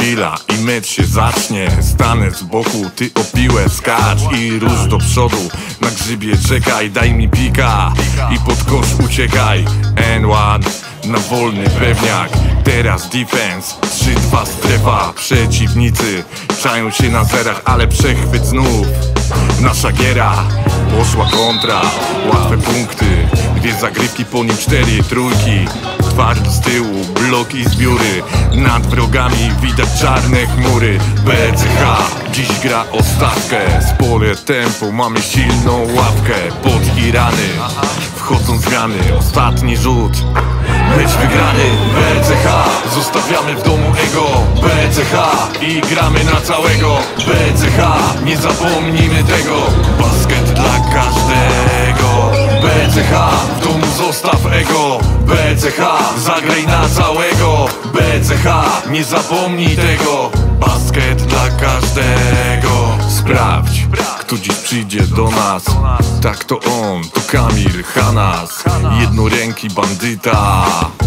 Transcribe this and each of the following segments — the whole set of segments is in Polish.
chwila i mecz się zacznie. Stanę z boku, ty o piłę skacz i rusz do przodu. Na grzybie czekaj, daj mi pika i pod kosz uciekaj. N1 na wolny pewniak. Teraz defense, 3-2 strefa. Przeciwnicy czają się na zerach, ale przechwyt znów. Nasza giera, poszła kontra. Łatwe punkty, 2 zagrywki, po nim 4 trójki. Twardo z tyłu, bloki, zbióry. Nad wrogami widać czarne chmury. BCH dziś gra o stawkę. Spore tempo, mamy silną ławkę. Pod i rany, wchodzą zmiany. Ostatni rzut, mecz wygrany. BCH, zostawiamy w domu ego. BCH i gramy na całego. BCH, nie zapomnijmy tego. Basket dla każdego. BCH, w domu zostaw ego. BCH, zagraj na całego. BCH, nie zapomnij tego. Basket dla każdego. Sprawdź, kto dziś przyjdzie do nas. Tak to on, to Kamil Hanas. Jednoręki bandyta.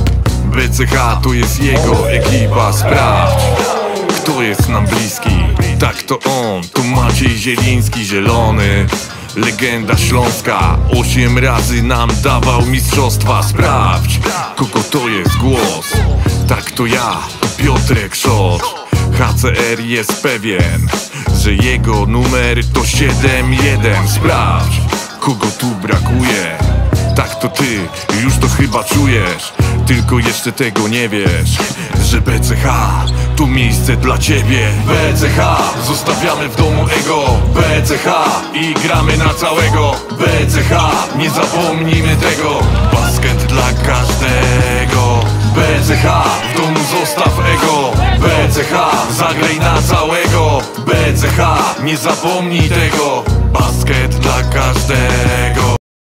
BCH to jest jego ekipa. Sprawdź, kto jest nam bliski. Tak to on, to Maciej Zieliński. Zielony, legenda śląska. 8 razy nam dawał mistrzostwa. Sprawdź, kogo to jest głos. Tak to ja, to Piotrek Szot. HCR jest pewien, że jego numer to 7-1. Sprawdź, kogo tu brakuje. Tak to ty, już to chyba czujesz. Tylko jeszcze tego nie wiesz, że BCH to miejsce dla ciebie. BCH, zostawiamy w domu ego. BCH i gramy na całego. BCH, nie zapomnijmy tego. Basket dla każdego. BCH, w domu zostaw ego. BCH, zagraj na całego. BCH, nie zapomnij tego. Basket dla każdego.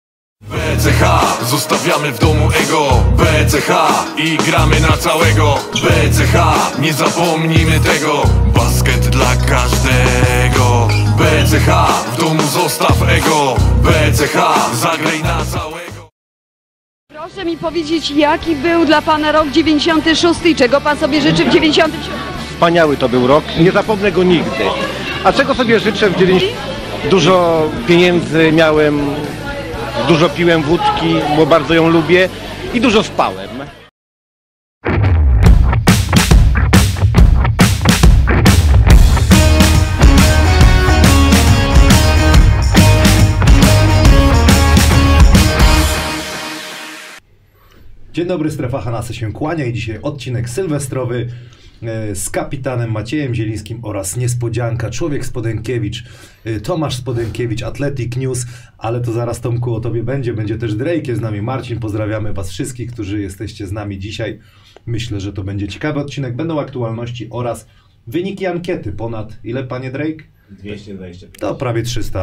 BCH, zostawiamy w domu ego. BCH i gramy na całego. BCH, nie zapomnijmy tego. Basket dla każdego. BCH, w domu zostaw ego. BCH, zagraj na całego. Proszę mi powiedzieć, jaki był dla pana rok 96 i czego pan sobie życzy w 97? Wspaniały to był rok, nie zapomnę go nigdy. A czego sobie życzę w 90? Dużo pieniędzy miałem, dużo piłem wódki, bo bardzo ją lubię i dużo spałem. Dzień dobry, Strefa Hanasa się kłania i dzisiaj odcinek sylwestrowy z kapitanem Maciejem Zielińskim oraz niespodzianka, człowiek Spodenkiewicz, Tomasz Spodenkiewicz, Athletic News, ale to zaraz, Tomku, o tobie będzie też Drake, jest z nami Marcin, pozdrawiamy was wszystkich, którzy jesteście z nami dzisiaj. Myślę, że to będzie ciekawy odcinek, będą aktualności oraz wyniki ankiety, ponad ile, panie Drake? 225. To prawie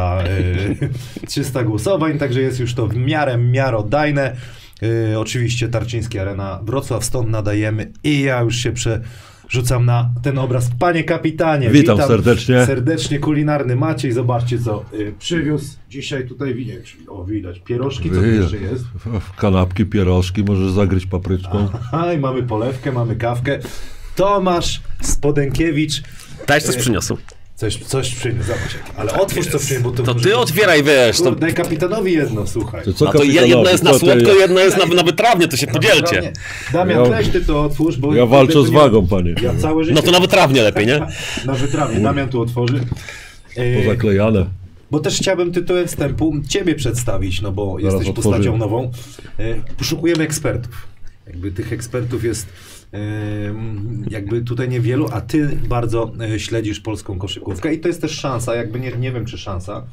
300 głosowań, także jest już to w miarę miarodajne. Oczywiście Tarczyński Arena Wrocław, stąd nadajemy i ja już się przerzucam na ten obraz. Panie kapitanie, witam serdecznie. Serdecznie kulinarny Maciej, zobaczcie co przywiózł dzisiaj tutaj, widać pierożki, co jeszcze jest? Kanapki, pierożki, możesz zagryźć papryczką. Aha, i mamy polewkę, mamy kawkę. Tomasz Spodenkiewicz. Też coś przyniosł. Coś przyniósł, zobacz. Ale otwórz co przyniósł, bo to ty otwieraj, wiesz. To... Daj kapitanowi jedno, słuchaj. To jedno jest na słodko, jedno jest na wytrawnie, to się podzielcie. Damian, weź ty to otwórz, bo... Ja walczę z wagą, panie. Ja całe życie... No to na wytrawnie lepiej, nie? Na wytrawnie, Damian tu otworzy. Pozaklejane. Bo też chciałbym tytułem wstępu ciebie przedstawić, no bo jesteś postacią nową. Poszukujemy ekspertów. Jakby tych ekspertów jest jakby tutaj niewielu, a ty bardzo śledzisz polską koszykówkę i to jest też szansa, jakby nie wiem czy szansa.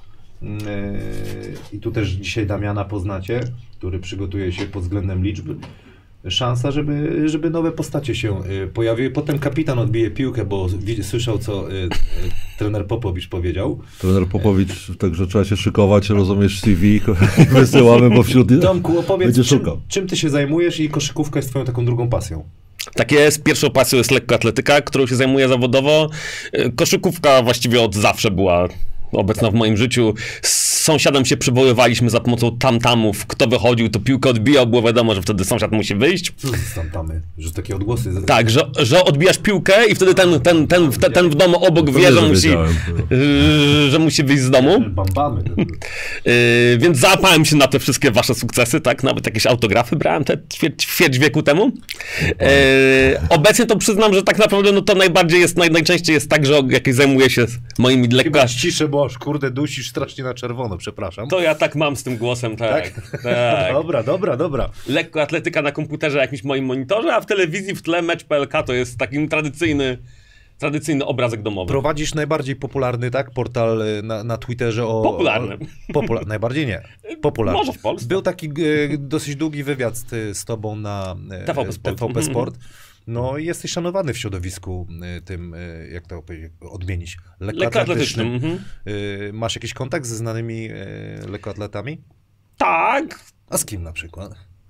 I tu też dzisiaj Damiana poznacie, który przygotuje się pod względem liczby. Szansa, żeby nowe postacie się pojawiły. Potem kapitan odbije piłkę, bo słyszał, co trener Popowicz powiedział. Trener Popowicz, także trzeba się szykować, rozumiesz, CV, wysyłamy, bo wśród... Tomku, opowiedz, będzie czym ty się zajmujesz i koszykówka jest twoją taką drugą pasją? Tak jest, pierwszą pasją jest lekkoatletyka, którą się zajmuję zawodowo. Koszykówka właściwie od zawsze była obecna w moim życiu. sąsiadem się przywoływaliśmy za pomocą tamtamów. Kto wychodził, to piłkę odbijał, było wiadomo, że wtedy sąsiad musi wyjść. Co to są tamy? Że takie odgłosy... Tak, że odbijasz piłkę i wtedy ten w domu obok wie, że musi wyjść z domu. Bambamy. Więc załapałem się na te wszystkie wasze sukcesy, tak? Nawet jakieś autografy brałem te ćwierć wieku temu. Obecnie to przyznam, że tak naprawdę no to najczęściej jest tak, że jakieś zajmuję się moimi Chyba ciszę, bo aż kurde dusisz strasznie na czerwono, przepraszam. To ja tak mam z tym głosem, tak. Dobra. Lekkoatletyka na komputerze, jakimś moim monitorze, a w telewizji w tle mecz PLK to jest taki tradycyjny obrazek domowy. Prowadzisz najbardziej popularny, tak, portal na Twitterze o... Popularny. Najbardziej nie. Popularny. Może w Polsce. Był taki dosyć długi wywiad z tobą na TVP Sport. No i jesteś szanowany w środowisku tym, jak to odmienić, lekkoatletycznym. Masz jakiś kontakt ze znanymi lekkoatletami? Tak. A z kim na przykład?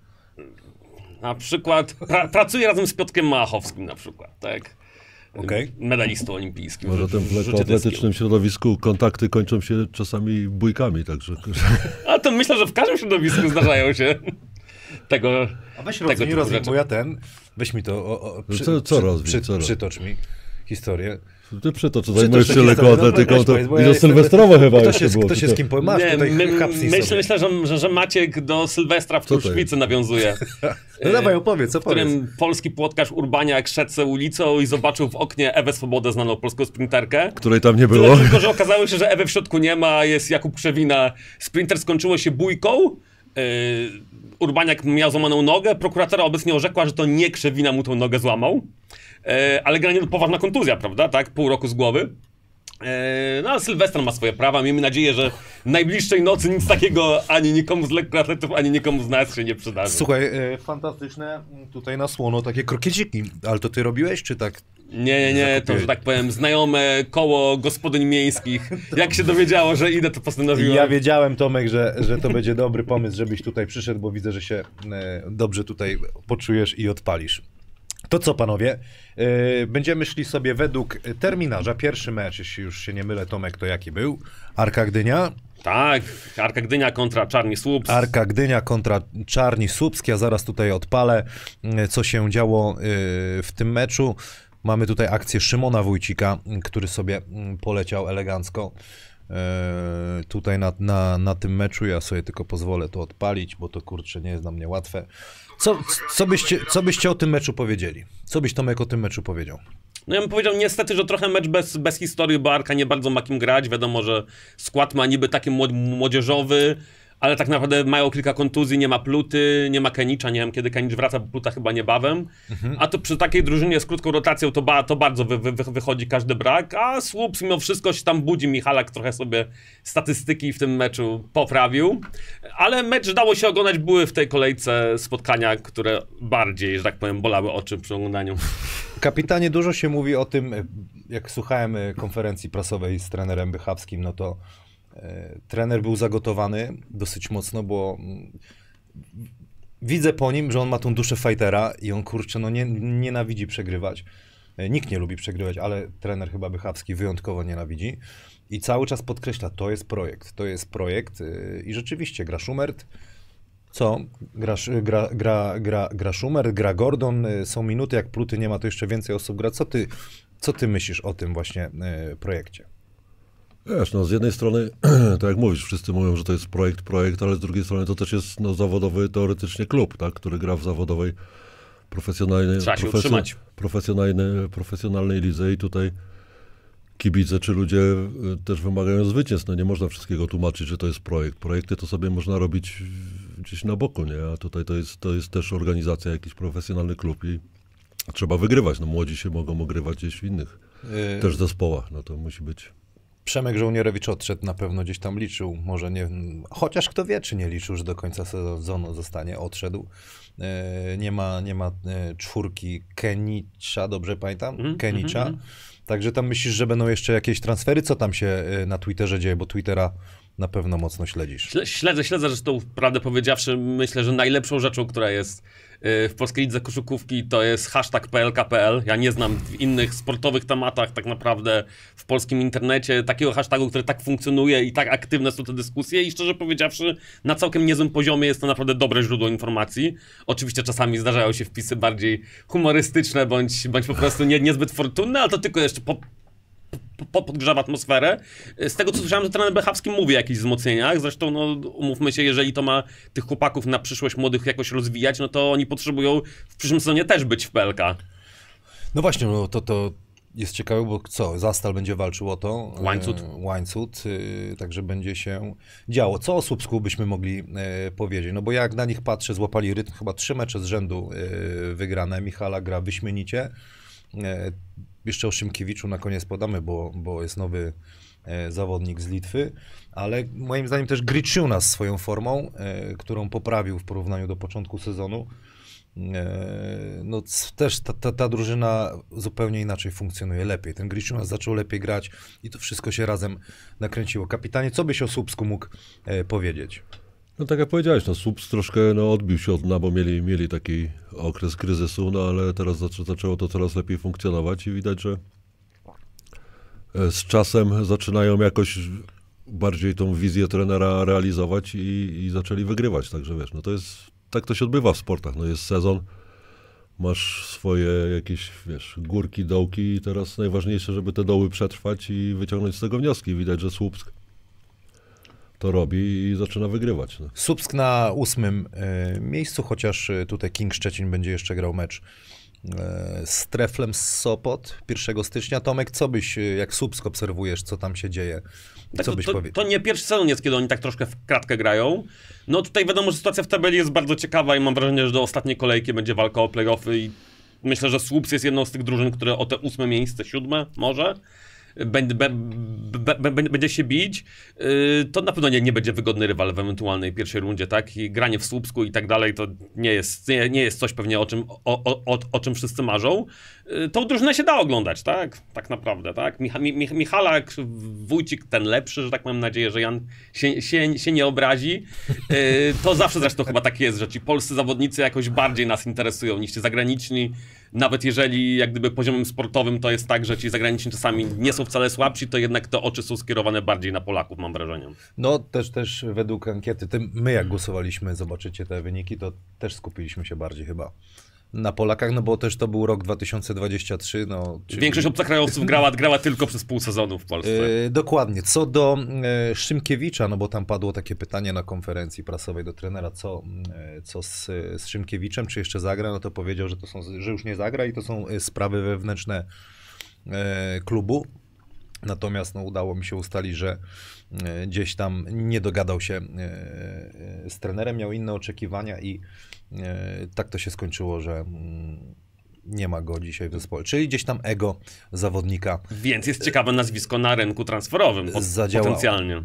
Na przykład pracuję razem z Piotrkiem Małachowskim na przykład, tak. Okay. Medalistą olimpijskim. Może w lekkoatletycznym środowisku kontakty kończą się czasami bójkami, także... A to myślę, że w każdym środowisku zdarzają się tego. A weź rozwij, bo ja weź mi to, przytocz mi historię. Ty przytocz, zajmujesz się lekkoatletyką, to i do Sylwestrowa chyba jeszcze było. Kto się z kim masz tutaj myślę, że Maciek do Sylwestra w Kruszwicy nawiązuje. No dawaj, opowiedz, co w którym polski płotkarz Urbaniak szedł se ulicą i zobaczył w oknie Ewę Swobodę, znaną polską sprinterkę. Której tam nie było. Tylko, że okazało się, że Ewy w środku nie ma, jest Jakub Krzewina. Sprinter skończyło się bójką. Urbaniak miał złamaną nogę, prokuratora obecnie orzekła, że to nie Krzewina mu tą nogę złamał, ale generalnie poważna kontuzja, prawda, tak, pół roku z głowy. No ale Sylwester ma swoje prawa, miejmy nadzieję, że najbliższej nocy nic takiego ani nikomu z lekkoatletów, ani nikomu z nas się nie przydarzy. Słuchaj, fantastyczne tutaj na słono takie krokieciki, ale to ty robiłeś, czy tak? Nie, to, że tak powiem, znajome koło gospodyń miejskich, jak się dowiedziało, że idę, to postanowiłem. Ja wiedziałem, Tomek, że to będzie dobry pomysł, żebyś tutaj przyszedł, bo widzę, że się dobrze tutaj poczujesz i odpalisz. To co, panowie? Będziemy szli sobie według terminarza. Pierwszy mecz, jeśli już się nie mylę, Tomek, to jaki był? Arka Gdynia? Tak, Arka Gdynia kontra Czarni Słupsk. Arka Gdynia kontra Czarni Słupsk. Ja zaraz tutaj odpalę, co się działo w tym meczu. Mamy tutaj akcję Szymona Wójcika, który sobie poleciał elegancko. Tutaj na tym meczu ja sobie tylko pozwolę to odpalić, bo to kurczę nie jest dla mnie łatwe. Co byście o tym meczu powiedzieli? Co byś, Tomek, o tym meczu powiedział? No ja bym powiedział niestety, że trochę mecz bez historii, bo Arka nie bardzo ma kim grać. Wiadomo, że skład ma niby taki młodzieżowy, ale tak naprawdę mają kilka kontuzji, nie ma Pluty, nie ma Kenicza, nie wiem kiedy Kenicz wraca, bo Pluta chyba niebawem. A to przy takiej drużynie z krótką rotacją to bardzo wychodzi każdy brak, a Słupsk mimo wszystko się tam budzi. Michalak trochę sobie statystyki w tym meczu poprawił, ale mecz dało się oglądać, były w tej kolejce spotkania, które bardziej, że tak powiem, bolały oczy przy oglądaniu. Kapitanie, dużo się mówi o tym, jak słuchałem konferencji prasowej z trenerem Bychawskim, no to trener był zagotowany dosyć mocno, bo widzę po nim, że on ma tą duszę fightera i on, kurczę, no nienawidzi przegrywać. Nikt nie lubi przegrywać, ale trener chyba Bychawski wyjątkowo nienawidzi i cały czas podkreśla, to jest projekt i rzeczywiście gra Schumert. Co? Gra Schumert, gra Gordon, są minuty, jak Pluty nie ma, to jeszcze więcej osób gra. Co ty myślisz o tym właśnie projekcie? Wiesz, no z jednej strony, tak jak mówisz, wszyscy mówią, że to jest projekt, ale z drugiej strony to też jest zawodowy teoretycznie klub, tak, który gra w zawodowej, profesjonalnej lidze i tutaj kibice czy ludzie też wymagają zwycięstw. No nie można wszystkiego tłumaczyć, że to jest projekt. Projekty to sobie można robić gdzieś na boku, nie? A tutaj to jest też organizacja, jakiś profesjonalny klub i trzeba wygrywać. No młodzi się mogą ogrywać gdzieś w innych też zespołach. No to musi być... Przemek Żołnierewicz odszedł, na pewno gdzieś tam liczył, może nie, chociaż kto wie, czy nie liczył, że do końca sezonu zostanie, odszedł. Nie ma czwórki Kenicza, dobrze pamiętam? Kenicza. Także tam myślisz, że będą jeszcze jakieś transfery? Co tam się na Twitterze dzieje, bo Twittera na pewno mocno śledzisz. Śledzę, że to prawdę powiedziawszy, myślę, że najlepszą rzeczą, która jest w polskiej lidze koszykówki to jest hashtag PLKPL. Ja nie znam w innych sportowych tematach tak naprawdę w polskim internecie takiego hashtagu, który tak funkcjonuje i tak aktywne są te dyskusje i szczerze powiedziawszy na całkiem niezłym poziomie jest to naprawdę dobre źródło informacji. Oczywiście czasami zdarzają się wpisy bardziej humorystyczne bądź po prostu niezbyt fortunne, ale to tylko jeszcze podgrzewa atmosferę. Z tego co słyszałem, to trener Bechavski mówi o jakichś wzmocnieniach, zresztą no, umówmy się, jeżeli to ma tych chłopaków na przyszłość młodych jakoś rozwijać, no to oni potrzebują w przyszłym sezonie też być w PLK. No właśnie, no to jest ciekawe, bo co, Zastal będzie walczył o to. Łańcut, także będzie się działo. Co o Słupsku byśmy mogli powiedzieć? No bo jak na nich patrzę, złapali rytm, chyba 3 mecze z rzędu wygrane. Michala gra wyśmienicie. Jeszcze o Szymkiewiczu na koniec podamy, bo jest nowy zawodnik z Litwy, ale moim zdaniem też Griciuna z swoją formą, którą poprawił w porównaniu do początku sezonu. No też ta drużyna zupełnie inaczej funkcjonuje, lepiej. Ten Griciuna zaczął lepiej grać i to wszystko się razem nakręciło. Kapitanie, co byś o Słupsku mógł powiedzieć? No tak jak powiedziałeś, no Słupsk troszkę odbił się od dna, bo mieli taki okres kryzysu, no ale teraz zaczęło to coraz lepiej funkcjonować i widać, że z czasem zaczynają jakoś bardziej tą wizję trenera realizować i zaczęli wygrywać, także wiesz, no to jest, tak to się odbywa w sportach, no jest sezon, masz swoje jakieś, wiesz, górki, dołki i teraz najważniejsze, żeby te doły przetrwać i wyciągnąć z tego wnioski. Widać, że Słupsk to robi i zaczyna wygrywać. No. Słupsk na 8. miejscu, chociaż tutaj King Szczecin będzie jeszcze grał mecz z Treflem z Sopot 1 stycznia. Tomek, co byś, jak Słupsk obserwujesz, co tam się dzieje? Tak, Co byś powiedział? To nie pierwszy sezon jest, kiedy oni tak troszkę w kratkę grają. No tutaj wiadomo, że sytuacja w tabeli jest bardzo ciekawa i mam wrażenie, że do ostatniej kolejki będzie walka o play-offy i myślę, że Słupsk jest jedną z tych drużyn, które o te 8. miejsce, 7 może będzie się bić, to na pewno nie będzie wygodny rywal w ewentualnej pierwszej rundzie, tak? I granie w Słupsku i tak dalej to nie jest coś pewnie o czym wszyscy marzą. Tą drużynę się da oglądać, tak? Tak naprawdę, tak? Michalak, Wójcik ten lepszy, że tak mam nadzieję, że Jan się nie obrazi. To zawsze zresztą chyba tak jest, że ci polscy zawodnicy jakoś bardziej nas interesują niż ci zagraniczni. Nawet jeżeli jak gdyby poziomem sportowym to jest tak, że ci zagraniczni czasami nie są wcale słabsi, to jednak te oczy są skierowane bardziej na Polaków, mam wrażenie. No też według ankiety, my jak głosowaliśmy, zobaczycie te wyniki, to też skupiliśmy się bardziej chyba na Polakach, no bo też to był rok 2023. No, czyli... Większość obcokrajowców grała tylko przez pół sezonu w Polsce. Dokładnie. Co do Szymkiewicza, no bo tam padło takie pytanie na konferencji prasowej do trenera, co z Szymkiewiczem, czy jeszcze zagra, no to powiedział, że już nie zagra i to są sprawy wewnętrzne klubu. Natomiast no, udało mi się ustalić, że gdzieś tam nie dogadał się z trenerem, miał inne oczekiwania i tak to się skończyło, że nie ma go dzisiaj w zespole. Czyli gdzieś tam ego zawodnika. Więc jest ciekawe nazwisko na rynku transferowym potencjalnie.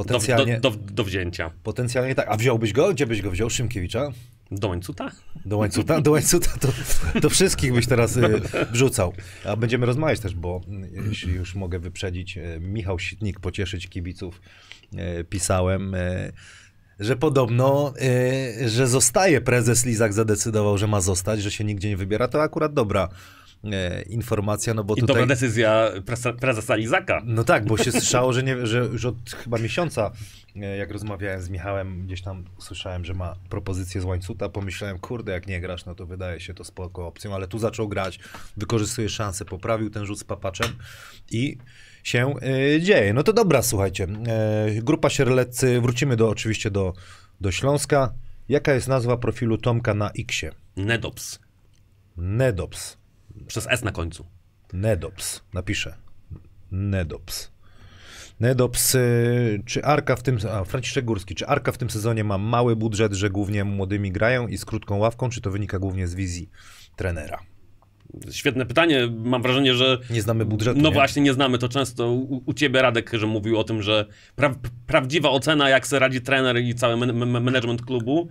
Do wzięcia. Potencjalnie tak. A wziąłbyś go? Gdzie byś go wziął? Szymkiewicza? Do Łańcuta? Do Łańcuta to wszystkich byś teraz wrzucał. A będziemy rozmawiać też, bo jeśli już mogę wyprzedzić, Michał Sitnik, pocieszyć kibiców, pisałem, że podobno, że zostaje, prezes Lizak zadecydował, że ma zostać, że się nigdzie nie wybiera. To akurat dobra informacja, no bo tutaj... dobra decyzja prezesa Lizaka. No tak, bo się słyszało, że już od chyba miesiąca, jak rozmawiałem z Michałem, gdzieś tam słyszałem, że ma propozycję z Łańcuta, pomyślałem, kurde, jak nie grasz, no to wydaje się to spoko opcją, ale tu zaczął grać, wykorzystuje szansę, poprawił ten rzut z Papaczem i się dzieje. No to dobra, słuchajcie, grupa Sierleccy, wrócimy oczywiście do Śląska. Jaka jest nazwa profilu Tomka na X-ie? Nedops. Nedops. Przez S na końcu. Nedops. Napiszę. Nedops. Nedops, czy Arka w tym... Franciszek Górski. Czy Arka w tym sezonie ma mały budżet, że głównie młodymi grają i z krótką ławką, czy to wynika głównie z wizji trenera? Świetne pytanie. Mam wrażenie, że... Nie znamy budżetu, No nie? właśnie, nie znamy. To często u ciebie, Radek, że mówił o tym, że prawdziwa ocena, jak sobie radzi trener i cały management klubu,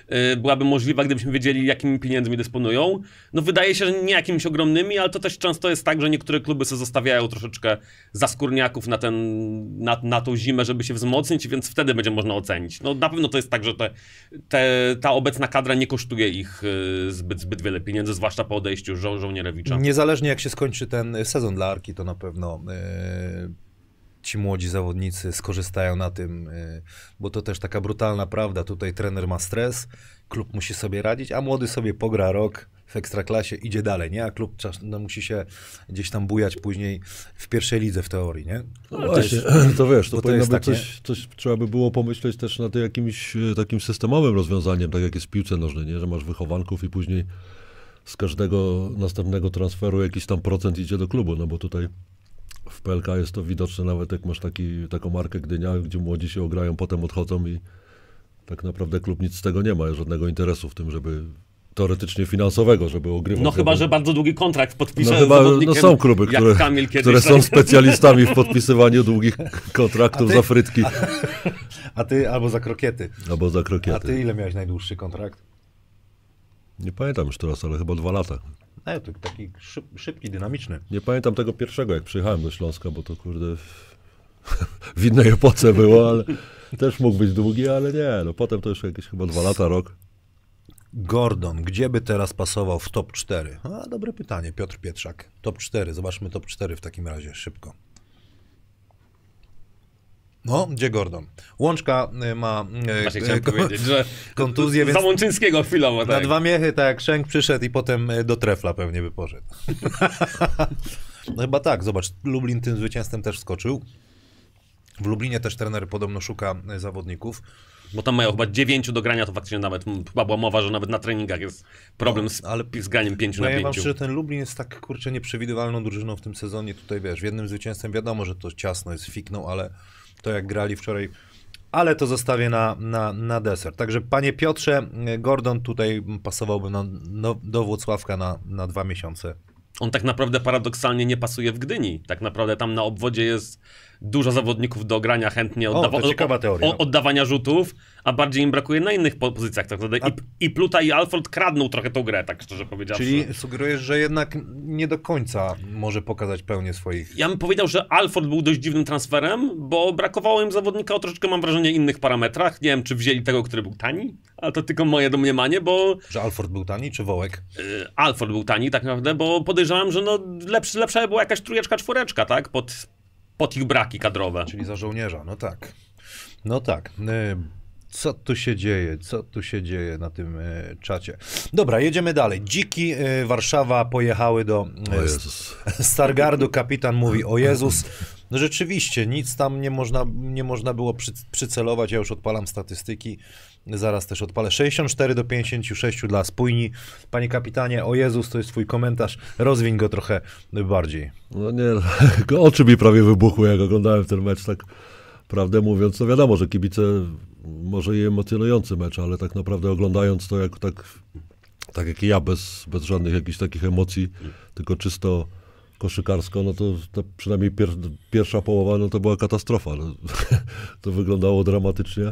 byłaby możliwa, gdybyśmy wiedzieli, jakimi pieniędzmi dysponują. No wydaje się, że nie jakimiś ogromnymi, ale to też często jest tak, że niektóre kluby sobie zostawiają troszeczkę zaskórniaków na tą zimę, żeby się wzmocnić, więc wtedy będzie można ocenić. No na pewno to jest tak, że ta obecna kadra nie kosztuje ich zbyt wiele pieniędzy, zwłaszcza po odejściu Żołnierewicza. Niezależnie jak się skończy ten sezon dla Arki, to na pewno ci młodzi zawodnicy skorzystają na tym, bo to też taka brutalna prawda. Tutaj trener ma stres, klub musi sobie radzić, a młody sobie pogra rok w Ekstraklasie, idzie dalej, nie? A klub musi się gdzieś tam bujać później w pierwszej lidze w teorii, nie? No właśnie, to wiesz, to powinno być tak, coś trzeba by było pomyśleć też nad jakimś takim systemowym rozwiązaniem, tak jak jest w piłce nożnej, nie? Że masz wychowanków i później z każdego następnego transferu jakiś tam procent idzie do klubu, no bo tutaj w PLK jest to widoczne, nawet jak masz taką markę Gdynia, gdzie młodzi się ograją, potem odchodzą i tak naprawdę klub nic z tego nie ma, żadnego interesu w tym, żeby teoretycznie finansowego, żeby ogrywać. No chyba, że bardzo długi kontrakt podpisze są kluby, które są specjalistami w podpisywaniu długich kontraktów za frytki. A ty albo za krokiety. Albo za krokiety. A ty ile miałeś najdłuższy kontrakt? Nie pamiętam już teraz, ale chyba 2 lata. To taki szybki, dynamiczny. Nie pamiętam tego pierwszego, jak przyjechałem do Śląska, bo to kurde w innej epoce było, ale też mógł być długi, ale nie, no potem to już jakieś chyba 2 lata, rok. Gordon, gdzie by teraz pasował w top 4? A, dobre pytanie, Piotr Pietrzak. Top 4, zobaczmy top 4 w takim razie, szybko. No, gdzie Gordon? Łączka ma Właśnie chciałem powiedzieć, że kontuzję, więc za Łączyńskiego chwilowo. na 2 miechy, tak jak Szenk przyszedł i potem do trefla pewnie by poszedł. No chyba tak, zobacz, Lublin tym zwycięstwem też wskoczył. W Lublinie też trener podobno szuka zawodników. Bo tam mają chyba 9 do grania, to faktycznie nawet chyba była mowa, że nawet na treningach jest problem z graniem 5 na 5. Ja wam szczerze, ten Lublin jest tak, kurczę, nieprzewidywalną drużyną w tym sezonie. Tutaj wiesz, w jednym zwycięstwem wiadomo, że to ciasno jest fikną, ale to jak grali wczoraj, ale to zostawię na deser. Także panie Piotrze, Gordon tutaj pasowałby do Włocławka na 2 miesiące. On tak naprawdę paradoksalnie nie pasuje w Gdyni. Tak naprawdę tam na obwodzie jest dużo zawodników do grania chętnie ciekawa teoria. Oddawania rzutów, a bardziej im brakuje na innych pozycjach. Tak naprawdę. I Pluta i Alford kradną trochę tą grę, tak szczerze powiedziawszy. Czyli sugerujesz, że jednak nie do końca może pokazać pełnię swoich... Ja bym powiedział, że Alford był dość dziwnym transferem, bo brakowało im zawodnika o troszeczkę, mam wrażenie, innych parametrach. Nie wiem, czy wzięli tego, który był tani, ale to tylko moje domniemanie, bo... Że Alford był tani, czy Wołek? Alford był tani, tak naprawdę, bo podejrzewam, że no lepsza była jakaś 3, 4, tak? Pod ich braki kadrowe. Czyli za żołnierza, no tak. No tak. Co tu się dzieje? Co tu się dzieje na tym czacie? Dobra, jedziemy dalej. Dziki, Warszawa pojechały do Stargardu. Kapitan mówi, o Jezus. No rzeczywiście, nic tam nie można było przycelować. Ja już odpalam statystyki. Zaraz też odpalę. 64-56 dla Spójni. Panie kapitanie, o Jezus, to jest twój komentarz. Rozwiń go trochę bardziej. No nie, oczy mi prawie wybuchły, jak oglądałem ten mecz, tak prawdę mówiąc. No wiadomo, że kibice, może i emocjonujący mecz, ale tak naprawdę oglądając to tak jak ja, bez żadnych jakichś takich emocji, tylko czysto koszykarsko, no to przynajmniej pierwsza połowa, no to była katastrofa. No, to wyglądało dramatycznie.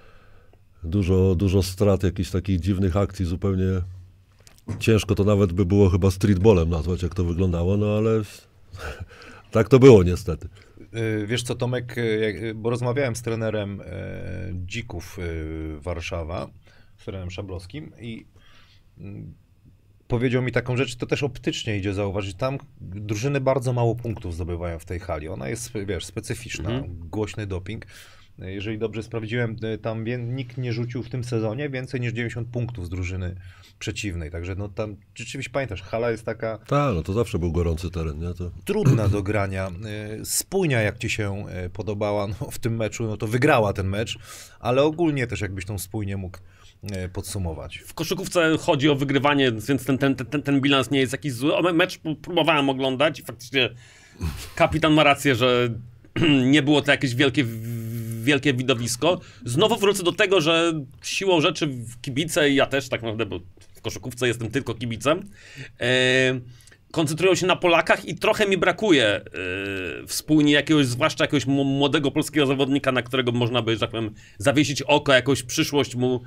Dużo strat, jakichś takich dziwnych akcji, zupełnie ciężko to nawet by było chyba streetballem nazwać, jak to wyglądało, no ale tak to było niestety. Wiesz co, Tomek, bo rozmawiałem z trenerem Dzików Warszawa, z trenerem Szablowskim i powiedział mi taką rzecz, to też optycznie idzie zauważyć, tam drużyny bardzo mało punktów zdobywają w tej hali, ona jest, wiesz, specyficzna, głośny doping. Jeżeli dobrze sprawdziłem, tam nikt nie rzucił w tym sezonie więcej niż 90 punktów z drużyny przeciwnej. Także no tam rzeczywiście pamiętasz, hala jest taka... Tak, no to zawsze był gorący teren, nie? To... Trudna do grania. Spójnia, jak ci się podobała w tym meczu, no to wygrała ten mecz, ale ogólnie też jakbyś tą Spójnię mógł podsumować. W koszykówce chodzi o wygrywanie, więc ten bilans nie jest jakiś zły. Mecz próbowałem oglądać i faktycznie kapitan ma rację, że nie było to jakieś wielkie widowisko. Znowu wrócę do tego, że siłą rzeczy kibice, i ja też tak naprawdę, bo w koszykówce jestem tylko kibicem, koncentrują się na Polakach i trochę mi brakuje wspólnie zwłaszcza jakiegoś młodego polskiego zawodnika, na którego można by, że tak powiem, zawiesić oko, jakąś przyszłość mu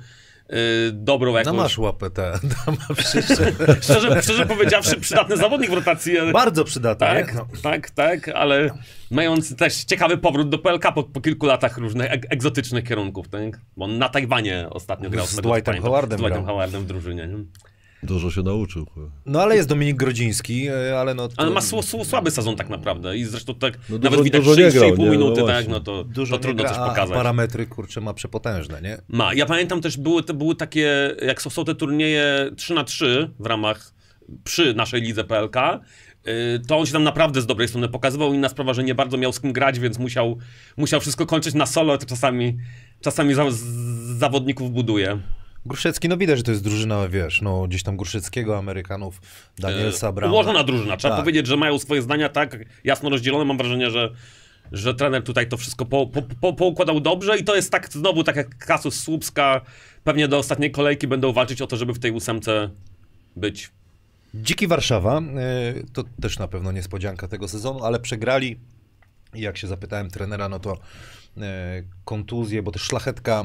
dobrą jakąś... No masz łapę tę. Szczerze powiedziawszy, przydatny zawodnik w rotacji. Bardzo przydatny. Tak, tak, ale mając też ciekawy powrót do PLK po kilku latach różnych egzotycznych kierunków, tak? Bo on na Tajwanie ostatnio grał. Z Dwightem Howardem Howardem w drużynie. Nie? Dużo się nauczył. No ale jest Dominik Grodziński, ale no... To... Ale ma słaby sezon tak naprawdę i zresztą tak No nawet dużo- widać dużo nie 3,5 grał, nie? minuty, No tak, właśnie. no to Dużo trudno nie coś gra, pokazać. a parametry, kurczę, ma przepotężne, nie? Ja pamiętam też, były takie, jak są te turnieje 3x3 w ramach, przy naszej lidze PLK, to on się tam naprawdę z dobrej strony pokazywał. Inna sprawa, że nie bardzo miał z kim grać, więc musiał wszystko kończyć na solo, to czasami zawodników buduje. Gruszecki, no widać, że to jest drużyna, wiesz, no gdzieś tam Gruszeckiego, Amerykanów, Danielsa, Brauna. Ułożona drużyna. Trzeba Tak. powiedzieć, że mają swoje zdania tak jasno rozdzielone. Mam wrażenie, że trener tutaj to wszystko poukładał dobrze i to jest tak znowu tak jak Kasus Słupska. Pewnie do ostatniej kolejki będą walczyć o to, żeby w tej 8 być. Dziki Warszawa, to też na pewno niespodzianka tego sezonu, ale przegrali. I jak się zapytałem trenera, no to kontuzje, bo też Szlachetka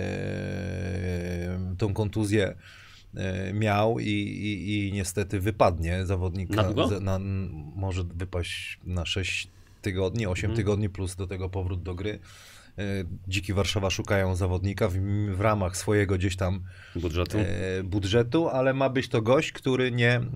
tą kontuzję miał i niestety wypadnie zawodnika. Na długo? Może wypaść na 6 tygodni, 8 tygodni plus do tego powrót do gry. Dziki Warszawa szukają zawodnika w ramach swojego gdzieś tam budżetu, ale ma być to gość, który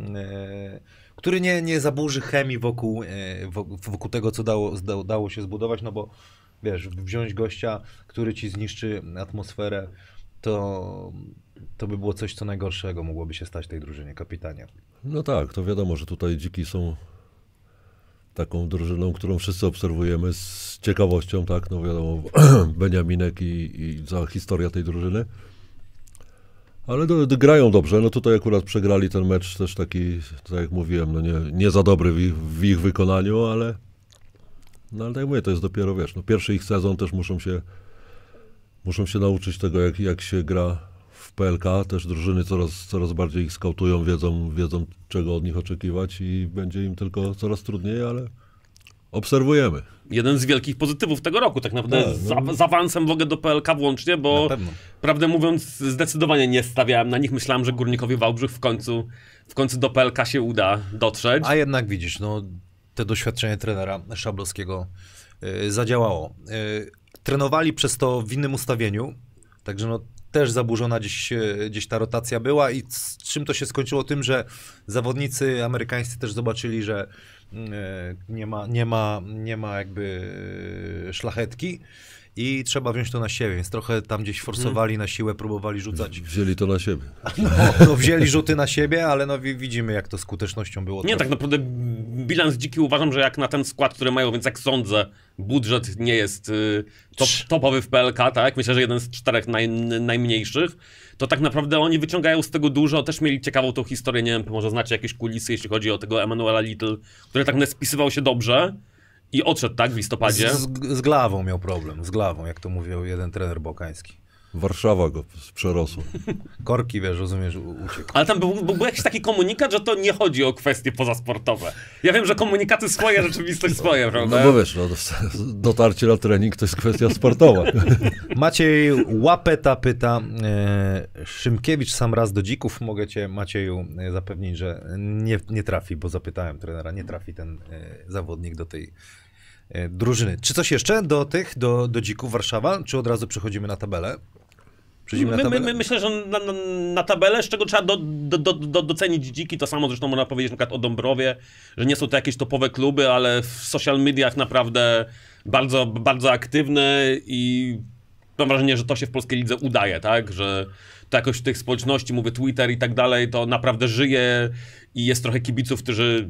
nie zaburzy chemii wokół tego, co dało się zbudować, no bo wiesz, wziąć gościa, który ci zniszczy atmosferę, to by było coś, co najgorszego mogłoby się stać tej drużynie, kapitanie. No tak, to wiadomo, że tutaj Dziki są taką drużyną, którą wszyscy obserwujemy z ciekawością, tak, no wiadomo, Beniaminek i cała historia tej drużyny. Ale grają dobrze, no tutaj akurat przegrali ten mecz też taki, tak jak mówiłem, no nie za dobry w ich wykonaniu, ale tak jak mówię, to jest dopiero, wiesz, no pierwszy ich sezon też muszą się nauczyć tego, jak się gra w PLK, też drużyny coraz bardziej ich skautują, wiedzą czego od nich oczekiwać i będzie im tylko coraz trudniej, ale obserwujemy. Jeden z wielkich pozytywów tego roku, tak naprawdę z awansem w ogóle do PLK włącznie, bo prawdę mówiąc zdecydowanie nie stawiałem na nich. Myślałem, że Górnikowi Wałbrzych w końcu do PLK się uda dotrzeć. A jednak widzisz, no te doświadczenie trenera Szablowskiego zadziałało. Trenowali przez to w innym ustawieniu, także no też zaburzona gdzieś ta rotacja była i z czym to się skończyło? Tym, że zawodnicy amerykańscy też zobaczyli, że nie ma jakby szlachetki i trzeba wziąć to na siebie, więc trochę tam gdzieś forsowali na siłę, próbowali rzucać. Wzięli to na siebie. No wzięli rzuty na siebie, ale no widzimy, jak to skutecznością było. Nie, tak naprawdę bilans Dziki uważam, że jak na ten skład, który mają, więc jak sądzę, budżet nie jest topowy w PLK, tak? Myślę, że jeden z 4 najmniejszych. To tak naprawdę oni wyciągają z tego dużo. Też mieli ciekawą tą historię, nie wiem, może znacie jakieś kulisy, jeśli chodzi o tego Emanuela Little, który tak naprawdę spisywał się dobrze i odszedł, tak, w listopadzie. Z Glawą miał problem, z Glawą, jak to mówił jeden trener bokański. Warszawa go przerosła. Korki, wiesz, rozumiesz, uciekł. Ale tam był jakiś taki komunikat, że to nie chodzi o kwestie pozasportowe. Ja wiem, że komunikaty swoje, rzeczywistość swoje, prawda? No bo wiesz, dotarcie na trening to jest kwestia sportowa. Maciej Łapeta pyta, Szymkiewicz sam raz do Dzików. Mogę cię, Macieju, zapewnić, że nie trafi, bo zapytałem trenera, nie trafi ten zawodnik do tej drużyny. Czy coś jeszcze do Dzików Warszawa, czy od razu przechodzimy na tabelę? Myślę, że na tabelę, z czego trzeba docenić Dziki, to samo zresztą można powiedzieć na przykład o Dąbrowie, że nie są to jakieś topowe kluby, ale w social mediach naprawdę bardzo, bardzo aktywne i mam wrażenie, że to się w polskiej lidze udaje, tak, że to jakoś w tych społeczności, mówię Twitter i tak dalej, to naprawdę żyje i jest trochę kibiców, którzy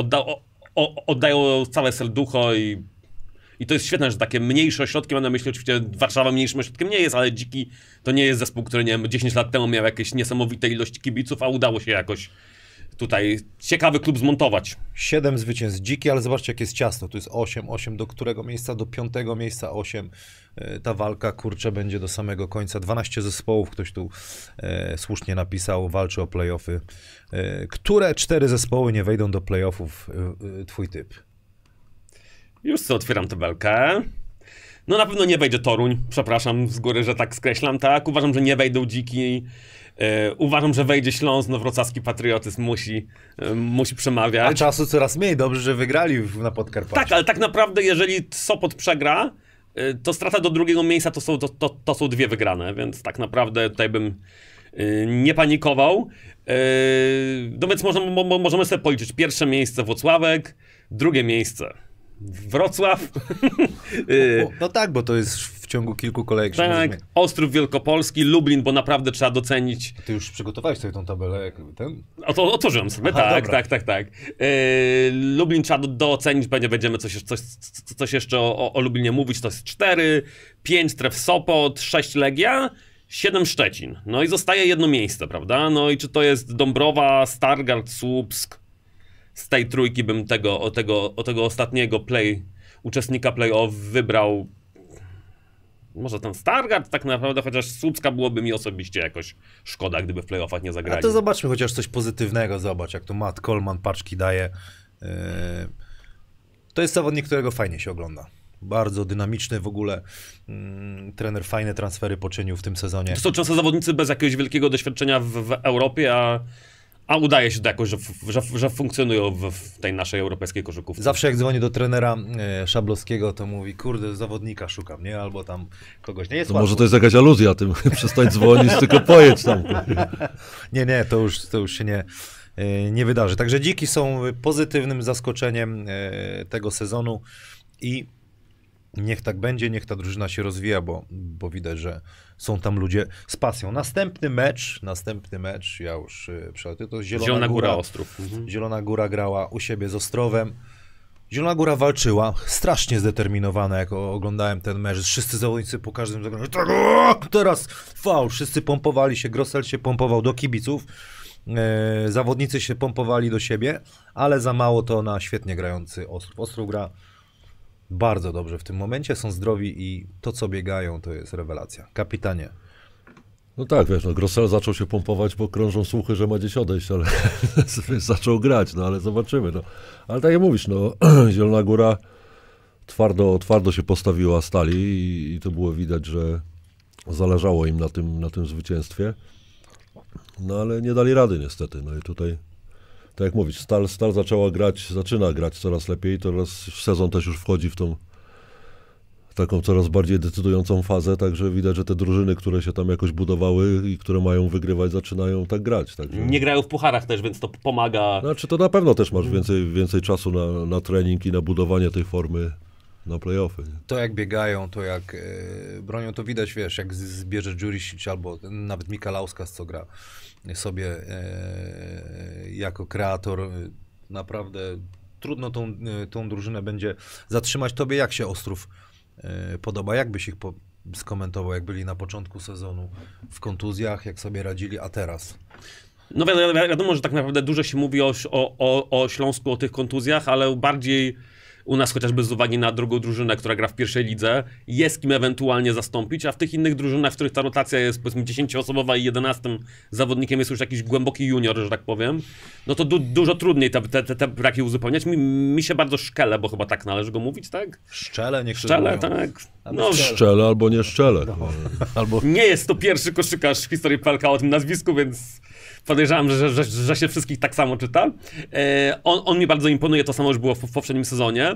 oddają całe serducho i to jest świetne, że takie mniejsze ośrodki, mam na myśli oczywiście Warszawa mniejszym ośrodkiem nie jest, ale Dziki to nie jest zespół, który nie wiem, 10 lat temu miał jakieś niesamowite ilości kibiców, a udało się jakoś tutaj ciekawy klub zmontować. 7 zwycięstw Dziki, ale zobaczcie, jak jest ciasno. Tu jest 8 do którego miejsca? Do 5 miejsca 8. Ta walka, kurczę, będzie do samego końca. 12 zespołów, ktoś tu słusznie napisał, walczy o play-offy. Które 4 zespoły nie wejdą do play-offów? Twój typ. Już sobie otwieram tabelkę. No na pewno nie wejdzie Toruń, przepraszam z góry, że tak skreślam, tak? Uważam, że nie wejdą Dziki. Uważam, że wejdzie Śląsk, no wrocławski patriotyzm musi przemawiać. A czasu coraz mniej, dobrze, że wygrali na Podkarpaciu. Tak, ale tak naprawdę jeżeli Sopot przegra, to strata do drugiego miejsca to są 2 wygrane, więc tak naprawdę tutaj bym nie panikował. No więc możemy sobie policzyć. Pierwsze miejsce Włocławek, drugie miejsce Wrocław. No tak, bo to jest w ciągu kilku kolejek. Tak, Ostrów Wielkopolski, Lublin, bo naprawdę trzeba docenić. Ty już przygotowałeś sobie tą tabelę, jak ten? Otworzyłem sobie, Aha, tak. Lublin trzeba docenić, będziemy coś jeszcze o Lublinie mówić, to jest 4, 5 Tref Sopot, 6 Legia, 7 Szczecin. No i zostaje jedno miejsce, prawda? No i czy to jest Dąbrowa, Stargard, Słupsk? Z tej trójki bym tego ostatniego uczestnika play-off wybrał może ten Stargard tak naprawdę, chociaż Słupska byłoby mi osobiście jakoś szkoda, gdyby w play-offach nie zagrali. A to zobaczmy chociaż coś pozytywnego, zobacz jak tu Matt Coleman paczki daje. To jest zawodnik, którego fajnie się ogląda. Bardzo dynamiczny w ogóle. Trener fajne transfery poczynił w tym sezonie. To są często zawodnicy bez jakiegoś wielkiego doświadczenia w Europie, a udaje się to jakoś, że funkcjonują w tej naszej europejskiej koszykówce. Zawsze jak dzwonię do trenera Szablowskiego, to mówi, kurde, zawodnika szukam, nie? Albo tam kogoś. Nie jest to może to jest jakaś aluzja, tym przestań dzwonić, tylko pojedź tam. Nie, to już się nie wydarzy. Także Dziki są pozytywnym zaskoczeniem tego sezonu i niech tak będzie, niech ta drużyna się rozwija, bo widać, że są tam ludzie z pasją. Następny mecz, ja już przelatę, to Zielona Góra Ostrów. Zielona Góra grała u siebie z Ostrowem. Zielona Góra walczyła, strasznie zdeterminowana, jak oglądałem ten mecz. Wszyscy zawodnicy po każdym zagraniu, teraz faul, wszyscy pompowali się, Grossel się pompował do kibiców. Zawodnicy się pompowali do siebie, ale za mało to na świetnie grający Ostrów. Ostrów gra bardzo dobrze w tym momencie, są zdrowi i to, co biegają, to jest rewelacja. Kapitanie. No tak, wiesz, no Grossel zaczął się pompować, bo krążą słuchy, że ma gdzieś odejść, ale zaczął grać, no ale zobaczymy. No. Ale tak jak mówisz, no Zielona Góra twardo się postawiła stali i to było widać, że zależało im na tym zwycięstwie. No ale nie dali rady niestety. No i tutaj, tak jak mówić, Stal zaczyna grać coraz lepiej, teraz sezon też już wchodzi w tą taką coraz bardziej decydującą fazę, także widać, że te drużyny, które się tam jakoś budowały i które mają wygrywać, zaczynają tak grać. Także... Nie grają w pucharach też, więc to pomaga. Znaczy to na pewno też masz więcej czasu na trening i na budowanie tej formy na play-offy. Nie? To jak biegają, to jak bronią, to widać, wiesz, jak zbierze Dżurisic albo nawet Mikalauskas, co gra sobie jako kreator, naprawdę trudno tą drużynę będzie zatrzymać. Tobie jak się Ostrów podoba? Jak byś ich skomentował, jak byli na początku sezonu w kontuzjach, jak sobie radzili, a teraz? No wiadomo, że tak naprawdę dużo się mówi o Śląsku, o tych kontuzjach, ale bardziej u nas chociażby z uwagi na drugą drużynę, która gra w pierwszej lidze, jest kim ewentualnie zastąpić, a w tych innych drużynach, w których ta rotacja jest powiedzmy 10-osobowa i 11 zawodnikiem jest już jakiś głęboki junior, że tak powiem, no to dużo trudniej te braki uzupełniać. Mi się bardzo Szkele, bo chyba tak należy go mówić, tak? Szczele, niektórzy Szczele, mówią. tak. No, szczele albo nie szczele. No. Albo... Nie jest to pierwszy koszykarz w historii PLK o tym nazwisku, więc podejrzewam, że się wszystkich tak samo czyta. On mi bardzo imponuje, to samo już było w poprzednim sezonie.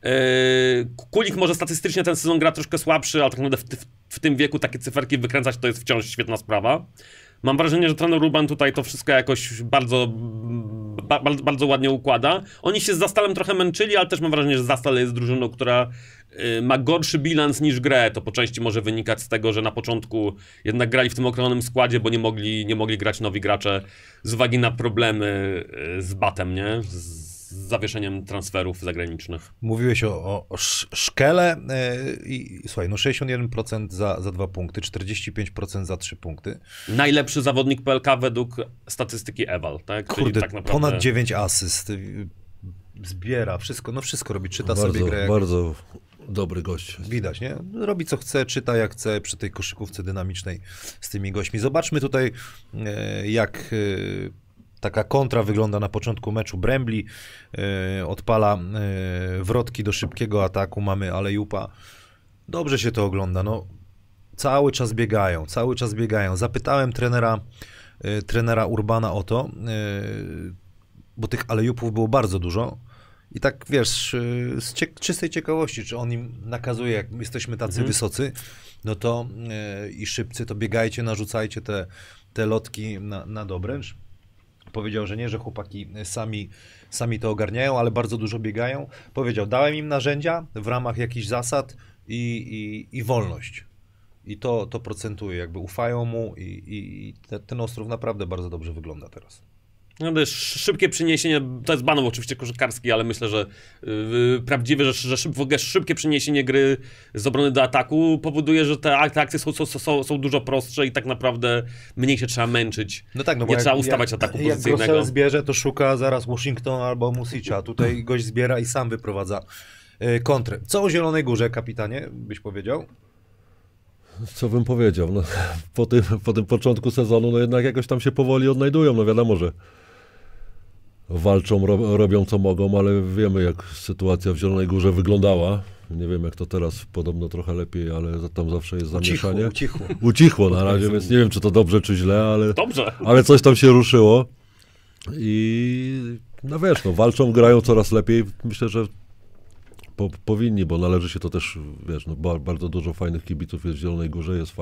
Kulik może statystycznie ten sezon gra troszkę słabszy, ale tak naprawdę w tym wieku takie cyferki wykręcać to jest wciąż świetna sprawa. Mam wrażenie, że trener Urban tutaj to wszystko jakoś bardzo ładnie układa. Oni się z Zastalem trochę męczyli, ale też mam wrażenie, że Zastal jest drużyną, która ma gorszy bilans niż grę. To po części może wynikać z tego, że na początku jednak grali w tym określonym składzie, bo nie mogli grać nowi gracze z uwagi na problemy z batem, nie? Z zawieszeniem transferów zagranicznych. Mówiłeś o Szkele i słuchaj, no 61% za 2 punkty, 45% za 3 punkty. Najlepszy zawodnik PLK według statystyki Eval, tak? Kurde, czyli tak naprawdę... ponad 9 asyst, zbiera, wszystko robi, czyta sobie grę. Bardzo dobry gość. Widać, nie? Robi co chce, czyta jak chce przy tej koszykówce dynamicznej z tymi gośćmi. Zobaczmy tutaj, jak taka kontra wygląda na początku meczu. Brembli odpala wrotki do szybkiego ataku, mamy Alejupa. Dobrze się to ogląda, no. Cały czas biegają. Zapytałem trenera Urbana o to, bo tych alejupów było bardzo dużo. I tak, wiesz, z czystej ciekawości, czy on im nakazuje, jak jesteśmy tacy wysocy, no to i szybcy, to biegajcie, narzucajcie te lotki na dobręcz. Powiedział, że nie, że chłopaki sami to ogarniają, ale bardzo dużo biegają. Powiedział, dałem im narzędzia w ramach jakichś zasad i wolność. I to procentuje, jakby ufają mu i ten Ostrów naprawdę bardzo dobrze wygląda teraz. No to jest szybkie przeniesienie, to jest banał oczywiście koszykarski, ale myślę, że prawdziwe, że w ogóle szybkie przeniesienie gry z obrony do ataku powoduje, że te akcje są dużo prostsze i tak naprawdę mniej się trzeba męczyć. No tak, no nie trzeba ustawać ataku pozycyjnego. Jak Grossel zbierze, to szuka zaraz Washington albo Musicza. Tutaj gość zbiera i sam wyprowadza kontrę. Co o Zielonej Górze, kapitanie, byś powiedział? Co bym powiedział? No, po tym początku sezonu, no jednak jakoś tam się powoli odnajdują. No wiadomo, że walczą, robią co mogą, ale wiemy, jak sytuacja w Zielonej Górze wyglądała. Nie wiem, jak to teraz, podobno trochę lepiej, ale tam zawsze jest zamieszanie. Ucichło na razie, więc nie wiem, czy to dobrze, czy źle, ale coś tam się ruszyło. I no wiesz, no walczą, grają coraz lepiej. Myślę, że powinni, bo należy się to też, wiesz, no bardzo dużo fajnych kibiców jest w Zielonej Górze, jest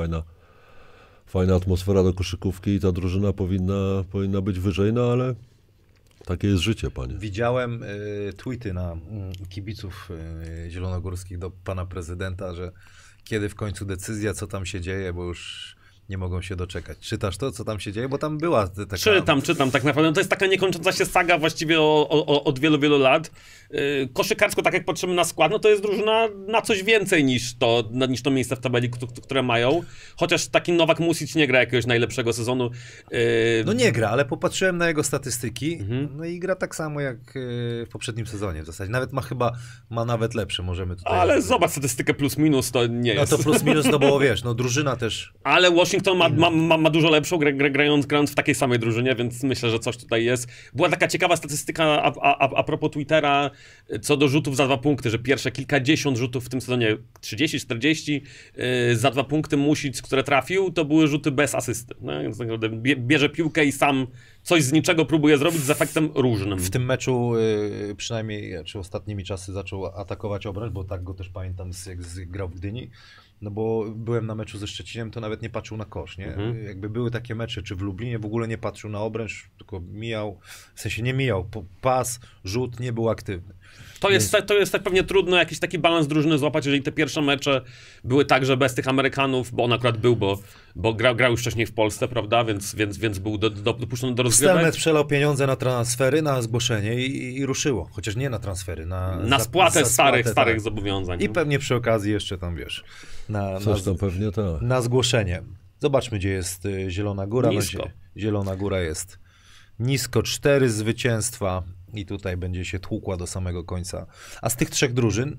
fajna atmosfera do koszykówki i ta drużyna powinna być wyżej, no ale takie jest życie, panie. Widziałem tweety na kibiców zielonogórskich do pana prezydenta, że kiedy w końcu decyzja, co tam się dzieje, bo już nie mogą się doczekać. Czytasz to, co tam się dzieje? Bo tam była taka... Czytam, tak naprawdę. To jest taka niekończąca się saga właściwie od wielu, wielu lat. Koszykarsko, tak jak patrzymy na skład, no to jest drużyna na coś więcej niż to miejsce w tabeli, które mają. Chociaż taki Nowak Music nie gra jakiegoś najlepszego sezonu. No nie gra, ale popatrzyłem na jego statystyki, no i gra tak samo jak w poprzednim sezonie w zasadzie. Nawet ma nawet lepsze, możemy tutaj... Ale zobacz statystykę plus minus, to nie jest. No to plus minus, no bo wiesz, no drużyna też... Ale Washington ma dużo lepszą, grając w takiej samej drużynie, więc myślę, że coś tutaj jest. Była taka ciekawa statystyka a propos Twittera, co do rzutów za 2 punkty, że pierwsze kilkadziesiąt rzutów w tym sezonie, 30-40, za 2 punkty Music, które trafił, to były rzuty bez asysty. No, więc tak naprawdę bierze piłkę i sam coś z niczego próbuje zrobić z efektem różnym. W tym meczu przynajmniej, czy ostatnimi czasy zaczął atakować obręcz, bo tak go też pamiętam, jak grał w Gdyni. No bo byłem na meczu ze Szczecinem, to nawet nie patrzył na kosz, nie? Jakby były takie mecze, czy w Lublinie w ogóle nie patrzył na obręcz, tylko mijał, w sensie nie mijał, pas, rzut, nie był aktywny. To jest tak pewnie trudno jakiś taki balans drużyny złapać, jeżeli te pierwsze mecze były tak, że bez tych Amerykanów, bo on akurat był, bo grał już wcześniej w Polsce, prawda, więc był dopuszczony do rozgrywek. Stelmet przelał pieniądze na transfery, na zgłoszenie i ruszyło, chociaż nie na transfery, na spłatę starych zobowiązań. I pewnie przy okazji jeszcze tam, wiesz, pewnie tak. Na zgłoszenie. Zobaczmy, gdzie jest Zielona Góra. Nisko. Zielona Góra jest nisko, 4 zwycięstwa i tutaj będzie się tłukła do samego końca. A z tych 3 drużyn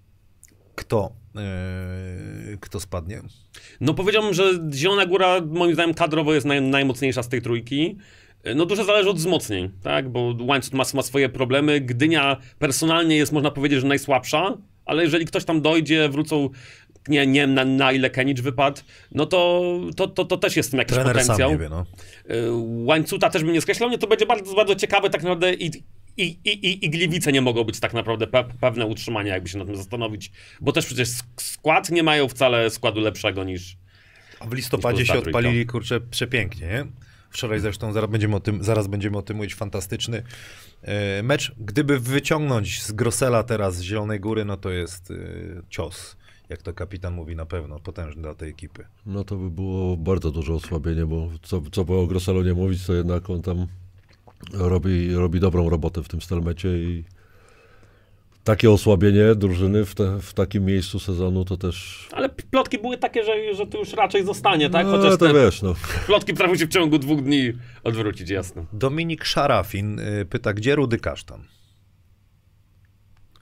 kto spadnie? No powiedziałbym, że Zielona Góra moim zdaniem kadrowo jest najmocniejsza z tej trójki. No dużo zależy od wzmocnień, tak? Bo Łańcut ma swoje problemy. Gdynia personalnie jest, można powiedzieć, że najsłabsza, ale jeżeli ktoś tam dojdzie, wrócą, nie wiem na ile Kenicz wypadł, no to też jest w tym jakiś trener potencjał. Sam nie wie, no. Łańcuta też bym nie skreślał, mnie to będzie bardzo, bardzo ciekawe tak naprawdę i Gliwice nie mogą być tak naprawdę pewne utrzymania, jakby się nad tym zastanowić, bo też przecież skład nie mają wcale składu lepszego niż... A w listopadzie się odpalili, kurczę, przepięknie, nie? Wczoraj zresztą, zaraz będziemy o tym mówić, fantastyczny mecz. Gdyby wyciągnąć z Grossela teraz z Zielonej Góry, no to jest cios, jak to kapitan mówi, na pewno potężny dla tej ekipy. No to by było bardzo duże osłabienie, bo co by o Grosselu nie mówić, to jednak on tam robi dobrą robotę w tym Stelmecie i takie osłabienie drużyny w takim miejscu sezonu to też... Ale plotki były takie, że to już raczej zostanie, tak? No, chociaż to wiesz, no. Plotki potrafią się w ciągu 2 dni odwrócić, jasno. Dominik Szarafin pyta, gdzie Rudy Kasztan?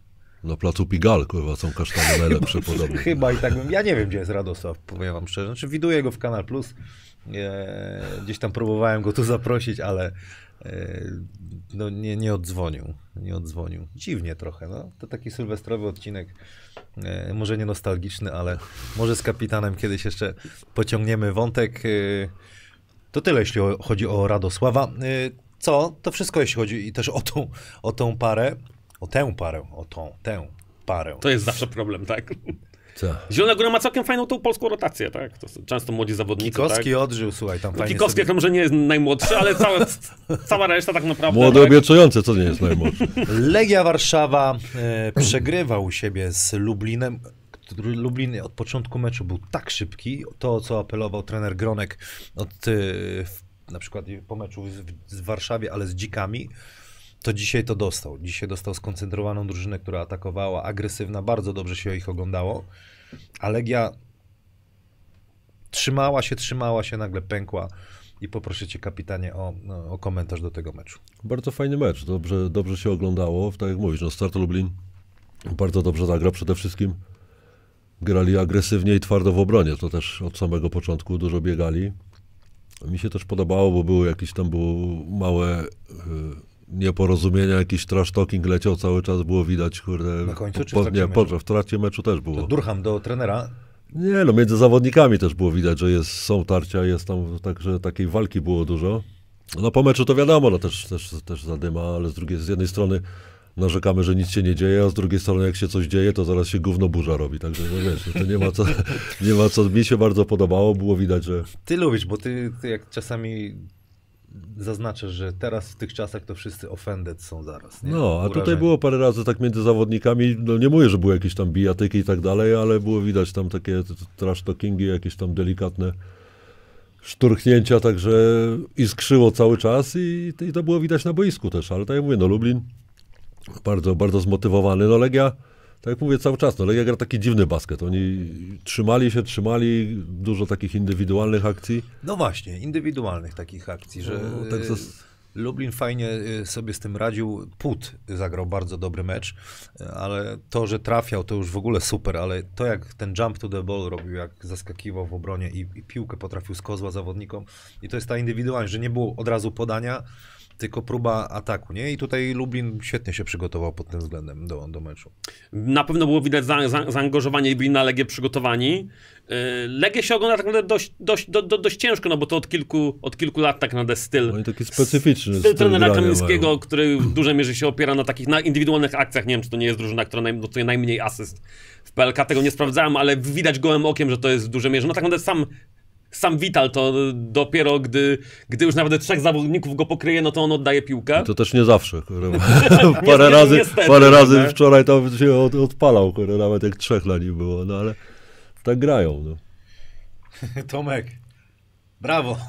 Na placu Pigal, kurwa, są kasztany najlepsze podobnie. Chyba i tak bym, ja nie wiem, gdzie jest Radosław, powiem wam szczerze. Znaczy widuję go w Kanal Plus. Gdzieś tam próbowałem go tu zaprosić, ale no, nie oddzwonił. Nie oddzwonił. Dziwnie trochę, no. To taki sylwestrowy odcinek, może nie nostalgiczny, ale może z kapitanem kiedyś jeszcze pociągniemy wątek. To tyle, jeśli chodzi o Radosława. To wszystko, jeśli chodzi i też o tą parę. Tę parę. To jest zawsze problem, tak? Co? Zielona Góra ma całkiem fajną tą polską rotację, tak? To są często młodzi zawodnicy, Kikowski tak? odżył, słuchaj, tam fajnie Kikowski to może nie jest najmłodszy, ale cała reszta tak naprawdę... Młody tak? obiecujący, co nie jest najmłodszy. Legia Warszawa przegrywał u siebie z Lublinem. Lublin od początku meczu był tak szybki, to o co apelował trener Gronek na przykład po meczu w Warszawie, ale z Dzikami, to dzisiaj to dostał. Dzisiaj dostał skoncentrowaną drużynę, która atakowała, agresywna, bardzo dobrze się ich oglądało, a Legia trzymała się, nagle pękła i poproszę cię, kapitanie, o komentarz do tego meczu. Bardzo fajny mecz, dobrze się oglądało, tak jak mówisz, no Start Lublin bardzo dobrze zagrał, przede wszystkim grali agresywnie i twardo w obronie, to też od samego początku dużo biegali. Mi się też podobało, bo były małe nieporozumienia, jakiś trash talking leciał cały czas, było widać, kurde. Na końcu czy w trakcie meczu? W trakcie meczu też było. To Durham do trenera? Nie, no między zawodnikami też było widać, że są tarcia, jest tam, także takiej walki było dużo. No po meczu to wiadomo, no też zadyma, ale z jednej strony narzekamy, że nic się nie dzieje, a z drugiej strony jak się coś dzieje, to zaraz się gówno burza robi, także no wiesz, to nie ma co, mi się bardzo podobało, było widać, że... Ty lubisz, bo ty jak czasami zaznaczasz, że teraz w tych czasach to wszyscy offended są zaraz, nie? No, a tutaj było parę razy tak między zawodnikami, no nie mówię, że były jakieś tam bijatyki i tak dalej, ale było widać tam takie trash talkingi, jakieś tam delikatne szturchnięcia, także iskrzyło cały czas i to było widać na boisku też, ale tak jak mówię, no Lublin bardzo, bardzo zmotywowany, no Legia, tak jak mówię cały czas, no Legia gra taki dziwny basket, oni trzymali, dużo takich indywidualnych akcji. No właśnie, indywidualnych takich akcji, że Lublin fajnie sobie z tym radził, Put zagrał bardzo dobry mecz, ale to, że trafiał, to już w ogóle super, ale to jak ten jump to the ball robił, jak zaskakiwał w obronie i piłkę potrafił z kozła zawodnikom i to jest ta indywidualność, że nie było od razu podania, tylko próba ataku, nie? I tutaj Lublin świetnie się przygotował pod tym względem do meczu. Na pewno było widać zaangażowanie i byli na Legię przygotowani. Legię się ogląda tak naprawdę dość ciężko, no bo to od kilku lat tak naprawdę styl. No i taki specyficzny styl trenera Kamińskiego, który w dużej mierze się opiera na indywidualnych akcjach. Nie wiem, czy to nie jest drużyna, która notuje najmniej asyst w PLK. Tego nie sprawdzałem, ale widać gołym okiem, że to jest w dużej mierze. No tak naprawdę sam Vital to dopiero, gdy już nawet 3 zawodników go pokryje, no to on oddaje piłkę. I to też nie zawsze. Niestety, parę razy wczoraj tam się odpalał, nawet jak 3 na nim było, no ale tak grają. No. Tomek, brawo.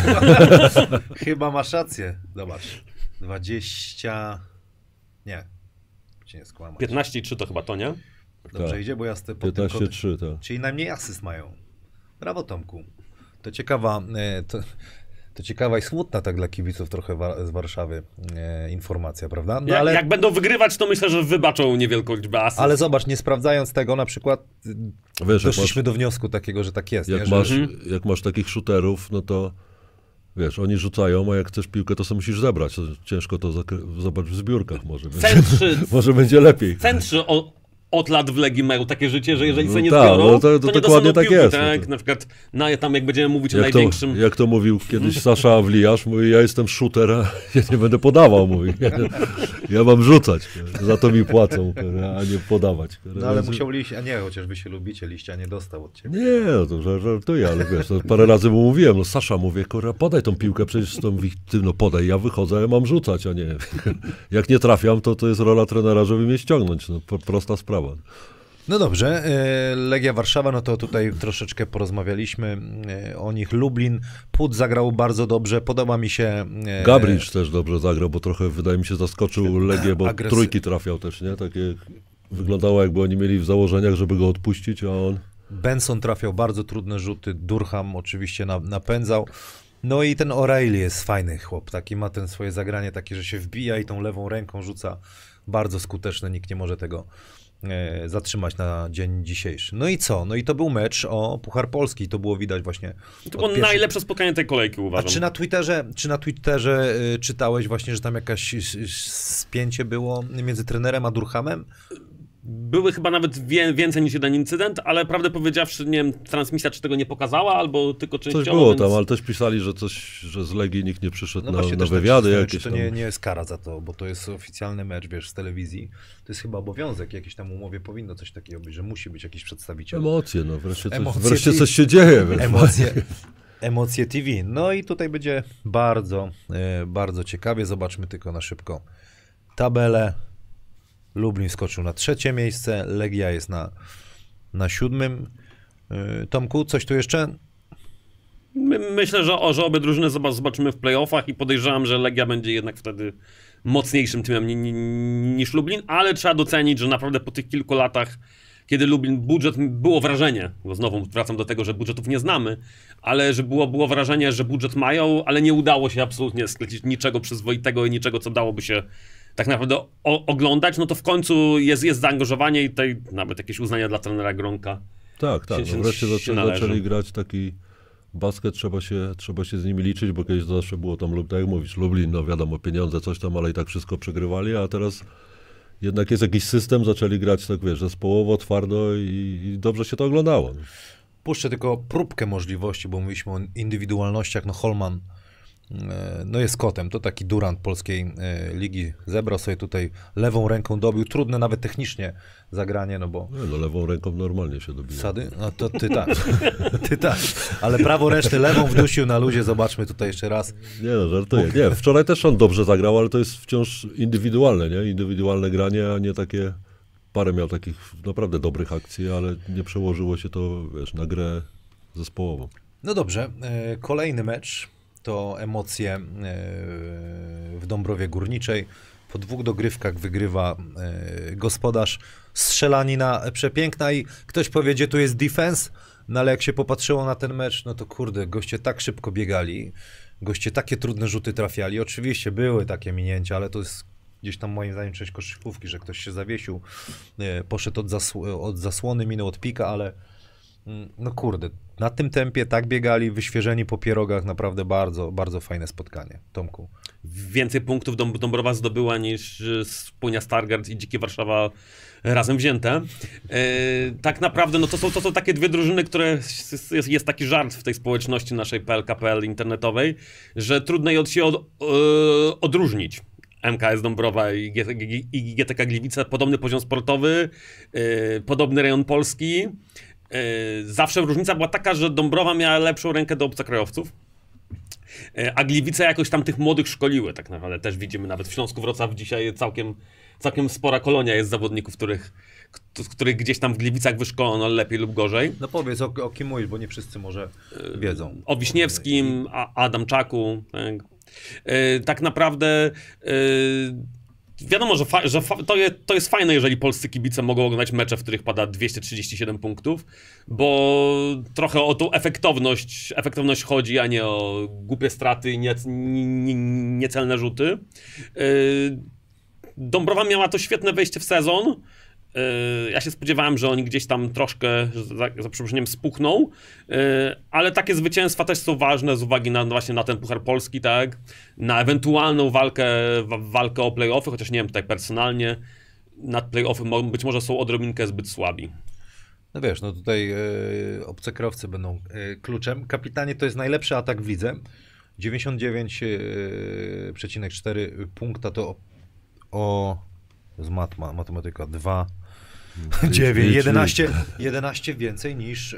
Chyba masz rację. Zobacz, 20... Nie, cię nie skłamać. 15,3 to chyba to, nie? Dobrze Tak. idzie, bo ja 15-3, tak. Czyli najmniej asyst mają. Brawo, Tomku. To ciekawa i smutna tak dla kibiców trochę z Warszawy informacja, prawda? No, ale, jak będą wygrywać, to myślę, że wybaczą niewielką liczbę asyst. ale zobacz, nie sprawdzając tego, na przykład Wiesz, doszliśmy do wniosku takiego, że tak jest. Jak masz takich shooterów, no to wiesz, oni rzucają, a jak chcesz piłkę, to sobie musisz zebrać. Ciężko to zobaczyć w zbiórkach może. Może będzie lepiej. Centrzy od lat w Legii mają takie życie, że jeżeli sobie nie tak, zbiorą, no to nie dokładnie dostaną tak piłki, jest. tak? Na przykład tam jak będziemy mówić o największym... Jak to mówił kiedyś Sasza Awlijasz, mówi, ja jestem shooter, a ja nie będę podawał, mówi. Ja mam rzucać, za to mi płacą, a nie podawać. No ale musiał liść, a nie, chociaż wy się lubicie, liścia nie dostał od ciebie. Nie, no to żartuję, ale wiesz, no, parę razy mu mówiłem, no Sasza, mówię, podaj tą piłkę, przecież ty, no podaj, ja wychodzę, ja mam rzucać, a nie. Jak nie trafiam, to jest rola trenera, żeby mnie ściągnąć, no, prosta sprawa. No dobrze, Legia Warszawa, no to tutaj troszeczkę porozmawialiśmy o nich. Lublin, Put zagrał bardzo dobrze, podoba mi się... Gabrisz też dobrze zagrał, bo trochę, wydaje mi się, zaskoczył Legię, bo trójki trafiał też, nie? Takie wyglądało, jakby oni mieli w założeniach, żeby go odpuścić, a on... Benson trafiał bardzo trudne rzuty, Durham oczywiście napędzał. No i ten O'Reilly jest fajny chłop, taki ma ten swoje zagranie takie, że się wbija i tą lewą ręką rzuca bardzo skuteczne, nikt nie może tego zatrzymać na dzień dzisiejszy. No i co? No i to był mecz o Puchar Polski. To było widać właśnie. To było najlepsze spotkanie tej kolejki, uważam. A czy na Twitterze czytałeś właśnie, że tam jakaś spięcie było między trenerem a Durhamem? Były chyba nawet więcej niż jeden incydent, ale prawdę powiedziawszy, nie wiem, transmisja czy tego nie pokazała, albo tylko częściowo. Coś było więc... tam, ale też pisali, że z Legii nikt nie przyszedł No na wywiady tak, jakieś czy to tam. nie jest kara za to, bo to jest oficjalny mecz, wiesz, z telewizji. To jest chyba obowiązek, jakiejś tam umowie powinno coś takiego być, że musi być jakiś przedstawiciel. Emocje, no Emocje wreszcie coś się dzieje. Więc Emocje TV. No i tutaj będzie bardzo ciekawie. Zobaczmy tylko na szybko tabelę. Lublin skoczył na 3. miejsce, Legia jest na 7. Tomku, coś tu jeszcze? Myślę, że obie drużyny zobaczymy w playoffach i podejrzewam, że Legia będzie jednak wtedy mocniejszym teamem niż Lublin, ale trzeba docenić, że naprawdę po tych kilku latach, kiedy Lublin było wrażenie, bo znowu wracam do tego, że budżetów nie znamy, ale że było wrażenie, że budżet mają, ale nie udało się absolutnie sklecić niczego przyzwoitego i niczego, co dałoby się tak naprawdę oglądać, no to w końcu jest zaangażowanie i tutaj nawet jakieś uznanie dla trenera Gronka. Tak. No wreszcie zaczęli grać taki basket, trzeba się z nimi liczyć, bo kiedyś to zawsze było tam, tak jak mówisz, Lublin, no wiadomo, pieniądze, coś tam, ale i tak wszystko przegrywali, a teraz jednak jest jakiś system, zaczęli grać tak, wiesz, zespołowo, twardo i dobrze się to oglądało. Puszczę tylko próbkę możliwości, bo mówiliśmy o indywidualnościach, no Holman no jest kotem, to taki Durant polskiej ligi, zebrał sobie tutaj lewą ręką, dobił, trudne nawet technicznie zagranie, no bo... No lewą ręką normalnie się dobija. Sady? No to ty tak, ale prawo reszty lewą wdusił na luzie, zobaczmy tutaj jeszcze raz. Nie no, żartuję, nie, wczoraj też on dobrze zagrał, ale to jest wciąż indywidualne, nie, indywidualne granie, a nie takie, parę miał takich naprawdę dobrych akcji, ale nie przełożyło się to, wiesz, na grę zespołową. No dobrze, kolejny mecz. To emocje w Dąbrowie Górniczej. Po 2 dogrywkach wygrywa gospodarz. Strzelanina przepiękna i ktoś powie, gdzie tu jest defense, no ale jak się popatrzyło na ten mecz, no to kurde, goście tak szybko biegali, goście takie trudne rzuty trafiali. Oczywiście były takie minięcia, ale to jest gdzieś tam moim zdaniem część koszykówki, że ktoś się zawiesił, poszedł od zasłony, minął od pika, ale no kurde, na tym tempie tak biegali, wyświeżeni po pierogach, naprawdę bardzo, bardzo fajne spotkanie. Tomku. Więcej punktów Dąbrowa zdobyła niż Spójnia Stargard i Dzikie Warszawa razem wzięte. Tak naprawdę no to są takie dwie drużyny, które jest taki żart w tej społeczności naszej PLKPL internetowej, że trudno je od siebie odróżnić. MKS Dąbrowa i GTK Gliwice, podobny poziom sportowy, podobny rejon Polski. Zawsze różnica była taka, że Dąbrowa miała lepszą rękę do obcokrajowców, a Gliwice jakoś tam tych młodych szkoliły tak naprawdę. Też widzimy nawet w Śląsku Wrocław dzisiaj całkiem spora kolonia jest zawodników, których gdzieś tam w Gliwicach wyszkolono lepiej lub gorzej. No powiedz o kim mówisz, bo nie wszyscy może wiedzą. O Wiśniewskim, Adamczaku. Tak naprawdę wiadomo, że to jest fajne, jeżeli polscy kibice mogą oglądać mecze, w których pada 237 punktów, bo trochę o tą efektowność chodzi, a nie o głupie straty i niecelne rzuty. Dąbrowa miała to świetne wejście w sezon. Ja się spodziewałem, że oni gdzieś tam troszkę, za przeproszeniem, spuchną, ale takie zwycięstwa też są ważne z uwagi właśnie na ten Puchar Polski, tak? Na ewentualną walkę o play-offy, chociaż nie wiem, tutaj personalnie nad play-offy być może są odrobinkę zbyt słabi. No wiesz, no tutaj obcokrajowcy będą kluczem. Kapitanie to jest najlepszy atak w lidze. 99,4 punkta to z matematyka 2, 9, 11 więcej niż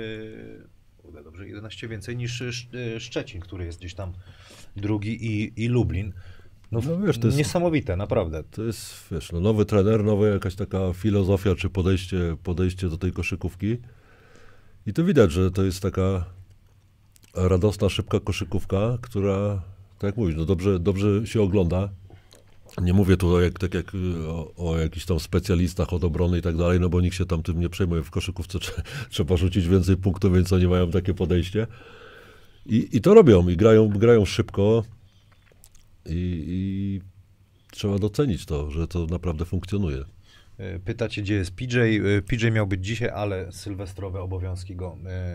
11 więcej niż Szczecin, który jest gdzieś tam drugi i Lublin. No wiesz, to jest niesamowite, naprawdę. To jest, wiesz, no nowy trener, nowa jakaś taka filozofia czy podejście do tej koszykówki. I to widać, że to jest taka radosna, szybka koszykówka, która, tak jak mówisz, no dobrze się ogląda. Nie mówię tu o jakichś tam specjalistach od obrony i tak dalej, no bo nikt się tam tym nie przejmuje. W koszykówce trzeba rzucić więcej punktów, więc oni mają takie podejście. I to robią, i grają szybko i trzeba docenić to, że to naprawdę funkcjonuje. Pytacie, gdzie jest PJ. PJ miał być dzisiaj, ale sylwestrowe obowiązki go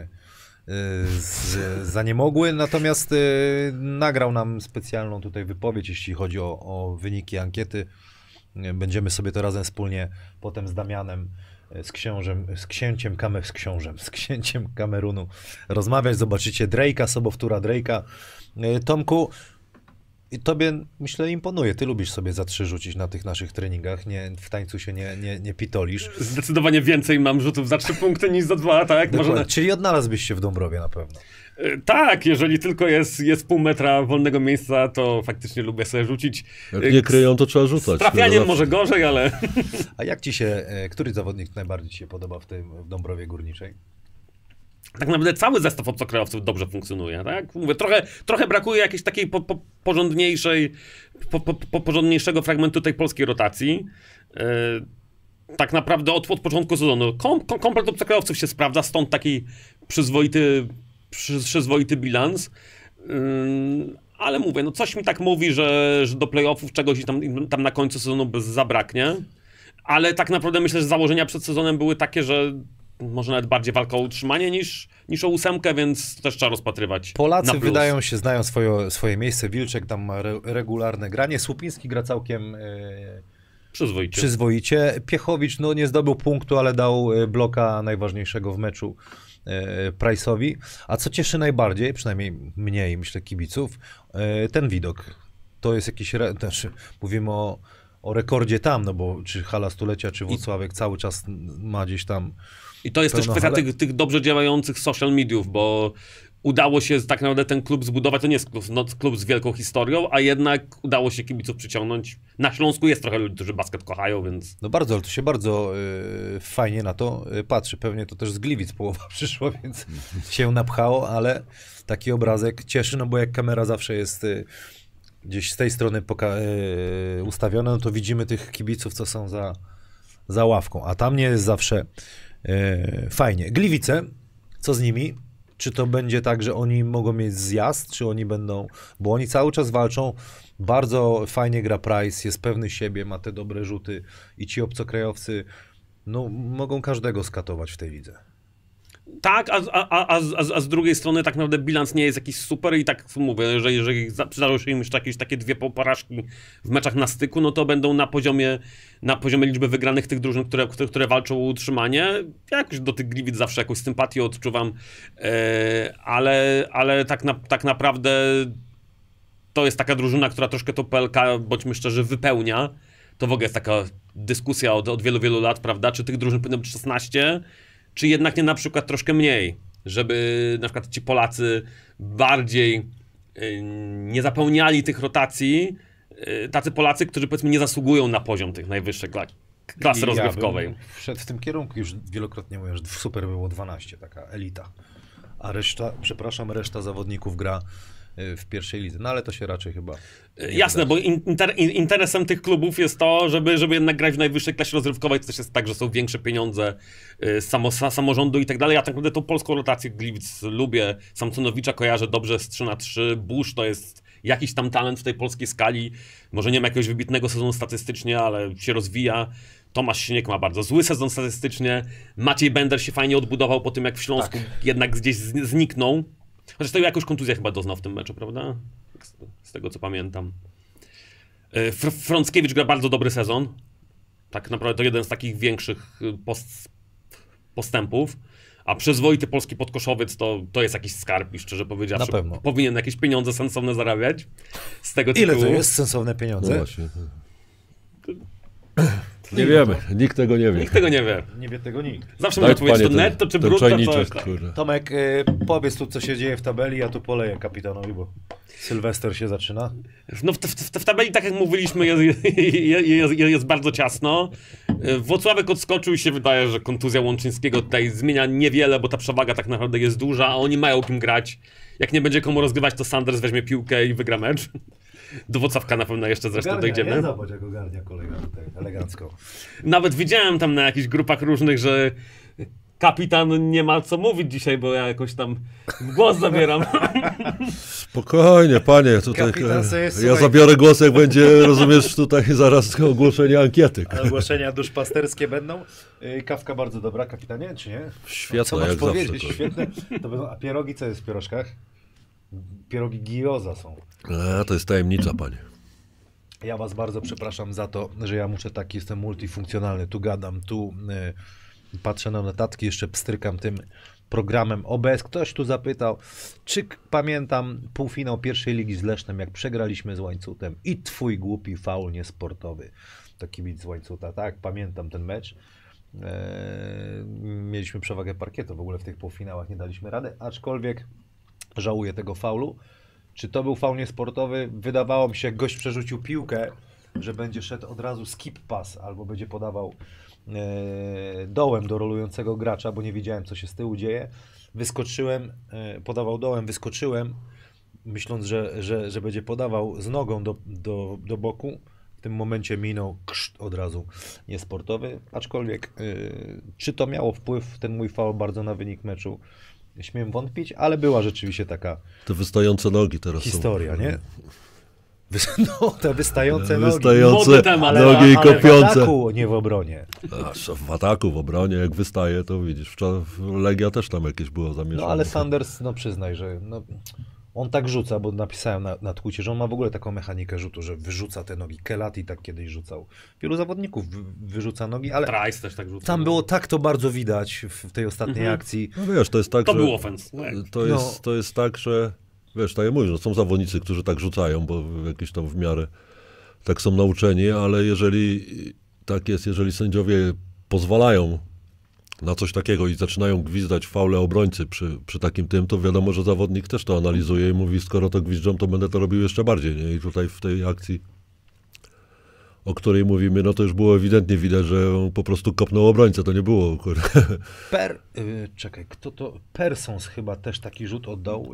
zaniemogły, natomiast nagrał nam specjalną tutaj wypowiedź, jeśli chodzi o wyniki ankiety. Będziemy sobie to razem wspólnie potem z Damianem, z księciem Kamerunu rozmawiać. Zobaczycie Drake'a, sobowtóra Drake'a. Tomku, i tobie, myślę, imponuje. Ty lubisz sobie za 3 rzucić na tych naszych treningach. W tańcu się nie pitolisz. Zdecydowanie więcej mam rzutów za 3 punkty niż za 2, tak? Czyli odnalazłbyś się w Dąbrowie na pewno. Tak, jeżeli tylko jest pół metra wolnego miejsca, to faktycznie lubię sobie rzucić. Jak nie kryją, to trzeba rzucać. Z trafianiem może gorzej, ale... A jak który zawodnik najbardziej ci się podoba w Dąbrowie Górniczej? Tak naprawdę cały zestaw obcokrajowców dobrze funkcjonuje, tak? Mówię, trochę brakuje jakiejś takiej porządniejszego fragmentu tej polskiej rotacji. Tak naprawdę od początku sezonu komplet obcokrajowców się sprawdza, stąd taki przyzwoity bilans. Ale mówię, no coś mi tak mówi, że do playoffów czegoś tam na końcu sezonu zabraknie. Ale tak naprawdę myślę, że założenia przed sezonem były takie, że może nawet bardziej walka o utrzymanie niż o 8, więc to też trzeba rozpatrywać. Polacy wydają się, znają swoje miejsce. Wilczek tam ma regularne granie. Słupiński gra całkiem przyzwoicie. Piechowicz nie zdobył punktu, ale dał bloka najważniejszego w meczu Price'owi. A co cieszy najbardziej, przynajmniej mnie i myślę kibiców, ten widok. To jest jakiś... Mówimy o rekordzie tam, bo czy hala stulecia, czy Włocławek cały czas ma gdzieś tam... I to jest też kwestia tych dobrze działających social mediów, bo udało się tak naprawdę ten klub zbudować. To nie jest klub z wielką historią, a jednak udało się kibiców przyciągnąć. Na Śląsku jest trochę ludzi, którzy basket kochają, więc... No bardzo, ale to się bardzo fajnie na to patrzy. Pewnie to też z Gliwic połowa przyszło, więc się napchało, ale taki obrazek cieszy, bo jak kamera zawsze jest... gdzieś z tej strony ustawione, no to widzimy tych kibiców, co są za ławką, a tam nie jest zawsze fajnie. Gliwice, co z nimi? Czy to będzie tak, że oni mogą mieć zjazd, czy oni będą, bo oni cały czas walczą, bardzo fajnie gra Price, jest pewny siebie, ma te dobre rzuty i ci obcokrajowcy, mogą każdego skatować w tej lidze. Tak, a z drugiej strony tak naprawdę bilans nie jest jakiś super i tak mówię, że jeżeli przydarzą się im jeszcze jakieś takie 2 porażki w meczach na styku, no to będą na poziomie liczby wygranych tych drużyn, które walczą o utrzymanie. Ja jakoś do tych Gliwic zawsze jakąś sympatię odczuwam, ale tak naprawdę to jest taka drużyna, która troszkę to PLK, bądźmy szczerzy, wypełnia. To w ogóle jest taka dyskusja od wielu, wielu lat, prawda? Czy tych drużyn powinno być 16? Czy jednak nie na przykład troszkę mniej, żeby na przykład ci Polacy bardziej nie zapełniali tych rotacji, tacy Polacy, którzy powiedzmy nie zasługują na poziom tych najwyższych klasy rozgrywkowej. Ja bym wszedł w tym kierunku, już wielokrotnie mówię, że super było 12, taka elita, a reszta zawodników gra w pierwszej lidze, ale to się raczej chyba... Jasne, bo interesem tych klubów jest to, żeby jednak grać w najwyższej klasie rozrywkowej, to też jest tak, że są większe pieniądze samorządu i tak dalej. Ja tak naprawdę tą polską rotację Gliwic lubię, Samsonowicza kojarzę dobrze z 3x3, Bush to jest jakiś tam talent w tej polskiej skali, może nie ma jakiegoś wybitnego sezonu statystycznie, ale się rozwija. Tomasz Śnieg ma bardzo zły sezon statystycznie, Maciej Bender się fajnie odbudował po tym, jak w Śląsku jednak gdzieś zniknął. Chociaż to jakąś kontuzję chyba doznał w tym meczu, prawda? Z tego co pamiętam. Frąckiewicz gra bardzo dobry sezon. Tak naprawdę to jeden z takich większych postępów. A przyzwoity polski podkoszowiec to jest jakiś skarb i szczerze powiedziawszy na pewno powinien jakieś pieniądze sensowne zarabiać. Z tego Ile tytułu. to jest sensowne pieniądze? No właśnie. Nie wiemy, nikt tego nie wie. Nikt tego nie wie. Nie wie tego nikt. Zawsze można powiedzieć, to netto czy brutto. Tomek, powiedz tu, co się dzieje w tabeli, ja tu poleję kapitanowi, bo Sylwester się zaczyna. No w tabeli, tak jak mówiliśmy, jest bardzo ciasno. Włocławek odskoczył i się wydaje, że kontuzja Łączyńskiego tutaj zmienia niewiele, bo ta przewaga tak naprawdę jest duża, a oni mają kim grać. Jak nie będzie komu rozgrywać, to Sanders weźmie piłkę i wygra mecz. Do Włocławka na pewno jeszcze zresztą dojdziemy. Zobacz, jak ogarnia kolega tutaj elegancko. Nawet widziałem tam na jakichś grupach różnych, że kapitan nie ma co mówić dzisiaj, bo ja jakoś tam głos zabieram. Spokojnie, panie, tutaj Kapitan sobie, ja słuchaj, zabiorę głos, jak będzie, rozumiesz, tutaj zaraz ogłoszenie ankiety. ogłoszenia duszpasterskie będą. Kawka bardzo dobra, kapitanie, czy nie? Świetna, Co masz jak powiedzieć? zawsze. To. Świetne. To będą, a pierogi co jest w pierożkach? Pierogi gioza są. To jest tajemnica, panie. Ja was bardzo przepraszam za to, że ja muszę taki, jestem multifunkcjonalny, tu gadam, tu patrzę na notatki, jeszcze pstrykam tym programem OBS. Ktoś tu zapytał, czy pamiętam półfinał pierwszej ligi z Lesznem, jak przegraliśmy z Łańcutem i twój głupi faul niesportowy. To kibic z Łańcuta, tak, pamiętam ten mecz. Mieliśmy przewagę parkietu, w ogóle w tych półfinałach nie daliśmy rady, aczkolwiek żałuję tego faulu. Czy to był faul niesportowy? Wydawało mi się, jak gość przerzucił piłkę, że będzie szedł od razu skip pass, albo będzie podawał dołem do rolującego gracza, bo nie wiedziałem, co się z tyłu dzieje. Wyskoczyłem, podawał dołem, wyskoczyłem, myśląc, że będzie podawał z nogą do boku. W tym momencie minął od razu niesportowy, aczkolwiek czy to miało wpływ, ten mój faul, bardzo na wynik meczu? Śmiem wątpić, ale była rzeczywiście taka Te wystające nogi teraz historia, są. nie? No, te wystające nogi. Wystające Młody temat, nogi i Ale w kopiące. ataku, nie w obronie. W ataku, w obronie, jak wystaje, to widzisz, Legia też tam jakieś było zamieszane. No ale Sanders, no przyznaj, że no, on tak rzuca, bo napisałem na Twitcie, że on ma w ogóle taką mechanikę rzutu, że wyrzuca te nogi. Kelati tak kiedyś rzucał. Wielu zawodników wyrzuca nogi, ale Trice też tak rzuca. tam było tak to bardzo widać w tej ostatniej akcji. No wiesz, to jest tak, To że... był ofens. To jest tak, że wiesz, tak jak mówisz, no, są zawodnicy, którzy tak rzucają, bo jakieś tam w miarę tak są nauczeni, ale jeżeli tak jest, jeżeli sędziowie pozwalają na coś takiego i zaczynają gwizdać faule obrońcy przy takim tym, to wiadomo, że zawodnik też to analizuje i mówi, skoro to gwiżdżą, to będę to robił jeszcze bardziej, nie? I tutaj w tej akcji, o której mówimy, no to już było ewidentnie widać, że on po prostu kopnął obrońcę, to nie było, Czekaj, kto to? Persons chyba też taki rzut oddał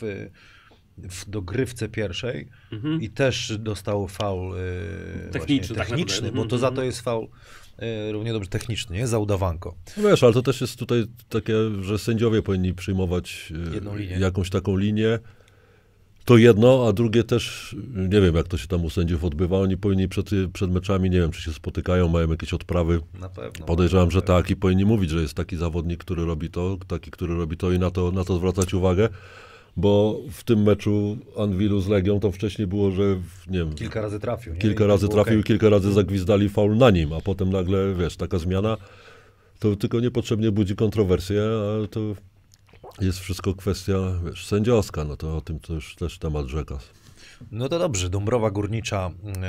w dogrywce pierwszej i też dostał faul Techniczny, tak techniczny, naprawdę. bo to za to jest faul równie dobrze techniczny, nie? Za udawanko. No wiesz, ale to też jest tutaj takie, że sędziowie powinni przyjmować Jedną linię. jakąś taką linię. To jedno, a drugie też, nie wiem jak to się tam u sędziów odbywa, oni powinni przed meczami, nie wiem czy się spotykają, mają jakieś odprawy. Na pewno. Podejrzewam, że tak i powinni mówić, że jest taki zawodnik, który robi to, taki, który robi to i na to zwracać uwagę. Bo w tym meczu Anwilu z Legią to wcześniej było, że nie wiem, Kilka razy trafił, nie? kilka I razy było trafił i okej. kilka razy zagwizdali faul na nim, a potem nagle, wiesz, taka zmiana, to tylko niepotrzebnie budzi kontrowersję, a to jest wszystko kwestia, wiesz, sędziowska, no to o tym to już też temat rzeka. No to dobrze, Dąbrowa Górnicza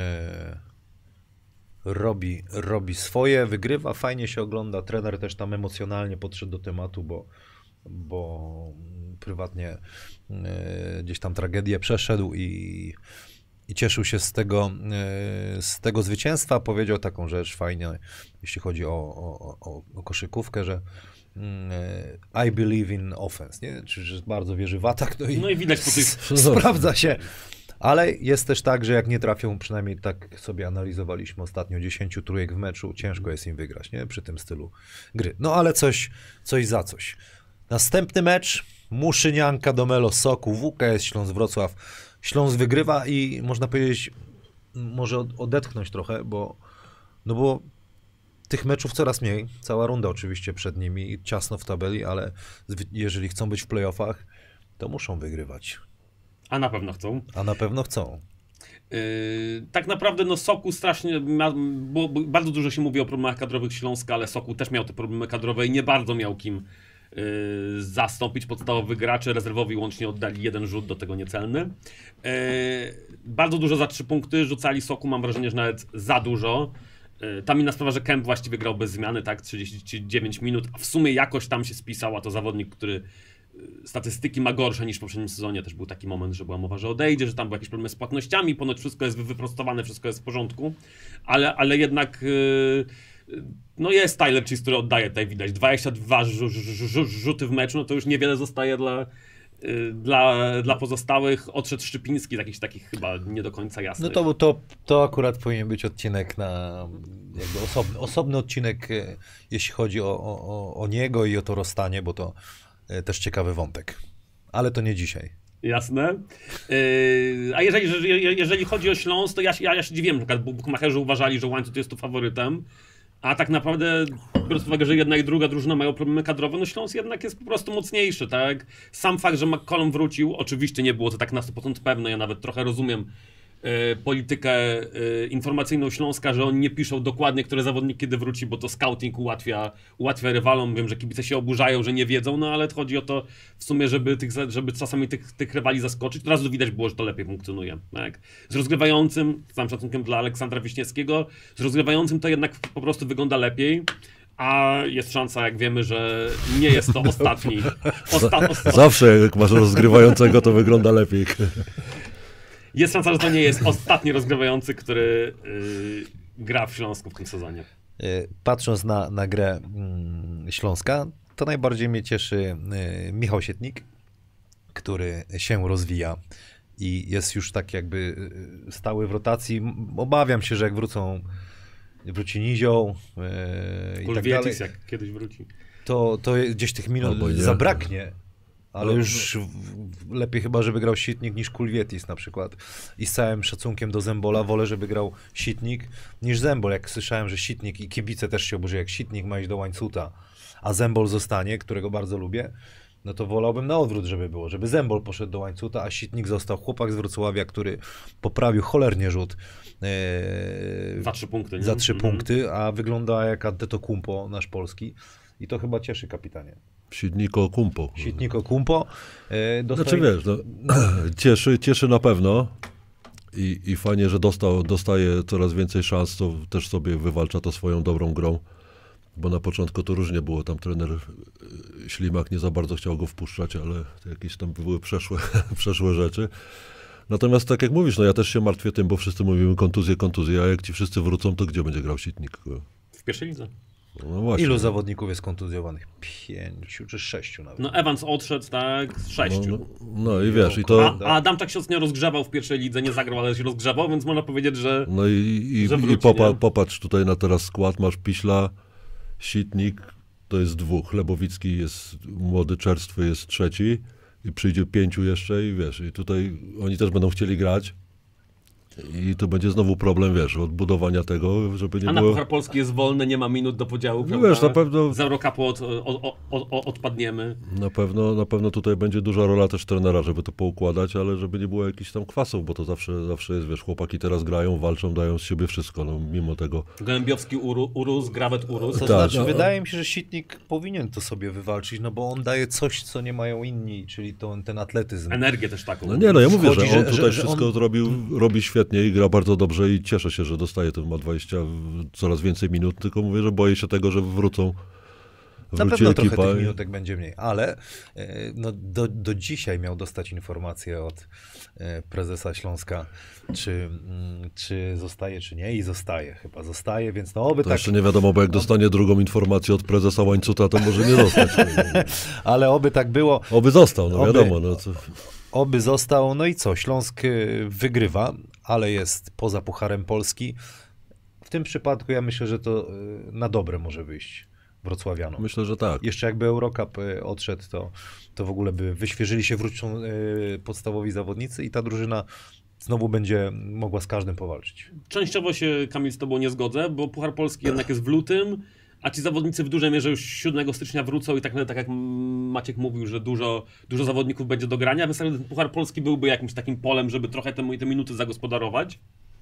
robi swoje, wygrywa, fajnie się ogląda, trener też tam emocjonalnie podszedł do tematu, bo prywatnie gdzieś tam tragedię przeszedł i cieszył się z tego zwycięstwa. Powiedział taką rzecz fajnie, jeśli chodzi o koszykówkę, że I believe in offense, nie? Czyli że bardzo wierzy w atak. No i widać po tych... Sprawdza się. Ale jest też tak, że jak nie trafią, przynajmniej tak sobie analizowaliśmy ostatnio, 10 trójek w meczu, ciężko jest im wygrać, nie? Przy tym stylu gry. No ale coś za coś. Następny mecz, Muszynianka do Melo Soku, WKS Śląsk Wrocław. Śląsk wygrywa i można powiedzieć, może odetchnąć trochę, bo tych meczów coraz mniej. Cała runda oczywiście przed nimi, ciasno w tabeli, ale jeżeli chcą być w playoffach, to muszą wygrywać. A na pewno chcą. A na pewno chcą. Tak naprawdę no Soku strasznie, bo bardzo dużo się mówi o problemach kadrowych Śląska, ale Soku też miał te problemy kadrowe i nie bardzo miał kim zastąpić podstawowych graczy. Rezerwowi łącznie oddali jeden rzut, do tego niecelny. Bardzo dużo za 3 punkty rzucali Soku, mam wrażenie, że nawet za dużo. Tam inna sprawa, że Kemp właściwie grał bez zmiany, tak, 39 minut, a w sumie jakoś tam się spisał, a to zawodnik, który statystyki ma gorsze niż w poprzednim sezonie. Też był taki moment, że była mowa, że odejdzie, że tam były jakieś problemy z płatnościami, ponoć wszystko jest wyprostowane, wszystko jest w porządku, ale jednak no jest Tyler Cheese, który oddaje, tutaj widać 22 rzuty w meczu, no to już niewiele zostaje Dla pozostałych odszedł Szczypiński, jakiś takich chyba nie do końca jasnych. No to akurat powinien być odcinek na jakby osobny odcinek, jeśli chodzi o niego i o to rozstanie, bo to też ciekawy wątek. Ale to nie dzisiaj. Jasne. A jeżeli chodzi o Śląsk, to ja się dziwiłem, że bukmacherzy uważali, że Łańcut jest tu faworytem. A tak naprawdę, biorąc pod uwagę, że jedna i druga drużyna mają problemy kadrowe, no Śląsk jednak jest po prostu mocniejszy, tak? Sam fakt, że McCollum wrócił, oczywiście nie było to tak na 100% pewne, ja nawet trochę rozumiem politykę informacyjną Śląska, że oni nie piszą dokładnie, który zawodnik kiedy wróci, bo to scouting ułatwia rywalom. Wiem, że kibice się oburzają, że nie wiedzą, no ale chodzi o to w sumie, żeby czasami tych rywali zaskoczyć. Od razu widać było, że to lepiej funkcjonuje. Tak? Z rozgrywającym, z całym szacunkiem dla Aleksandra Wiśniewskiego, z rozgrywającym to jednak po prostu wygląda lepiej. A jest szansa, jak wiemy, że nie jest to ostatni. Zawsze jak masz rozgrywającego, to wygląda lepiej. Jest szansa, że to nie jest ostatni rozgrywający, który gra w Śląsku w tym sezonie. Patrząc na grę Śląska, to najbardziej mnie cieszy Michał Sietnik, który się rozwija i jest już tak jakby stały w rotacji. Obawiam się, że jak wróci Nizioł i tak dalej, jak kiedyś wróci. To gdzieś tych minut zabraknie. Ale już lepiej chyba, żeby grał Sitnik niż Kulwietis na przykład. I z całym szacunkiem do Zembola wolę, żeby grał Sitnik niż Zembol. Jak słyszałem, że Sitnik i kibice też się oburzyli, jak Sitnik ma iść do Łańcuta, a Zembol zostanie, którego bardzo lubię, no to wolałbym na odwrót, żeby było. Żeby Zembol poszedł do Łańcuta, a Sitnik został. Chłopak z Wrocławia, który poprawił cholernie rzut. Za 3 punkty. Nie? Za 3 punkty, a wygląda jak Antetokounmpo nasz polski. I to chyba cieszy kapitanie. Sitniko Kumpo. Znaczy wiesz, no, cieszy na pewno i fajnie, że dostaje coraz więcej szans, to też sobie wywalcza to swoją dobrą grą, bo na początku to różnie było, tam trener Ślimak nie za bardzo chciał go wpuszczać, ale jakieś tam były przeszłe rzeczy. Natomiast tak jak mówisz, no ja też się martwię tym, bo wszyscy mówimy kontuzje, a jak ci wszyscy wrócą, to gdzie będzie grał Sitnik? W pierwszej lidze. No właśnie. Ilu zawodników jest kontuzjowanych? 5 czy 6 nawet. No Evans odszedł, tak, z 6. No i wiesz, i to... A Adamczak się nie rozgrzewał w pierwszej lidze, nie zagrał, ale się rozgrzewał, więc można powiedzieć, że No i popatrz tutaj na teraz skład, masz Piśla, Sitnik, to jest 2, Lebowicki jest młody, czerstwy jest 3 i przyjdzie 5 jeszcze i wiesz, i tutaj oni też będą chcieli grać. I to będzie znowu problem, wiesz, odbudowania tego, żeby nie było... A na Puchar Polski jest wolny, nie ma minut do podziału, no wiesz, na pewno... Z Eurocupu odpadniemy. Na pewno tutaj będzie duża rola też trenera, żeby to poukładać, ale żeby nie było jakichś tam kwasów, bo to zawsze jest, wiesz, chłopaki teraz grają, walczą, dają z siebie wszystko, no mimo tego... Gołębiowski urósł, Grawet urósł. To znaczy, wydaje mi się, że Sitnik powinien to sobie wywalczyć, no bo on daje coś, co nie mają inni, czyli ten atletyzm. Energię też taką. No nie, no ja mówię, że on tutaj wszystko robi świetnie i gra bardzo dobrze i cieszę się, że dostaje to, ma 20, coraz więcej minut, tylko mówię, że boję się tego, że wróci na pewno ekipa. Trochę tych minutek będzie mniej, ale no, do dzisiaj miał dostać informację od prezesa Śląska, czy zostaje, czy nie, i zostaje, chyba zostaje, więc no oby to tak... jeszcze nie wiadomo, bo jak dostanie drugą informację od prezesa Łańcuta, to może nie dostać. Ale oby tak było. Oby został, no wiadomo. No, co... Oby został, no i co, Śląsk wygrywa, ale jest poza Pucharem Polski. W tym przypadku ja myślę, że to na dobre może wyjść wrocławianom. Myślę, że tak. Jeszcze jakby Eurocup odszedł, to w ogóle by wyświeżyli się, wrócą podstawowi zawodnicy i ta drużyna znowu będzie mogła z każdym powalczyć. Częściowo się, Kamil, z tobą nie zgodzę, bo Puchar Polski jednak jest w lutym, a ci zawodnicy w dużej mierze już 7 stycznia wrócą i tak jak Maciek mówił, że dużo zawodników będzie do grania, więc ten Puchar Polski byłby jakimś takim polem, żeby trochę te minuty zagospodarować.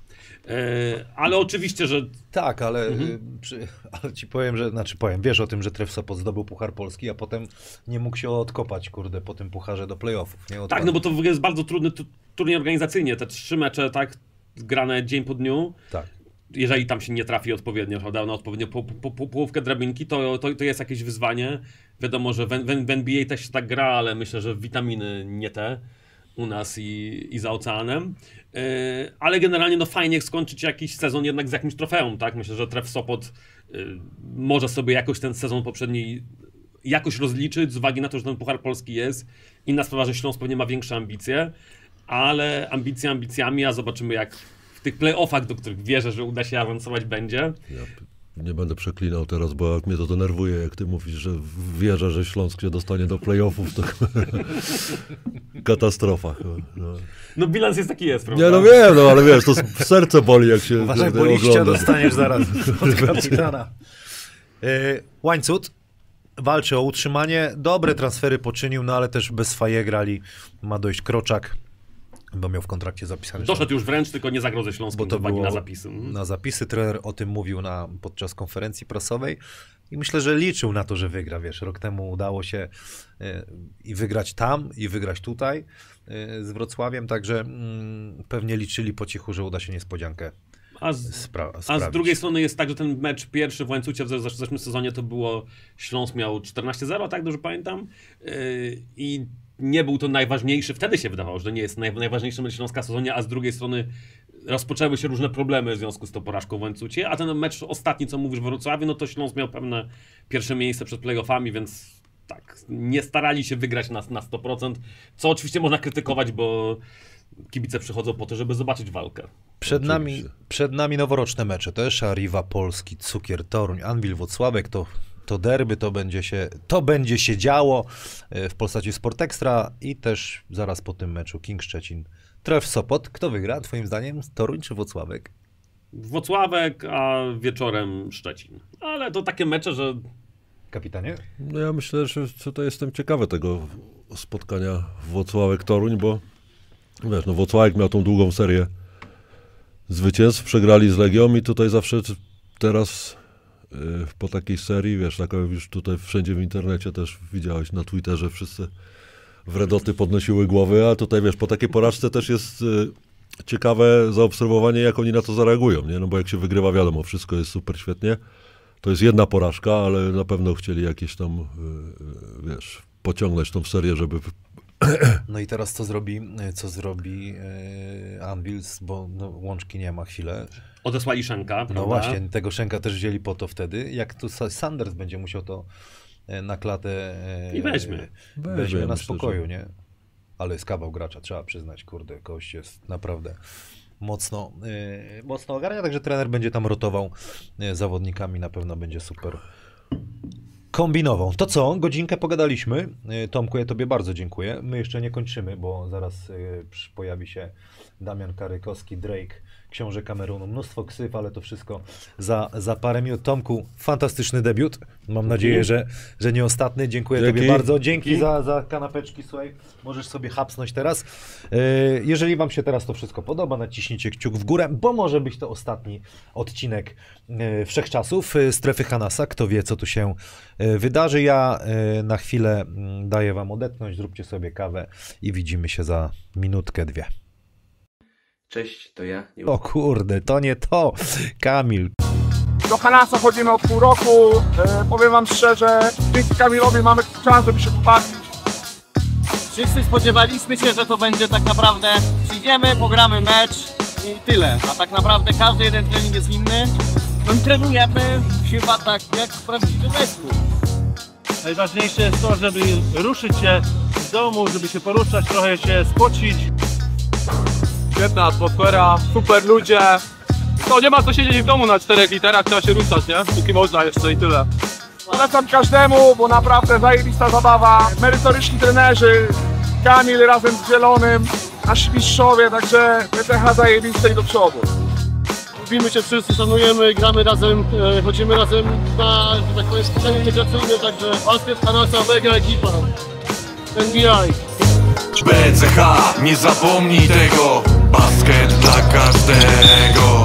Ale oczywiście, że... Tak, ale ci powiem, wiesz o tym, że Tref Sopot zdobył Puchar Polski, a potem nie mógł się odkopać, po tym pucharze do playoffów. Nie? Tak, no bo to w ogóle jest bardzo trudny turniej organizacyjnie, te 3 mecze, tak, grane dzień po dniu. Tak. Jeżeli tam się nie trafi odpowiednio, prawda, na odpowiednio połówkę drabinki, to jest jakieś wyzwanie. Wiadomo, że w NBA też się tak gra, ale myślę, że witaminy nie te u nas i za oceanem. Ale generalnie no fajnie skończyć jakiś sezon jednak z jakimś trofeum, tak? Myślę, że Tref Sopot może sobie jakoś ten sezon poprzedni jakoś rozliczyć z uwagi na to, że ten Puchar Polski jest. Inna sprawa, że Śląsk pewnie ma większe ambicje, ale ambicje ambicjami, a zobaczymy jak w tych play-offach, do których wierzę, że uda się awansować będzie. Ja nie będę przeklinał teraz, bo jak mnie to denerwuje, jak ty mówisz, że wierzę, że Śląsk się dostanie do play-offów, to katastrofa. No bilans jest taki jest, prawda? Nie, no wiem, no ale wiesz, to serce boli, jak się Uważaj, bo ogląda. liścia dostaniesz zaraz od kapitana. Łańcut walczy o utrzymanie. Dobre transfery poczynił, no ale też bez faje grali. Ma dojść Kroczak, bo miał w kontrakcie zapisane. Doszedł już wręcz, tylko nie zagrał ze Śląskiem, Bo to z uwagi było na zapisy. na zapisy. Trener o tym mówił podczas konferencji prasowej i myślę, że liczył na to, że wygra. Wiesz, rok temu udało się i wygrać tam, i wygrać tutaj z Wrocławiem, także pewnie liczyli po cichu, że uda się niespodziankę A sprawić. z drugiej strony jest tak, że ten mecz pierwszy w łańcucie w zeszłym sezonie to było, Śląsk miał 14-0, tak dobrze pamiętam, i nie był to najważniejszy, wtedy się wydawało, że nie jest najważniejszy mecz Śląska w sezonie, a z drugiej strony rozpoczęły się różne problemy w związku z tą porażką w łańcucie, a ten mecz ostatni, co mówisz w Wrocławiu, no to Śląsk miał pewne pierwsze miejsce przed play-offami, więc tak, nie starali się wygrać na 100%, co oczywiście można krytykować, bo kibice przychodzą po to, żeby zobaczyć walkę. Przed nami noworoczne mecze też, Arriva Polski, Cukier Toruń, Anwil Włocławek, to derby, to będzie się działo w Polsacie Sport Ekstra i też zaraz po tym meczu King Szczecin, Tref Sopot. Kto wygra twoim zdaniem, Toruń czy Włocławek? Włocławek, a wieczorem Szczecin. Ale to takie mecze, że... Kapitanie? No ja myślę, że tutaj jestem ciekawy tego spotkania Włocławek-Toruń, bo wiesz, no Włocławek miał tą długą serię zwycięstw, przegrali z Legią i tutaj zawsze teraz po takiej serii, wiesz, taką już tutaj wszędzie w internecie też widziałeś na Twitterze, wszyscy wredoty podnosiły głowy, a tutaj wiesz, po takiej porażce też jest ciekawe zaobserwowanie, jak oni na to zareagują, nie? No bo jak się wygrywa, wiadomo, wszystko jest super świetnie. To jest jedna porażka, ale na pewno chcieli jakieś tam, wiesz, pociągnąć tą serię, żeby... No i teraz co zrobi Anvil, bo no, Łączki nie ma chwilę. Odesłali Szenka, prawda? No właśnie, tego Szenka też wzięli po to wtedy. Jak tu Sanders będzie musiał to na klatę i weźmie na spokoju, nie? Ale jest kawał gracza, trzeba przyznać, kurde, gość jest naprawdę mocno ogarnia, także trener będzie tam rotował zawodnikami, na pewno będzie super kombinował. To co? Godzinkę pogadaliśmy. Tomku, ja tobie bardzo dziękuję. My jeszcze nie kończymy, bo zaraz pojawi się Damian Karykowski, Drake, książę Kamerunu. Mnóstwo ksyw, ale to wszystko za parę minut. Tomku, fantastyczny debiut. Mam nadzieję, że nie ostatni. Dziękuję tobie bardzo. Dzięki za kanapeczki. Słuchaj, możesz sobie hapsnąć teraz. Jeżeli wam się teraz to wszystko podoba, naciśnijcie kciuk w górę, bo może być to ostatni odcinek Wszechczasów Strefy Hanasa. Kto wie, co tu się wydarzy. Ja na chwilę daję wam odetchnąć. Zróbcie sobie kawę i widzimy się za minutkę, dwie. Cześć, to ja. O kurde, to nie to. Kamil. Do Hanasa chodzimy od pół roku. Powiem wam szczerze, dzięki Kamilowi mamy czas, żeby się pobawić. Wszyscy spodziewaliśmy się, że to będzie tak naprawdę przyjdziemy, pogramy mecz i tyle. A tak naprawdę każdy jeden trening jest inny. No i trenujemy chyba tak jak w prawdziwym meczu. Najważniejsze jest to, żeby ruszyć się z domu, żeby się poruszać, trochę się spocić. Świetna atmosfera, super ludzie. To nie ma co siedzieć w domu na 4 literach, trzeba się ruszać, nie? Póki można jeszcze i tyle. Polecam każdemu, bo naprawdę zajebista zabawa. Merytoryczni trenerzy, Kamil razem z Zielonym, nasi mistrzowie, także PTH zajebiste i do przodu. Lubimy się wszyscy, szanujemy, gramy razem, chodzimy razem na, że tak powiem, spotkanie integracyjne, także Basket Hanasa, mega ekipa. NBI. BCH, nie zapomnij tego, basket dla każdego.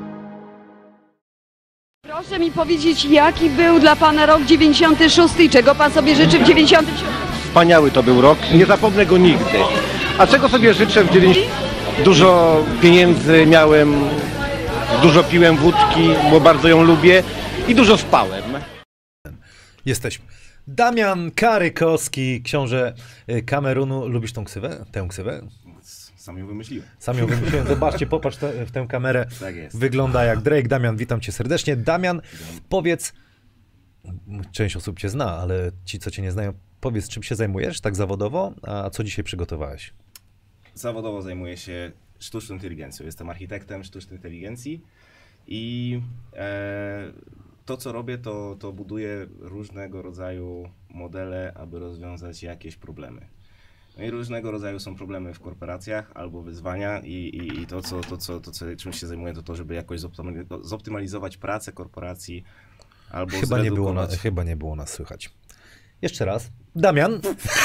Proszę mi powiedzieć, jaki był dla pana rok 96 i czego pan sobie życzy w 97? Wspaniały to był rok, nie zapomnę go nigdy. A czego sobie życzę w 90? Dużo pieniędzy miałem, dużo piłem wódki, bo bardzo ją lubię i dużo spałem. Jesteśmy. Damian Karykowski, książę Kamerunu. Lubisz tą ksywę? Tę ksywę? Sam ją wymyśliłem. Sam ją wymyśliłem. Zobaczcie, popatrz w tę kamerę. Tak jest. Wygląda jak Drake. Damian, witam cię serdecznie. Damian, powiedz, część osób cię zna, ale ci, co cię nie znają, powiedz, czym się zajmujesz tak zawodowo, a co dzisiaj przygotowałeś? Zawodowo zajmuję się sztuczną inteligencją. Jestem architektem sztucznej inteligencji i to, co robię, to buduję różnego rodzaju modele, aby rozwiązać jakieś problemy. No i różnego rodzaju są problemy w korporacjach albo wyzwania i czym się zajmuję, to żeby jakoś zoptymalizować pracę korporacji albo Chyba nie było nas słychać. Jeszcze raz. Damian.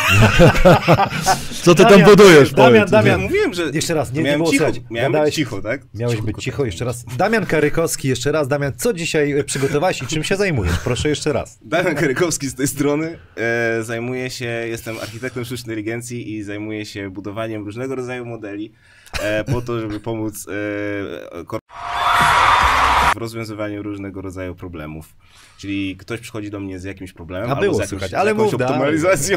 Co ty tam budujesz? Damian. Mówiłem, że jeszcze raz, nie było cicho, słychać. Miałem być cicho, tak? Miałeś być cicho, jeszcze raz. Damian Karykowski, jeszcze raz. Damian, co dzisiaj przygotowałeś i czym się zajmujesz? Proszę jeszcze raz. Damian Karykowski z tej strony. Jestem architektem sztucznej inteligencji i zajmuję się budowaniem różnego rodzaju modeli po to, żeby pomóc w rozwiązywaniu różnego rodzaju problemów. Czyli ktoś przychodzi do mnie z jakimś problemem, albo z jakąś optymalizacją.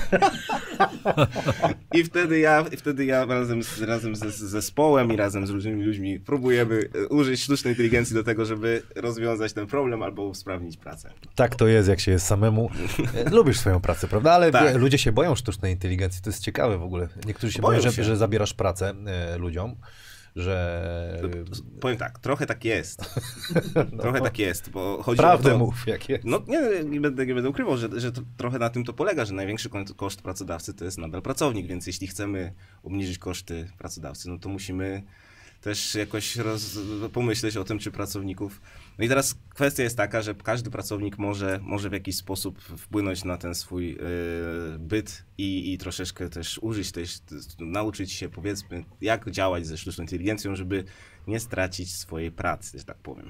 I wtedy ja razem z zespołem i razem z różnymi ludźmi próbujemy użyć sztucznej inteligencji do tego, żeby rozwiązać ten problem albo usprawnić pracę. Tak to jest, jak się jest samemu. Lubisz swoją pracę, prawda? Ale tak. Ludzie się boją sztucznej inteligencji. To jest ciekawe w ogóle. Niektórzy się boją, że zabierasz pracę ludziom. Że... Powiem tak, trochę tak jest. Trochę tak jest, bo chodzi prawdę o to... mów, jak jest. No nie będę ukrywał, że trochę na tym to polega, że największy koszt pracodawcy to jest nadal pracownik, więc jeśli chcemy obniżyć koszty pracodawcy, no to musimy też jakoś pomyśleć o tym, czy pracowników... No i teraz kwestia jest taka, że każdy pracownik może w jakiś sposób wpłynąć na ten swój byt i troszeczkę też nauczyć się, powiedzmy, jak działać ze sztuczną inteligencją, żeby nie stracić swojej pracy, że tak powiem.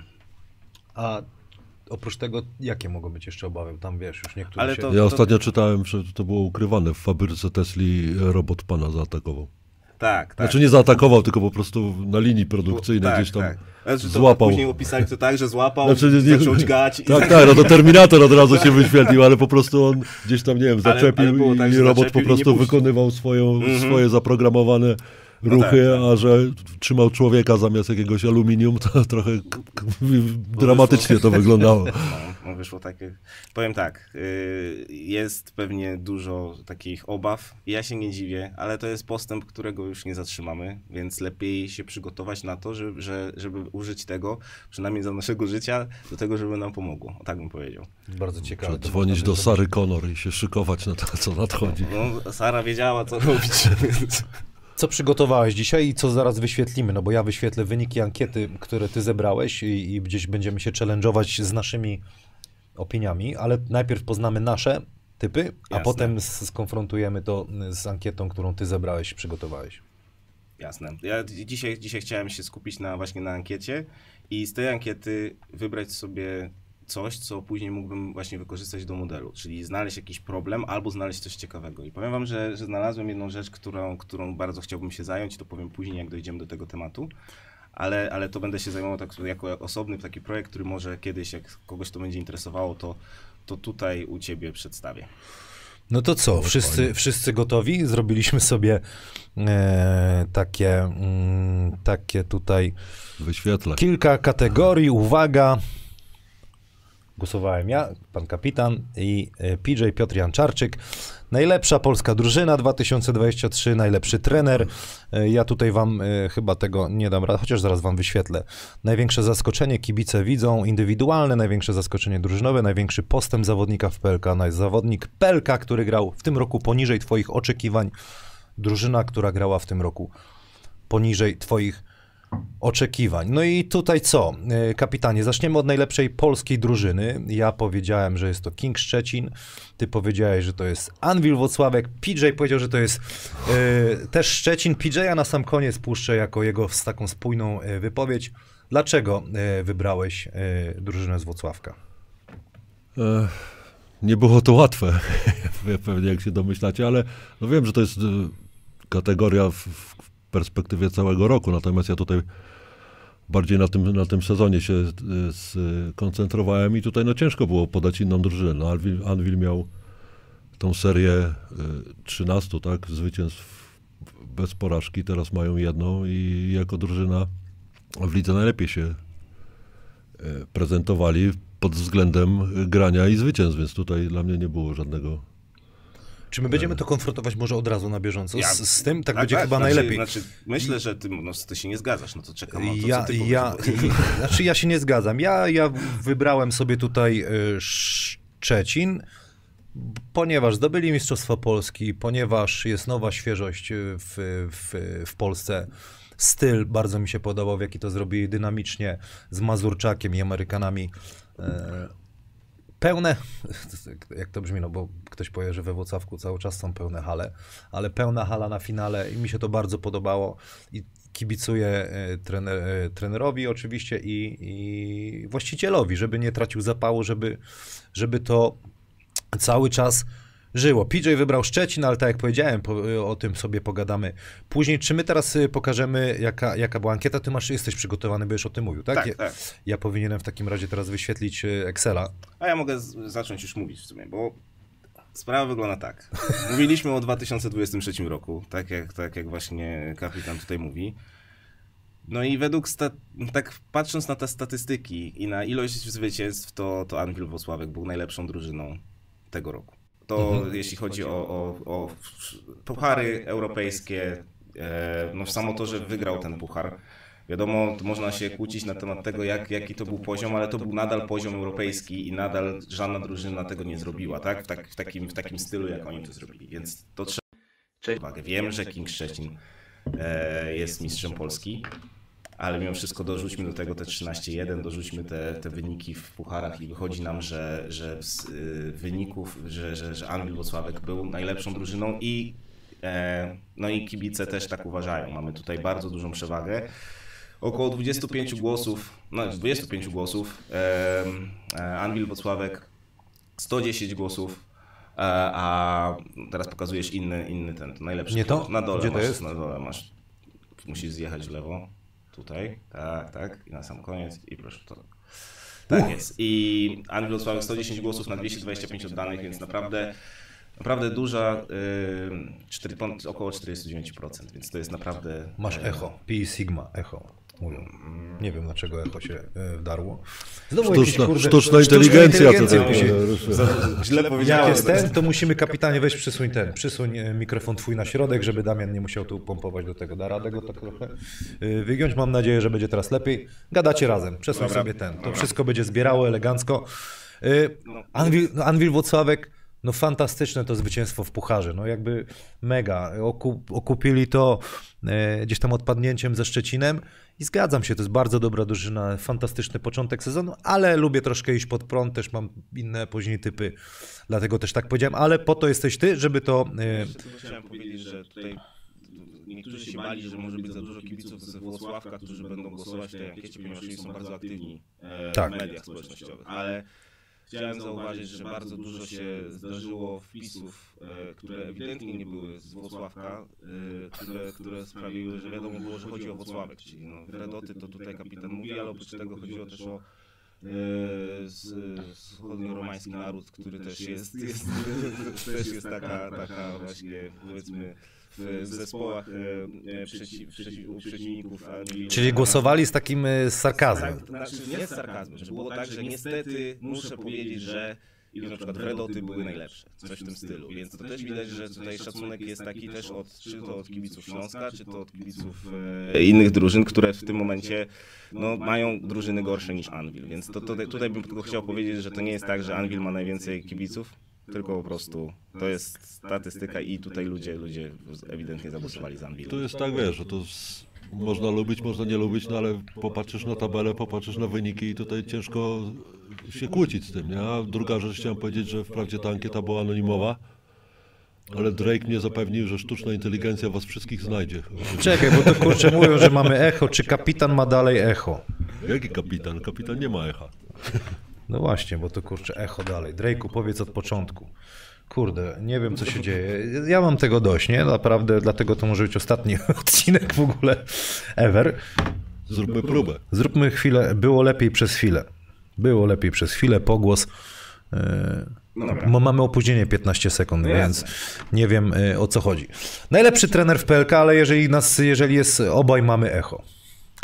A oprócz tego, jakie mogą być jeszcze obawy? Tam wiesz, już niektórzy Ja ostatnio czytałem, że to było ukrywane. W fabryce Tesli robot pana zaatakował. Tak. Znaczy nie zaatakował, tylko po prostu na linii produkcyjnej gdzieś tam złapał. Później opisali to tak, że złapał, zaczął dźgać. Tak, no to Terminator od razu się wyświetlił, ale po prostu on gdzieś tam, nie wiem, zaczepił i robot po prostu wykonywał swoje zaprogramowane ruchy, a że trzymał człowieka zamiast jakiegoś aluminium, to trochę dramatycznie to wyglądało. No wyszło takie... Powiem tak, jest pewnie dużo takich obaw. Ja się nie dziwię, ale to jest postęp, którego już nie zatrzymamy, więc lepiej się przygotować na to, żeby użyć tego, przynajmniej za naszego życia, do tego, żeby nam pomogło. O tak bym powiedział. Bardzo ciekawe. Dzwonić do Sary Connor i się szykować na to, co nadchodzi. No, Sara wiedziała, co robić. Co przygotowałeś dzisiaj i co zaraz wyświetlimy? No bo ja wyświetlę wyniki ankiety, które ty zebrałeś i gdzieś będziemy się challenge'ować z naszymi opiniami, ale najpierw poznamy nasze typy, a potem skonfrontujemy to z ankietą, którą ty zebrałeś, przygotowałeś. Jasne. Ja dzisiaj chciałem się skupić właśnie na ankiecie i z tej ankiety wybrać sobie coś, co później mógłbym właśnie wykorzystać do modelu, czyli znaleźć jakiś problem albo znaleźć coś ciekawego. I powiem wam, że znalazłem jedną rzecz, którą bardzo chciałbym się zająć, to powiem później, jak dojdziemy do tego tematu, ale to będę się zajmował tak jako osobny taki projekt, który może kiedyś, jak kogoś to będzie interesowało, to tutaj u ciebie przedstawię. No to co, wszyscy gotowi? Zrobiliśmy sobie takie tutaj kilka kategorii, uwaga. Głosowałem ja, pan kapitan i PJ Piotr Janczarczyk. Najlepsza polska drużyna 2023, najlepszy trener. Ja tutaj wam chyba tego nie dam rady, chociaż zaraz wam wyświetlę. Największe zaskoczenie kibice widzą, indywidualne, największe zaskoczenie drużynowe, największy postęp zawodnika w PLK, zawodnik PLK, który grał w tym roku poniżej twoich oczekiwań. Drużyna, która grała w tym roku poniżej twoich oczekiwań. No i tutaj co? Kapitanie, zaczniemy od najlepszej polskiej drużyny. Ja powiedziałem, że jest to King Szczecin. Ty powiedziałeś, że to jest Anwil Włocławek. PJ powiedział, że to jest też Szczecin. PJ-a na sam koniec puszczę jako jego taką spójną wypowiedź. Dlaczego wybrałeś drużynę z Włocławka? Nie było to łatwe, pewnie jak się domyślacie, ale no wiem, że to jest kategoria w perspektywie całego roku, natomiast ja tutaj bardziej na tym sezonie się skoncentrowałem i tutaj no ciężko było podać inną drużynę. No, Anwil miał tą serię 13, tak, zwycięstw bez porażki, teraz mają jedną i jako drużyna w lidze najlepiej się prezentowali pod względem grania i zwycięstw, więc tutaj dla mnie nie było żadnego... Czy my będziemy to konfrontować może od razu na bieżąco z tym? Tak będzie chyba najlepiej. Myślę, że ty się nie zgadzasz, no to czekam na to, co ty ja się nie zgadzam. Ja wybrałem sobie tutaj Szczecin, ponieważ zdobyli Mistrzostwo Polski, ponieważ jest nowa świeżość w Polsce. Styl bardzo mi się podobał, w jaki to zrobili dynamicznie z Mazurczakiem i Amerykanami. Pełne, jak to brzmi, no bo ktoś powie, że we Włocławku cały czas są pełne hale, ale pełna hala na finale i mi się to bardzo podobało i kibicuję trenerowi oczywiście i właścicielowi, żeby nie tracił zapału, żeby to cały czas żyło. PJ wybrał Szczecin, ale tak jak powiedziałem, o tym sobie pogadamy później. Czy my teraz pokażemy, jaka była ankieta? Ty jesteś przygotowany, byś o tym mówił, tak? Tak. Ja powinienem w takim razie teraz wyświetlić Excela. A ja mogę zacząć już mówić w sumie, bo sprawa wygląda tak. Mówiliśmy o 2023 roku, tak jak właśnie kapitan tutaj mówi. No i tak patrząc na te statystyki i na ilość zwycięstw, to Anwil Włocławek był najlepszą drużyną tego roku. To jeśli chodzi o puchary europejskie, no samo to, że wygrał ten puchar, wiadomo, można się kłócić na temat tego, jaki to był poziom, ale to był nadal poziom europejski i nadal żadna drużyna tego nie zrobiła, tak? W takim stylu, jak oni to zrobili, więc to trzeba uwagę. Wiem, że King Szczecin jest mistrzem Polski, ale mimo wszystko dorzućmy do tego te 13-1, dorzućmy te wyniki w pucharach i wychodzi nam, że z wyników, że Anwil Włocławek był najlepszą drużyną no i kibice też tak uważają. Mamy tutaj bardzo dużą przewagę. Około 25 głosów, Anwil Włocławek 110 głosów, a teraz pokazujesz inny ten najlepszy. Nie to? Na dole Gdzie to jest? Na dole masz, musisz zjechać w lewo. Tutaj, tak, i na sam koniec, i proszę to. Tak jest. I Anwil Włocławek 110 głosów na 225 oddanych, więc naprawdę duża, około 49%, więc to jest naprawdę... Masz echo, Pi Sigma, echo. Mówią. Nie wiem, dlaczego echo się wdarło. Znowu sztuczna inteligencja tutaj. Źle powiedziałem. Jak jest ten, to musimy, kapitanie, weź przysuń mikrofon twój na środek, żeby Damian nie musiał tu pompować do tego. Da radę go tak trochę wygiąć. Mam nadzieję, że będzie teraz lepiej. Gadacie razem, przesuń sobie ten. To wszystko będzie zbierało elegancko. Anwil Włocławek, no fantastyczne to zwycięstwo w pucharze, no jakby mega. Okupili to gdzieś tam odpadnięciem ze Szczecinem i zgadzam się, to jest bardzo dobra drużyna, fantastyczny początek sezonu, ale lubię troszkę iść pod prąd, też mam inne później typy, dlatego też tak powiedziałem, ale po to jesteś ty, żeby to... Chciałem powiedzieć, że tutaj niektórzy się bali, że może być za dużo kibiców ze Włocławka, którzy będą głosować w tej ankiecie, ponieważ oni są bardzo aktywni w mediach społecznościowych, ale chciałem zauważyć, że bardzo dużo się zdarzyło wpisów, które ewidentnie nie były z Włocławka, które sprawiły, że wiadomo było, że chodzi o Włocławek, czyli Redoty, to tutaj kapitan mówi, ale oprócz tego chodziło też o wschodnio-romański naród, który też jest taka właśnie, powiedzmy, w zespołach przeciwników. Czyli głosowali z takim sarkazmem. Znaczy nie z sarkazmem, że było tak, że niestety muszę powiedzieć, że na przykład Redoty były najlepsze, coś w tym stylu, więc to też widać, że tutaj szacunek jest taki też czy to od kibiców Śląska, czy to od kibiców innych drużyn, które w tym momencie mają drużyny gorsze niż Anwil, więc tutaj bym tylko chciał powiedzieć, że to nie jest tak, że Anwil ma najwięcej kibiców, tylko po prostu to jest statystyka i tutaj ludzie ewidentnie zagłosowali za Anwilem. To jest tak, wiesz, że to można lubić, można nie lubić, no ale popatrzysz na tabelę, popatrzysz na wyniki i tutaj ciężko się kłócić z tym, nie? A druga rzecz, chciałem powiedzieć, że wprawdzie ta ankieta była anonimowa, ale Drake mnie zapewnił, że sztuczna inteligencja was wszystkich znajdzie. Czekaj, bo to kurczę mówią, że mamy echo. Czy kapitan ma dalej echo? Jaki kapitan? Kapitan nie ma echa. No właśnie, bo to kurczę echo dalej. Drake'u, powiedz od początku. Kurde, nie wiem co się dzieje. Ja mam tego dość, nie? Naprawdę, dlatego to może być ostatni odcinek w ogóle ever. Zróbmy próbę. Zróbmy chwilę. Było lepiej przez chwilę, pogłos. Mamy opóźnienie 15 sekund, więc nie wiem o co chodzi. Najlepszy trener w PLK, ale jeżeli jest obaj mamy echo.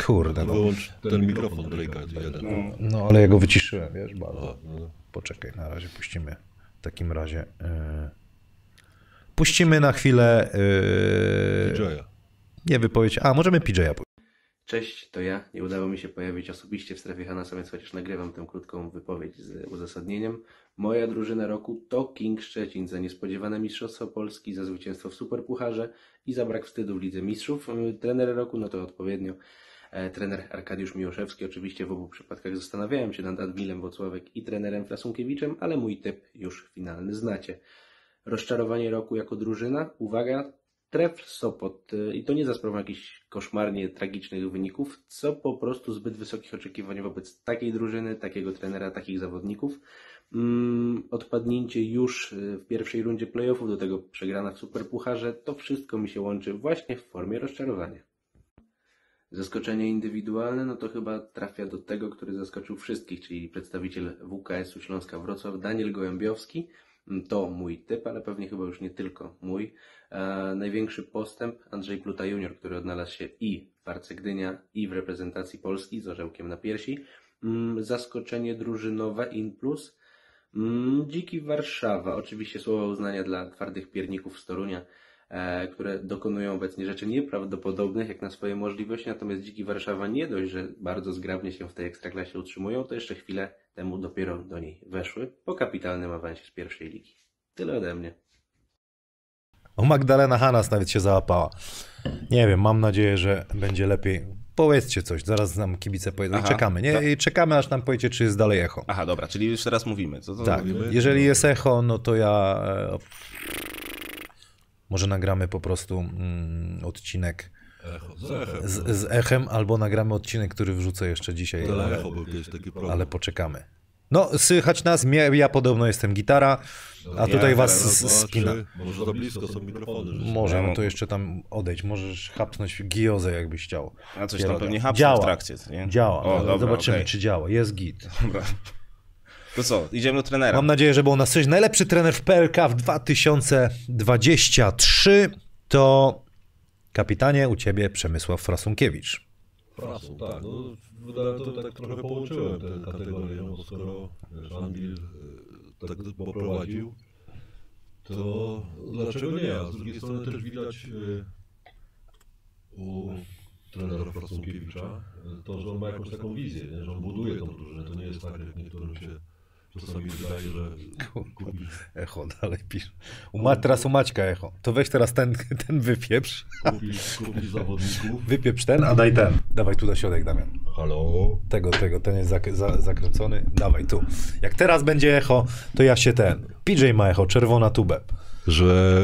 Kurde, no. Wyłącz ten mikrofon Drake'a, jeden. No, ale ja go wyciszyłem, wiesz, bardzo. Poczekaj, na razie puścimy. W takim razie... Puścimy na chwilę... DJ-a. Nie wypowiedź... możemy PJ-a. Cześć, to ja. Nie udało mi się pojawić osobiście w strefie Hanasa, więc chociaż nagrywam tę krótką wypowiedź z uzasadnieniem. Moja drużyna roku to King Szczecin za niespodziewane mistrzostwo Polski, za zwycięstwo w Superpucharze i za brak wstydu w Lidze Mistrzów. Trener roku, no to odpowiednio trener Arkadiusz Miłoszewski. Oczywiście w obu przypadkach zastanawiałem się nad Admilem Włocławek i trenerem Frasunkiewiczem, ale mój typ już finalny znacie. Rozczarowanie roku jako drużyna, uwaga, Trefl Sopot i to nie za sprawą jakichś koszmarnie tragicznych wyników, co po prostu zbyt wysokich oczekiwań wobec takiej drużyny, takiego trenera, takich zawodników. Odpadnięcie już w pierwszej rundzie playoffów, do tego przegrana w Superpucharze, to wszystko mi się łączy właśnie w formie rozczarowania. Zaskoczenie indywidualne, no to chyba trafia do tego, który zaskoczył wszystkich, czyli przedstawiciel WKS-u Śląska Wrocław, Daniel Gołębiowski. To mój typ, ale pewnie chyba już nie tylko mój. Największy postęp Andrzej Pluta Junior, który odnalazł się i w Arce Gdynia, i w reprezentacji Polski z orzełkiem na piersi. Zaskoczenie drużynowe in plus. Dziki Warszawa, oczywiście słowa uznania dla twardych pierników z Torunia, które dokonują obecnie rzeczy nieprawdopodobnych jak na swoje możliwości, natomiast Dziki Warszawa nie dość, że bardzo zgrabnie się w tej ekstraklasie utrzymują, to jeszcze chwilę temu dopiero do niej weszły po kapitalnym awansie z pierwszej ligi. Tyle ode mnie. O, Magdalena Hanas nawet się załapała. Nie wiem, mam nadzieję, że będzie lepiej. Powiedzcie coś, zaraz nam kibice powiedzą. Czekamy, nie? I czekamy, aż nam powiecie, czy jest dalej echo. Aha, dobra, czyli już teraz mówimy. Co tak, mówimy? Jeżeli jest echo, no to ja... Może nagramy po prostu odcinek z echem, albo nagramy odcinek, który wrzucę jeszcze dzisiaj. Echo był kiedyś taki problem. Ale poczekamy. No, słychać nas, ja podobno jestem gitara, a tutaj was spina. Może za blisko są mikrofony. Może, no to jeszcze tam odejdź, możesz chapnąć giozę, jakbyś chciał. A coś tam pewnie hapnął w trakcie, nie? Działa, o, dobra, zobaczymy, czy działa, jest git. Dobra. To co, idziemy do trenera. Mam nadzieję, że był nas coś. Najlepszy trener w PLK w 2023 to kapitanie u ciebie Przemysław Frasunkiewicz. Frasun, tak. No, to tak trochę połączyłem tę kategorię, bo skoro Anwil tak poprowadził, to dlaczego nie? A z drugiej strony też widać u trenera Frasunkiewicza to, że on ma jakąś taką wizję, nie? Że on buduje tą drużynę. To nie jest tak, jak niektórym się czasami wydaje, że kupisz. Echo dalej pisze. Teraz u Maćka echo. To weź teraz ten wypieprz. Kupisz zawodników. Wypieprz ten, a daj ten. Dawaj tu na środek, Damian. Halo? Ten jest zakręcony. Dawaj tu. Jak teraz będzie echo, to ja się PJ ma echo, czerwona tubę. Że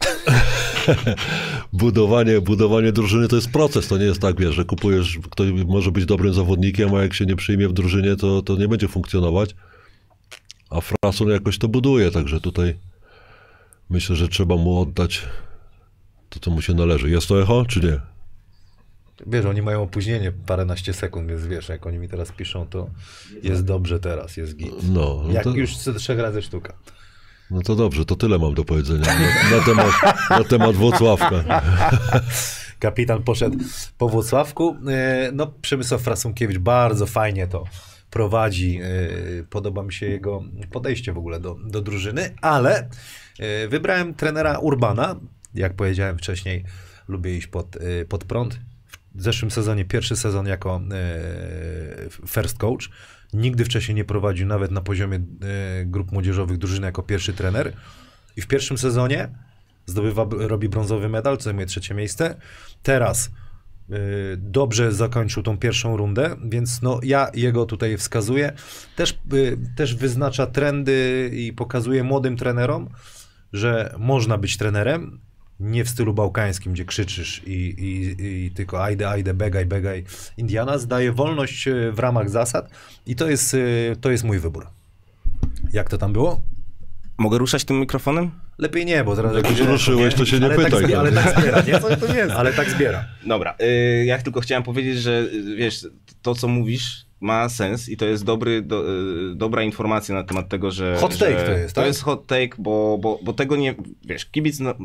budowanie drużyny to jest proces, to nie jest tak, wiesz, że kupujesz, ktoś może być dobrym zawodnikiem, a jak się nie przyjmie w drużynie, to nie będzie funkcjonować. A Frasun jakoś to buduje, także tutaj myślę, że trzeba mu oddać to, co mu się należy. Jest to echo, czy nie? Wiesz, oni mają opóźnienie paręnaście sekund, więc wiesz, jak oni mi teraz piszą, to jest dobrze teraz, jest git. No jak to... już 3 razy sztuka. No to dobrze, to tyle mam do powiedzenia na temat Włocławka. Kapitan poszedł po Włocławku. No, Przemysław Frasunkiewicz bardzo fajnie to prowadzi. Podoba mi się jego podejście w ogóle do drużyny, ale wybrałem trenera Urbana. Jak powiedziałem wcześniej, lubię iść pod prąd. W zeszłym sezonie, pierwszy sezon jako first coach. Nigdy wcześniej nie prowadził nawet na poziomie grup młodzieżowych drużyny jako pierwszy trener. I w pierwszym sezonie robi brązowy medal, co zajmuje 3. miejsce. Teraz dobrze zakończył tą pierwszą rundę, więc no ja jego tutaj wskazuję. Też wyznacza trendy i pokazuje młodym trenerom, że można być trenerem, nie w stylu bałkańskim, gdzie krzyczysz i tylko ajde, begaj, Indiana. Daje wolność w ramach zasad i to jest mój wybór. Jak to tam było? Mogę ruszać tym mikrofonem? Lepiej nie, bo teraz... Jak już ruszyłeś, to się nie pytaj. Ale tak zbiera, nie? Co to jest? Ale tak zbiera. Dobra, ja tylko chciałem powiedzieć, że wiesz, to co mówisz ma sens i to jest dobra informacja na temat tego, że... Hot take to jest, tak? To jest hot take, bo tego nie... Wiesz, kibic... No,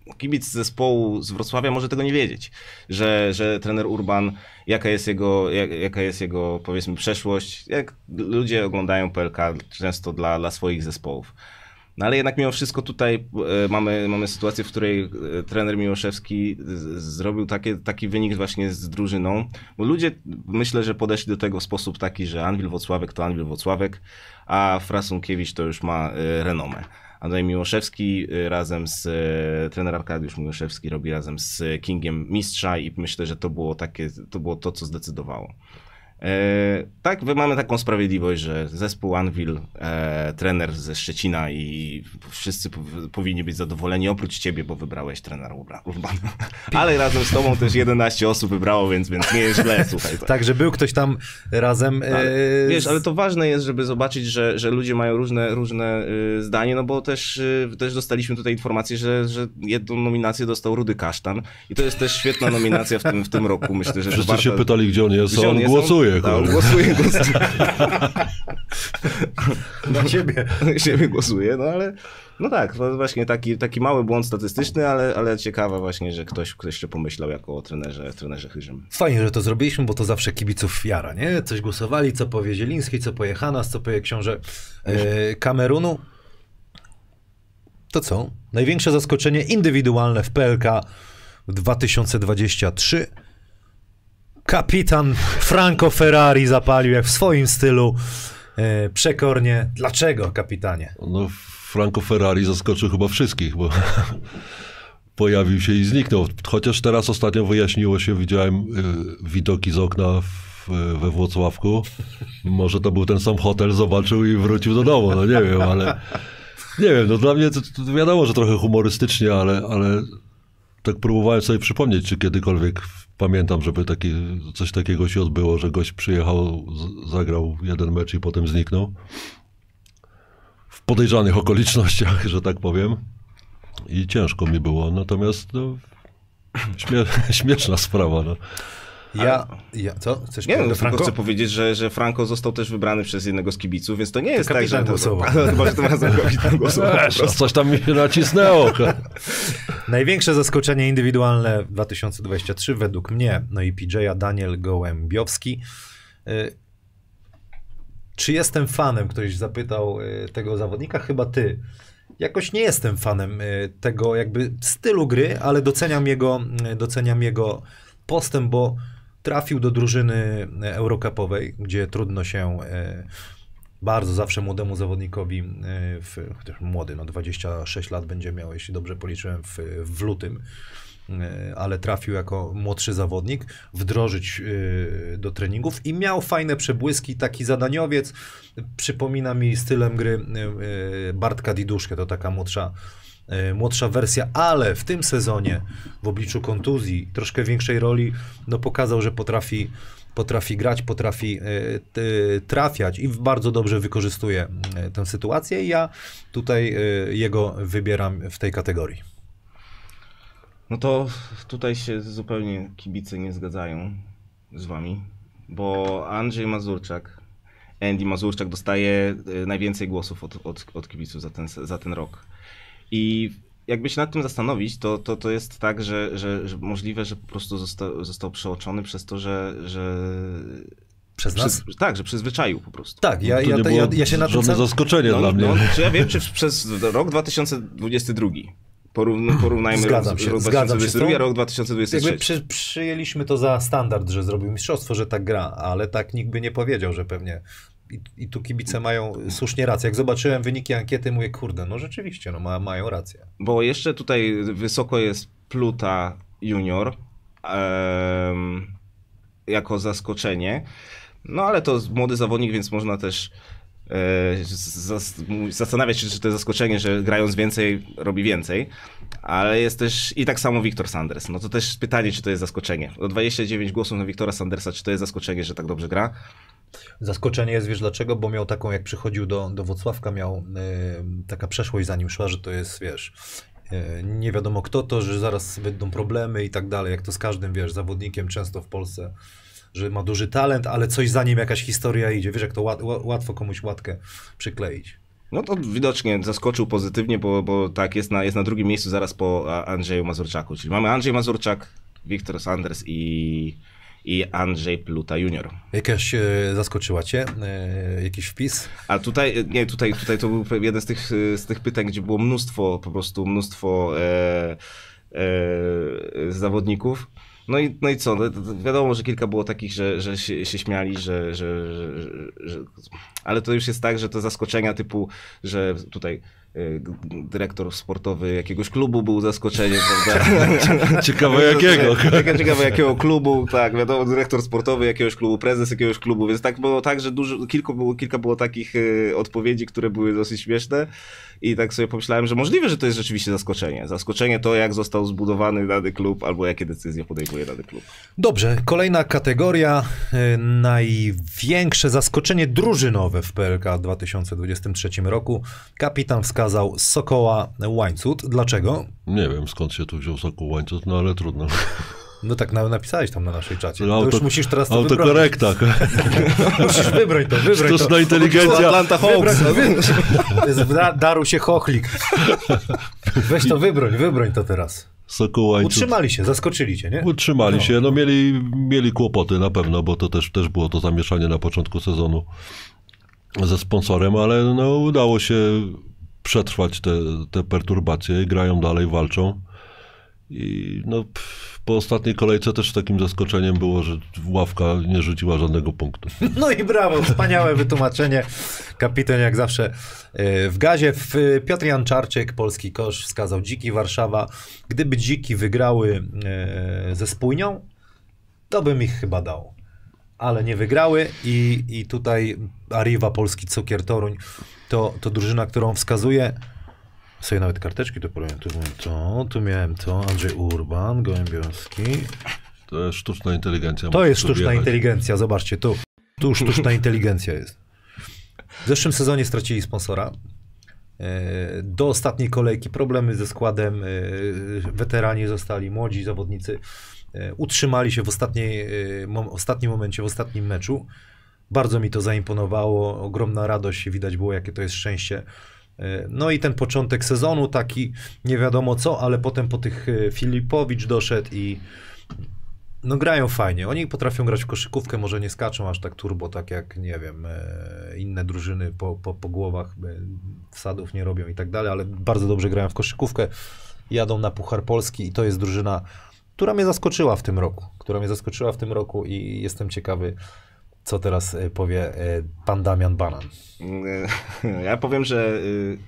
kibic zespołu z Wrocławia może tego nie wiedzieć, że trener Urban, jaka jest jego powiedzmy przeszłość, jak ludzie oglądają PLK często dla swoich zespołów. No ale jednak mimo wszystko tutaj mamy sytuację, w której trener Miłoszewski zrobił taki wynik właśnie z drużyną, bo ludzie myślę, że podeszli do tego w sposób taki, że Anwil Włocławek to Anwil Włocławek, a Frasunkiewicz to już ma renomę. A tutaj Miłoszewski razem z trener Arkadiusz Miłoszewski robi razem z Kingiem mistrza i myślę, że to było to, co zdecydowało. Tak, mamy taką sprawiedliwość, że zespół Anwil, trener ze Szczecina i wszyscy powinni być zadowoleni oprócz ciebie, bo wybrałeś trenera Urbana. Ale razem z tobą też 11 osób wybrało, więc nie jest źle, słuchaj. Tak, że był ktoś tam razem... Wiesz, ale to ważne jest, żeby zobaczyć, że ludzie mają różne zdanie, no bo też dostaliśmy tutaj informację, że jedną nominację dostał Rudy Kasztan i to jest też świetna nominacja w tym roku. Myślę, że wszyscy się pytali, gdzie on jest, on głosuje. Głosuje. Na siebie. Siebie głosuje, no ale no tak, to właśnie taki mały błąd statystyczny, ale ciekawe właśnie, że ktoś jeszcze pomyślał jako o trenerze Chyżym. Fajnie, że to zrobiliśmy, bo to zawsze kibiców jara, nie? Coś głosowali, co powie Zieliński, co powie Hanas, co powie książę Kamerunu. To co? Największe zaskoczenie indywidualne w PLK w 2023. Kapitan Franco Ferrari zapalił jak w swoim stylu przekornie. Dlaczego, kapitanie? No, Franco Ferrari zaskoczył chyba wszystkich, bo pojawił się i zniknął. Chociaż teraz ostatnio wyjaśniło się, widziałem widoki z okna we Włocławku. Może to był ten sam hotel, zobaczył i wrócił do domu, no nie wiem, ale nie wiem, no dla mnie to wiadomo, że trochę humorystycznie, ale tak próbowałem sobie przypomnieć, czy kiedykolwiek pamiętam, żeby coś takiego się odbyło, że gość przyjechał, zagrał jeden mecz i potem zniknął. W podejrzanych okolicznościach, że tak powiem. I ciężko mi było, natomiast no, śmieszna sprawa. No. Co? Chcesz tylko chcę powiedzieć, że Franco został też wybrany przez jednego z kibiców, więc to nie jest tak, że... Chyba, że to razem kapitan głosował. Coś tam mi się nacisnęło. Największe zaskoczenie indywidualne w 2023 według mnie, no i PJ-a Daniel Gołębiowski. Czy jestem fanem? Ktoś zapytał tego zawodnika, chyba ty. Jakoś nie jestem fanem tego jakby stylu gry, ale doceniam jego postęp, bo trafił do drużyny eurocupowej, gdzie trudno się bardzo zawsze młodemu zawodnikowi, chociaż młody, no 26 lat będzie miał, jeśli dobrze policzyłem, w lutym, ale trafił jako młodszy zawodnik, wdrożyć do treningów i miał fajne przebłyski, taki zadaniowiec, przypomina mi stylem gry Bartka Diduszkę, to taka młodsza wersja, ale w tym sezonie w obliczu kontuzji, troszkę większej roli, no pokazał, że potrafi grać, potrafi trafiać i bardzo dobrze wykorzystuje tę sytuację i ja tutaj jego wybieram w tej kategorii. No to tutaj się zupełnie kibice nie zgadzają z wami, bo Andy Mazurczak dostaje najwięcej głosów od kibiców za ten rok. I jakby się nad tym zastanowić, to jest tak, że możliwe, że po prostu został przeoczony przez to, że przez nas? Tak, że przyzwyczaił po prostu. Tak, ja się na to... Żadne zaskoczenie dla mnie. Czy ja wiem, czy przez rok 2022 porównajmy rok 2022 a rok 2023. Jakby przyjęliśmy to za standard, że zrobił mistrzostwo, że tak gra, ale tak nikt by nie powiedział, że pewnie... I tu kibice mają słusznie rację. Jak zobaczyłem wyniki ankiety, mówię, kurde, no rzeczywiście, no mają rację. Bo jeszcze tutaj wysoko jest Pluta Junior jako zaskoczenie. No ale to młody zawodnik, więc można też zastanawiać się, czy to jest zaskoczenie, że grając więcej, robi więcej. Ale jest też i tak samo Wiktor Sanders. No to też pytanie, czy to jest zaskoczenie. O 29 głosów na Wiktora Sandersa, czy to jest zaskoczenie, że tak dobrze gra? Zaskoczenie jest, wiesz dlaczego? Bo miał taką, jak przychodził do Włocławka, miał taka przeszłość za nim szła, że to jest, wiesz, nie wiadomo kto to, że zaraz będą problemy i tak dalej, jak to z każdym, wiesz, zawodnikiem często w Polsce, że ma duży talent, ale coś za nim, jakaś historia idzie. Wiesz, jak to łatwo komuś łatkę przykleić. No to widocznie zaskoczył pozytywnie, bo tak, jest na drugim miejscu zaraz po Andrzeju Mazurczaku. Czyli mamy Andrzej Mazurczak, Wiktor Sanders i Andrzej Pluta Junior. Jakaś zaskoczyła cię? Jakiś wpis? A tutaj to był jeden z tych pytań, gdzie było mnóstwo zawodników. No i co? No, wiadomo, że kilka było takich, że się śmiali, ale to już jest tak, że to zaskoczenia typu, że tutaj dyrektor sportowy jakiegoś klubu był zaskoczeniem, prawda? Ciekawe jakiego. Ciekawe jakiego klubu, tak, wiadomo, dyrektor sportowy jakiegoś klubu, prezes jakiegoś klubu, więc tak było tak, że kilka było takich odpowiedzi, które były dosyć śmieszne i tak sobie pomyślałem, że możliwe, że to jest rzeczywiście zaskoczenie. Zaskoczenie to, jak został zbudowany dany klub, albo jakie decyzje podejmuje dany klub. Dobrze, kolejna kategoria, największe zaskoczenie drużynowe w PLK w 2023 roku. Kapitan wskazał Sokoła Łańcut. Dlaczego? Nie wiem, skąd się tu wziął Sokół Łańcut, no ale trudno. No tak napisałeś tam na naszej czacie. No, to już musisz teraz to autokorekta. Musisz wybrać to. Sztuczna inteligencja. Atlanta Hawks. To jest daru się chochlik. Weź to wybroń to teraz. Sokół Łańcut. Utrzymali się, zaskoczyli cię, nie? Utrzymali się, no mieli kłopoty na pewno, bo to też było to zamieszanie na początku sezonu ze sponsorem, ale no udało się przetrwać te perturbacje, grają dalej, walczą. I no, po ostatniej kolejce też takim zaskoczeniem było, że ławka nie rzuciła żadnego punktu. No i brawo, wspaniałe wytłumaczenie. Kapitan jak zawsze w gazie. Piotr Janczarczyk, Polski Kosz, wskazał Dziki Warszawa. Gdyby Dziki wygrały ze Spójnią, to bym ich chyba dał. Ale nie wygrały i tutaj Arriva Polski Cukier Toruń to drużyna, którą wskazuje. Sobie nawet karteczki tu powiem. Tu miałem to. Andrzej Urban, Gołębiowski. To jest sztuczna inteligencja. To jest sztuczna inteligencja, zobaczcie, tu sztuczna inteligencja jest. W zeszłym sezonie stracili sponsora. Do ostatniej kolejki problemy ze składem. Weterani zostali, młodzi zawodnicy. Utrzymali się w ostatnim momencie, w ostatnim meczu. Bardzo mi to zaimponowało. Ogromna radość, widać było, jakie to jest szczęście. No i ten początek sezonu taki nie wiadomo co, ale potem po tych Filipowicz doszedł i no grają fajnie. Oni potrafią grać w koszykówkę, może nie skaczą aż tak turbo, tak jak, nie wiem, inne drużyny po głowach wsadów nie robią i tak dalej, ale bardzo dobrze grają w koszykówkę. Jadą na Puchar Polski i to jest drużyna, która mnie zaskoczyła w tym roku i jestem ciekawy, co teraz powie pan Damian Banan. Ja powiem, że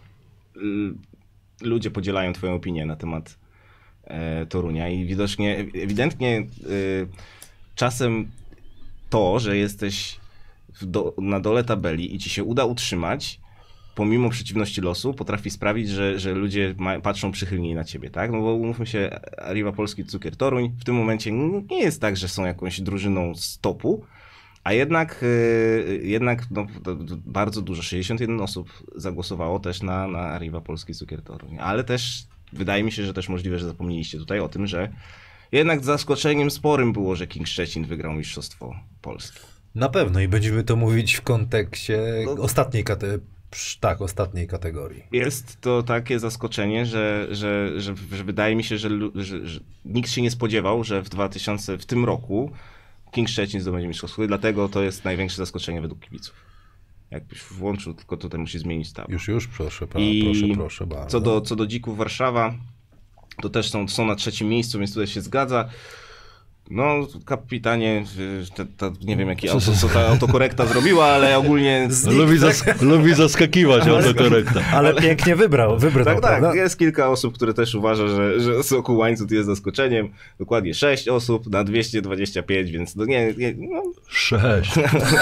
ludzie podzielają twoją opinię na temat Torunia i ewidentnie czasem to, że jesteś na dole tabeli i ci się uda utrzymać, pomimo przeciwności losu, potrafi sprawić, że ludzie patrzą przychylniej na ciebie, tak? No bo umówmy się, Arriva Polski Cukier Toruń w tym momencie nie jest tak, że są jakąś drużyną z topu, a jednak no, bardzo dużo, 61 osób zagłosowało też na Arriva Polski Cukier Toruń. Ale też wydaje mi się, że też możliwe, że zapomnieliście tutaj o tym, że jednak zaskoczeniem sporym było, że King Szczecin wygrał Mistrzostwo Polski. Na pewno i będziemy to mówić w kontekście ostatniej kategorii. Jest to takie zaskoczenie, że wydaje mi się, że nikt się nie spodziewał, że w tym roku King Szczecin zdobędzie mistrzostwo, dlatego to jest największe zaskoczenie według kibiców. Jakbyś włączył, tylko tutaj musi zmienić tabel. Już, proszę bardzo. Co do Dzików Warszawa, to też są na trzecim miejscu, więc tutaj się zgadza. No, kapitanie, nie wiem jaki co ta autokorekta zrobiła, ale ogólnie... Lubi zaskakiwać autokorekta. Ale pięknie wybrał, tak, jest kilka osób, które też uważa, że Sokół Łańcut jest zaskoczeniem. Dokładnie 6 osób na 225, więc no nie no. 6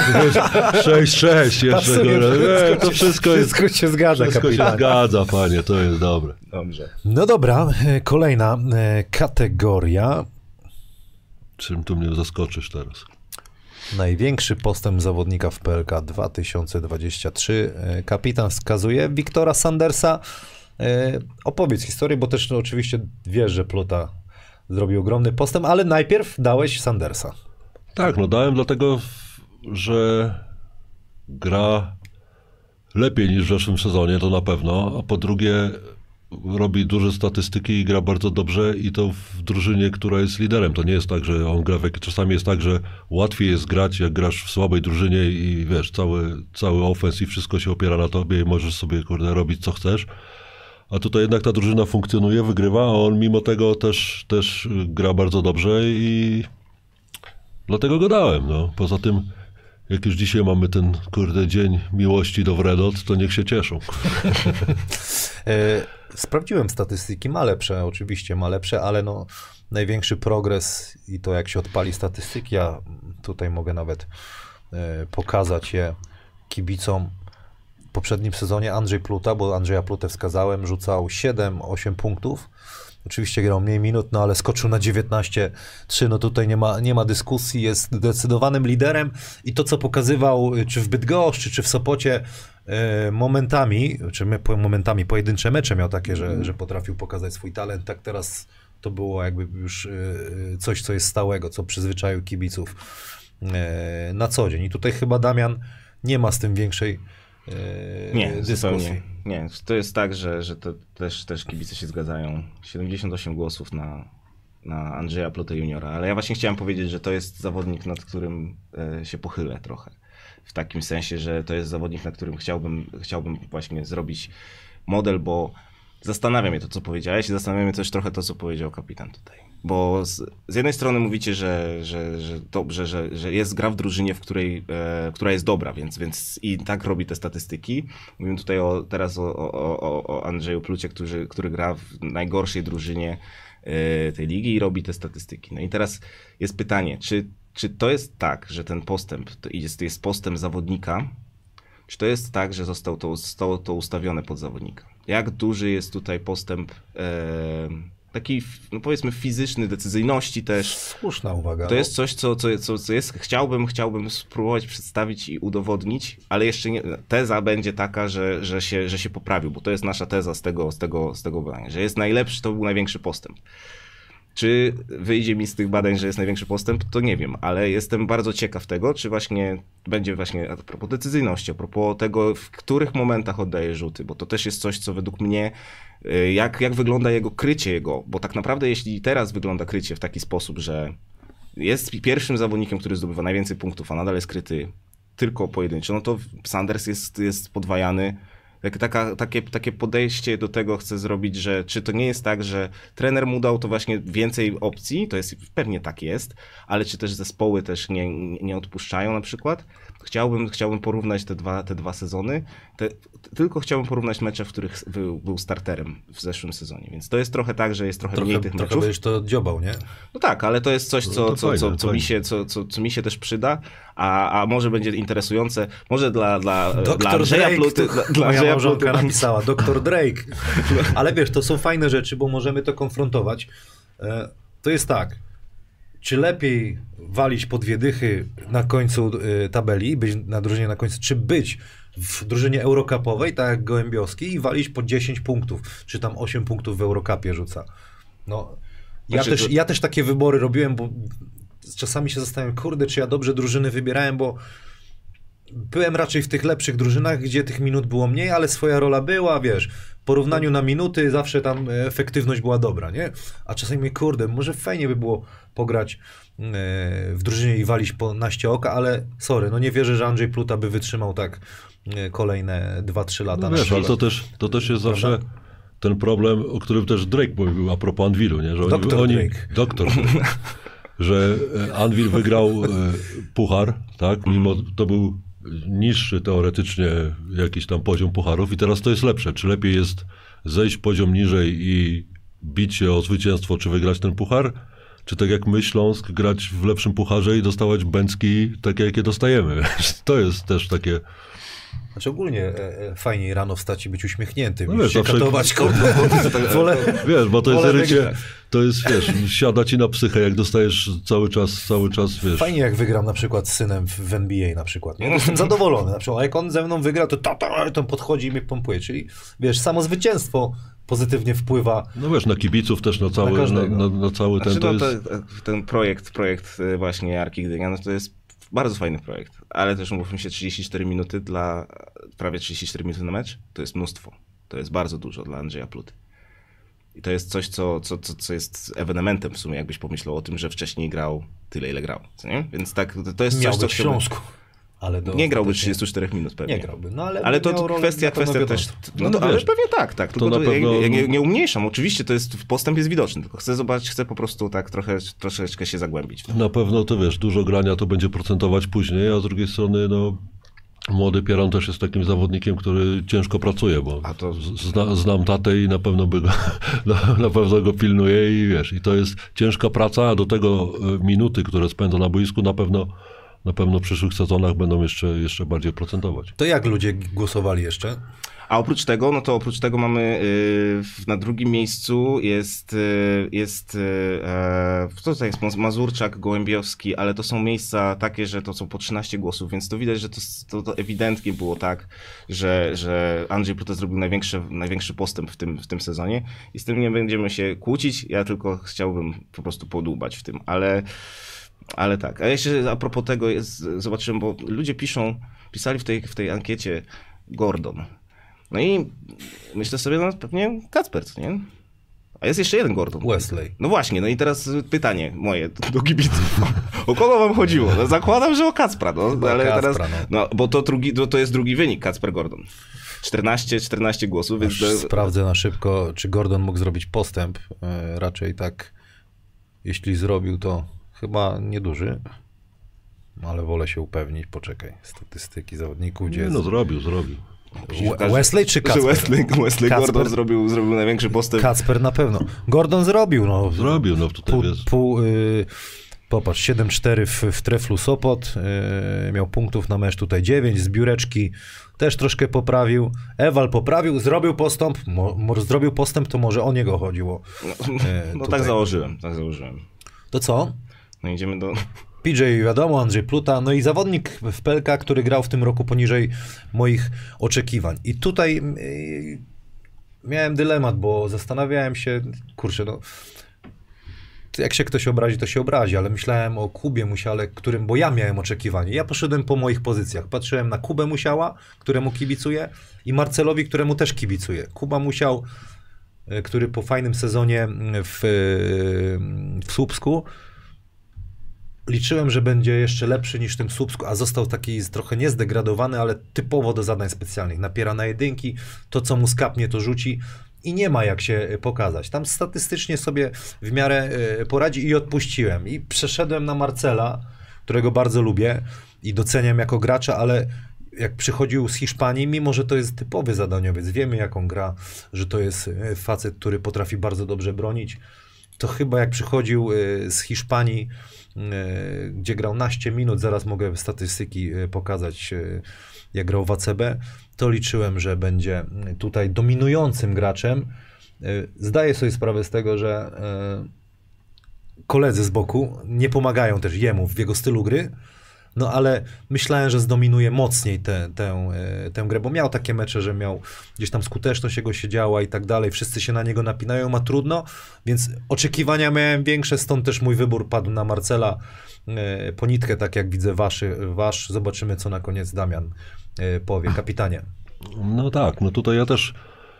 jeszcze. To wszystko się zgadza, wszystko się zgadza, panie, to jest dobre. Dobrze. No dobra, kolejna kategoria. Czym tu mnie zaskoczysz teraz? Największy postęp zawodnika w PLK 2023. Kapitan wskazuje Wiktora Sandersa. Opowiedz historię, bo też no, oczywiście wiesz, że Pluta zrobił ogromny postęp, ale najpierw dałeś Sandersa. Tak, no dałem dlatego, że gra lepiej niż w zeszłym sezonie, to na pewno, a po drugie robi duże statystyki i gra bardzo dobrze i to w drużynie, która jest liderem. To nie jest tak, że on gra, czasami jest tak, że łatwiej jest grać, jak grasz w słabej drużynie i wiesz, cały ofens i wszystko się opiera na tobie i możesz sobie, kurde, robić co chcesz. A tutaj jednak ta drużyna funkcjonuje, wygrywa, a on mimo tego też gra bardzo dobrze i dlatego go dałem. No. Poza tym, jak już dzisiaj mamy ten, kurde, dzień miłości do Wredot, to niech się cieszą. Sprawdziłem statystyki, oczywiście ma lepsze, ale no największy progres i to jak się odpali statystyki, ja tutaj mogę nawet pokazać je kibicom. W poprzednim sezonie Andrzej Pluta, bo Andrzeja Plutę wskazałem, rzucał 7-8 punktów. Oczywiście grał mniej minut, no ale skoczył na 19-3, no tutaj nie ma dyskusji, jest zdecydowanym liderem i to, co pokazywał czy w Bydgoszczy, czy w Sopocie momentami, pojedyncze mecze miał takie, że potrafił pokazać swój talent, tak teraz to było jakby już coś, co jest stałego, co przyzwyczaił kibiców na co dzień. I tutaj chyba Damian nie ma z tym większej dyskusji. Zupełnie. Nie, to jest tak, że to też kibice się zgadzają. 78 głosów na Andrzeja Plutę juniora, ale ja właśnie chciałem powiedzieć, że to jest zawodnik, nad którym się pochylę trochę. W takim sensie, że to jest zawodnik, nad którym chciałbym właśnie zrobić model, bo zastanawia mnie to, co powiedziałeś i zastanawia mnie też trochę to, co powiedział kapitan tutaj. Bo z jednej strony mówicie, że jest gra w drużynie, która jest dobra, więc i tak robi te statystyki. Mówimy tutaj teraz o Andrzeju Plucie, który gra w najgorszej drużynie tej ligi i robi te statystyki. No i teraz jest pytanie, czy to jest tak, że ten postęp to jest postęp zawodnika, czy to jest tak, że zostało to ustawione pod zawodnika? Jak duży jest tutaj postęp taki, no powiedzmy, fizyczny, decyzyjności też. Słuszna uwaga. To jest coś, co jest, chciałbym spróbować przedstawić i udowodnić, ale jeszcze nie, teza będzie taka, że się poprawił, bo to jest nasza teza z tego badania, że jest najlepszy, to był największy postęp. Czy wyjdzie mi z tych badań, że jest największy postęp, to nie wiem, ale jestem bardzo ciekaw tego, czy właśnie będzie właśnie a propos decyzyjności, a propos tego, w których momentach oddaje rzuty, bo to też jest coś, co według mnie, jak wygląda krycie, bo tak naprawdę jeśli teraz wygląda krycie w taki sposób, że jest pierwszym zawodnikiem, który zdobywa najwięcej punktów, a nadal jest kryty tylko pojedynczo, no to Sanders jest podwajany. Takie podejście do tego chcę zrobić, że czy to nie jest tak, że trener mu dał to właśnie więcej opcji, to jest pewnie tak jest, ale czy też zespoły też nie odpuszczają na przykład. Chciałbym porównać te dwa sezony, tylko chciałbym porównać mecze, w których był starterem w zeszłym sezonie, więc to jest trochę tak, że jest trochę mniej tych meczów. Trochę byś to dziobał, nie? No tak, ale to jest coś, co mi się też przyda, a może będzie interesujące, może dla Andrzeja Pluty. Moja małżonka napisała, Dr. Drake. Ale wiesz, to są fajne rzeczy, bo możemy to konfrontować. To jest tak, czy lepiej walić po 2 dychy na końcu tabeli, być na drużynie na końcu, czy być w drużynie eurocupowej, tak jak Gołębiowski, i walić po 10 punktów, czy tam 8 punktów w Eurocupie rzuca. No, ja też takie wybory robiłem, bo czasami się zastanawiam, kurde, czy ja dobrze drużyny wybierałem, bo byłem raczej w tych lepszych drużynach, gdzie tych minut było mniej, ale swoja rola była, wiesz, w porównaniu na minuty zawsze tam efektywność była dobra, nie? A czasami, kurde, może fajnie by było pograć w drużynie i walić po naście oka, ale sorry, no nie wierzę, że Andrzej Pluta by wytrzymał tak kolejne 2-3 lata. No wiesz, ale to też jest zawsze ten problem, o którym też Drake mówił a propos Anwilu, nie? Że Doktor Drake. Że Anwil wygrał puchar, tak? Mimo to był niższy teoretycznie jakiś tam poziom pucharów i teraz to jest lepsze. Czy lepiej jest zejść poziom niżej i bić się o zwycięstwo, czy wygrać ten puchar? Czy tak jak my, Śląsk, grać w lepszym pucharze i dostawać bęcki takie, jakie dostajemy? To jest też takie... Znaczy ogólnie fajniej rano wstać i być uśmiechniętym, no niż się katować komuś. Wiesz, bo to jest rycie, to jest, wiesz, siada ci na psychę, jak dostajesz cały czas, wiesz. Fajnie jak wygram na przykład z synem w NBA na przykład, nie? Jestem zadowolony, na przykład, a jak on ze mną wygra, to podchodzi i mnie pompuje, czyli wiesz, samo zwycięstwo pozytywnie wpływa. No wiesz, na kibiców też, na cały ten, to jest... Ten projekt właśnie Arki Gdynia, no to jest bardzo fajny projekt, ale też umówmy się, 34 minuty prawie 34 minuty na mecz, to jest mnóstwo. To jest bardzo dużo dla Andrzeja Pluty. I to jest coś, co jest ewenementem w sumie, jakbyś pomyślał o tym, że wcześniej grał tyle, ile grał. Co nie? Więc tak, to jest Miał coś, co być w Śląsku. Ale nie grałby 34 minut pewnie. Nie grałby, no ale to kwestia też... ale pewnie tak. Tylko to nie umniejszam. Oczywiście to jest, postęp jest widoczny, tylko chcę zobaczyć, chcę po prostu tak troszeczkę się zagłębić. Na pewno to wiesz, dużo grania to będzie procentować później, a z drugiej strony młody Pieron też jest takim zawodnikiem, który ciężko pracuje, bo znam tatę i na pewno na pewno go pilnuje i wiesz, i to jest ciężka praca, a do tego minuty, które spędza na boisku, na pewno w przyszłych sezonach będą jeszcze bardziej procentować. To jak ludzie głosowali jeszcze? A oprócz tego mamy na drugim miejscu jest tutaj jest Mazurczak, Gołębiowski, ale to są miejsca takie, że to są po 13 głosów, więc to widać, że to ewidentnie było tak, że Andrzej Pluta zrobił największy postęp w tym sezonie i z tym nie będziemy się kłócić, ja tylko chciałbym po prostu podłubać w tym, ale tak. A jeszcze a propos tego zobaczyłem, bo ludzie pisali w tej ankiecie Gordon. No i myślę sobie, pewnie Kacper, nie? A jest jeszcze jeden Gordon. Wesley. No właśnie, no i teraz pytanie moje do kibiców. O kogo wam chodziło? No zakładam, że o Kacpra, ale Kacpra, teraz, bo to jest drugi wynik, Kacper Gordon. 14 głosów, więc... Sprawdzę na szybko, czy Gordon mógł zrobić postęp. Raczej tak, jeśli zrobił, to chyba nieduży. Ale wolę się upewnić, poczekaj. Statystyki zawodników, gdzie jest... No zrobił. Wesley czy Kacper? Wesley Gordon zrobił największy postęp. Kacper na pewno. Gordon zrobił. Tutaj jest. Popatrz, 7-4 w Treflu Sopot. Miał punktów na mecz tutaj 9. Z biureczki też troszkę poprawił. Ewal poprawił, zrobił postęp, to może o niego chodziło. Tak założyłem. To co? No idziemy do... PJ wiadomo, Andrzej Pluta, no i zawodnik w Pelka, który grał w tym roku poniżej moich oczekiwań. I tutaj miałem dylemat, bo zastanawiałem się, jak się ktoś obrazi, to się obrazi, ale myślałem o Kubie Musiale, bo ja miałem oczekiwanie. Ja poszedłem po moich pozycjach. Patrzyłem na Kubę Musiała, któremu kibicuję, i któremu też kibicuję. Kuba Musiał, który po fajnym sezonie w Słupsku, liczyłem, że będzie jeszcze lepszy niż w tym Słupsku, a został taki trochę niezdegradowany, ale typowo do zadań specjalnych. Napiera na jedynki, to co mu skapnie, to rzuci i nie ma jak się pokazać. Tam statystycznie sobie w miarę poradzi i odpuściłem. I przeszedłem na Marcela, którego bardzo lubię i doceniam jako gracza, ale jak przychodził z Hiszpanii, mimo że to jest typowy zadaniowiec, wiemy jak on gra, że to jest facet, który potrafi bardzo dobrze bronić, to chyba jak przychodził z Hiszpanii, gdzie grał 11 minut, zaraz mogę statystyki pokazać, jak grał w ACB, to liczyłem, że będzie tutaj dominującym graczem. Zdaję sobie sprawę z tego, że koledzy z boku nie pomagają też jemu w jego stylu gry, no ale myślałem, że zdominuje mocniej tę grę, bo miał takie mecze, że miał gdzieś tam skuteczność jego się działa i tak dalej, wszyscy się na niego napinają, ma trudno, więc oczekiwania miałem większe, stąd też mój wybór padł na Marcela po nitkę, tak jak widzę wasz. Zobaczymy, co na koniec Damian powie. Kapitanie. No tak, no tutaj ja też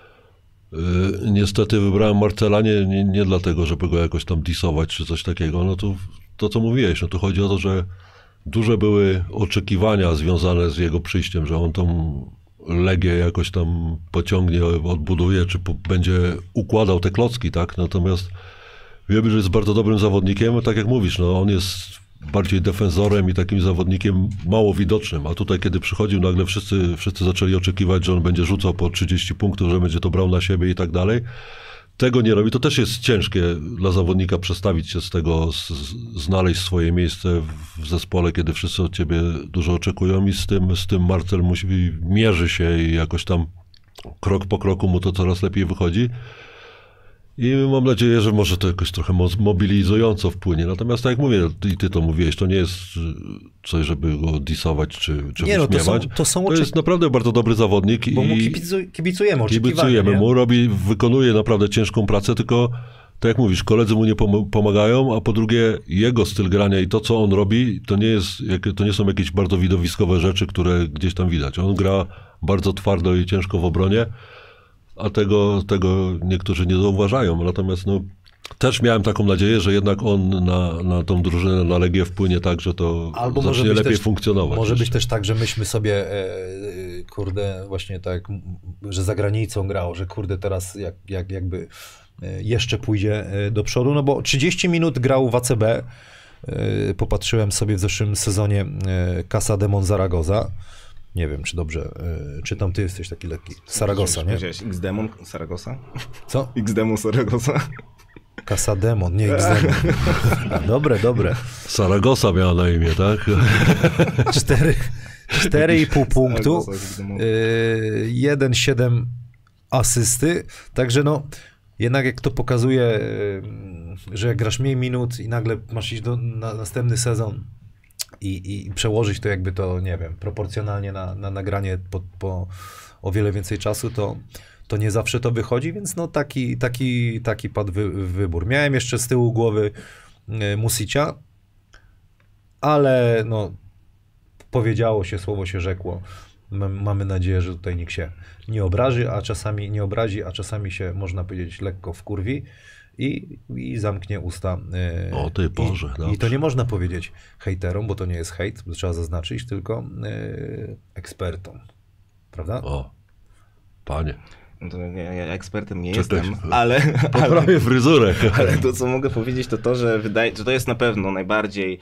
niestety wybrałem Marcela nie dlatego, żeby go jakoś tam disować czy coś takiego, no to co mówiłeś, no tu chodzi o to, że duże były oczekiwania związane z jego przyjściem, że on tą Legię jakoś tam pociągnie, odbuduje, czy będzie układał te klocki, tak? Natomiast wiemy, że jest bardzo dobrym zawodnikiem, tak jak mówisz, no on jest bardziej defensorem i takim zawodnikiem mało widocznym, a tutaj kiedy przychodził, nagle wszyscy zaczęli oczekiwać, że on będzie rzucał po 30 punktów, że będzie to brał na siebie i tak dalej. Tego nie robi. To też jest ciężkie dla zawodnika przestawić się z tego, znaleźć swoje miejsce w zespole, kiedy wszyscy od ciebie dużo oczekują i z tym Marcel mierzy się i jakoś tam krok po kroku mu to coraz lepiej wychodzi. I mam nadzieję, że może to jakoś trochę mobilizująco wpłynie. Natomiast tak jak mówię, i ty to mówiłeś, to nie jest coś, żeby go disować czy wyśmiewać. To jest naprawdę bardzo dobry zawodnik. Bo mu kibicujemy oczekiwania. Kibicujemy mu, wykonuje naprawdę ciężką pracę, tylko tak jak mówisz, koledzy mu nie pomagają, a po drugie jego styl grania i to, co on robi, to nie są jakieś bardzo widowiskowe rzeczy, które gdzieś tam widać. On gra bardzo twardo i ciężko w obronie, a tego niektórzy nie zauważają. Natomiast no, też miałem taką nadzieję, że jednak on na tą drużynę, na Legię wpłynie tak, że to albo zacznie lepiej funkcjonować. Może być też tak, że myśmy sobie, kurde, właśnie tak, że za granicą grał, że kurde teraz jakby jeszcze pójdzie do przodu, no bo 30 minut grał w ACB, popatrzyłem sobie w zeszłym sezonie Casa Demon Zaragoza. Nie wiem, czy dobrze czytam, ty jesteś taki lekki. Saragossa, nie? X-Demon Saragossa? Co? X-Demon Saragossa. Casa Demon, nie X-Demon. Dobre. Saragossa miała na imię, tak? 4,5 punktu, 1,7 asysty, także no, jednak jak to pokazuje, że jak grasz mniej minut i nagle masz iść na następny sezon i przełożyć to jakby to, nie wiem, proporcjonalnie na nagranie po o wiele więcej czasu, to nie zawsze to wychodzi, więc no taki padł wybór. Miałem jeszcze z tyłu głowy Musicia, ale no powiedziało się, słowo się rzekło. Mamy nadzieję, że tutaj nikt się nie obrazi, a czasami się, można powiedzieć, lekko wkurwi i zamknie usta. O tej porze. I to nie można powiedzieć hejterom, bo to nie jest hejt, trzeba zaznaczyć, tylko ekspertom. Prawda? O, panie. No to ja ekspertem nie jestem, ale poprawię fryzurę. Ale to, co mogę powiedzieć, to że to jest na pewno najbardziej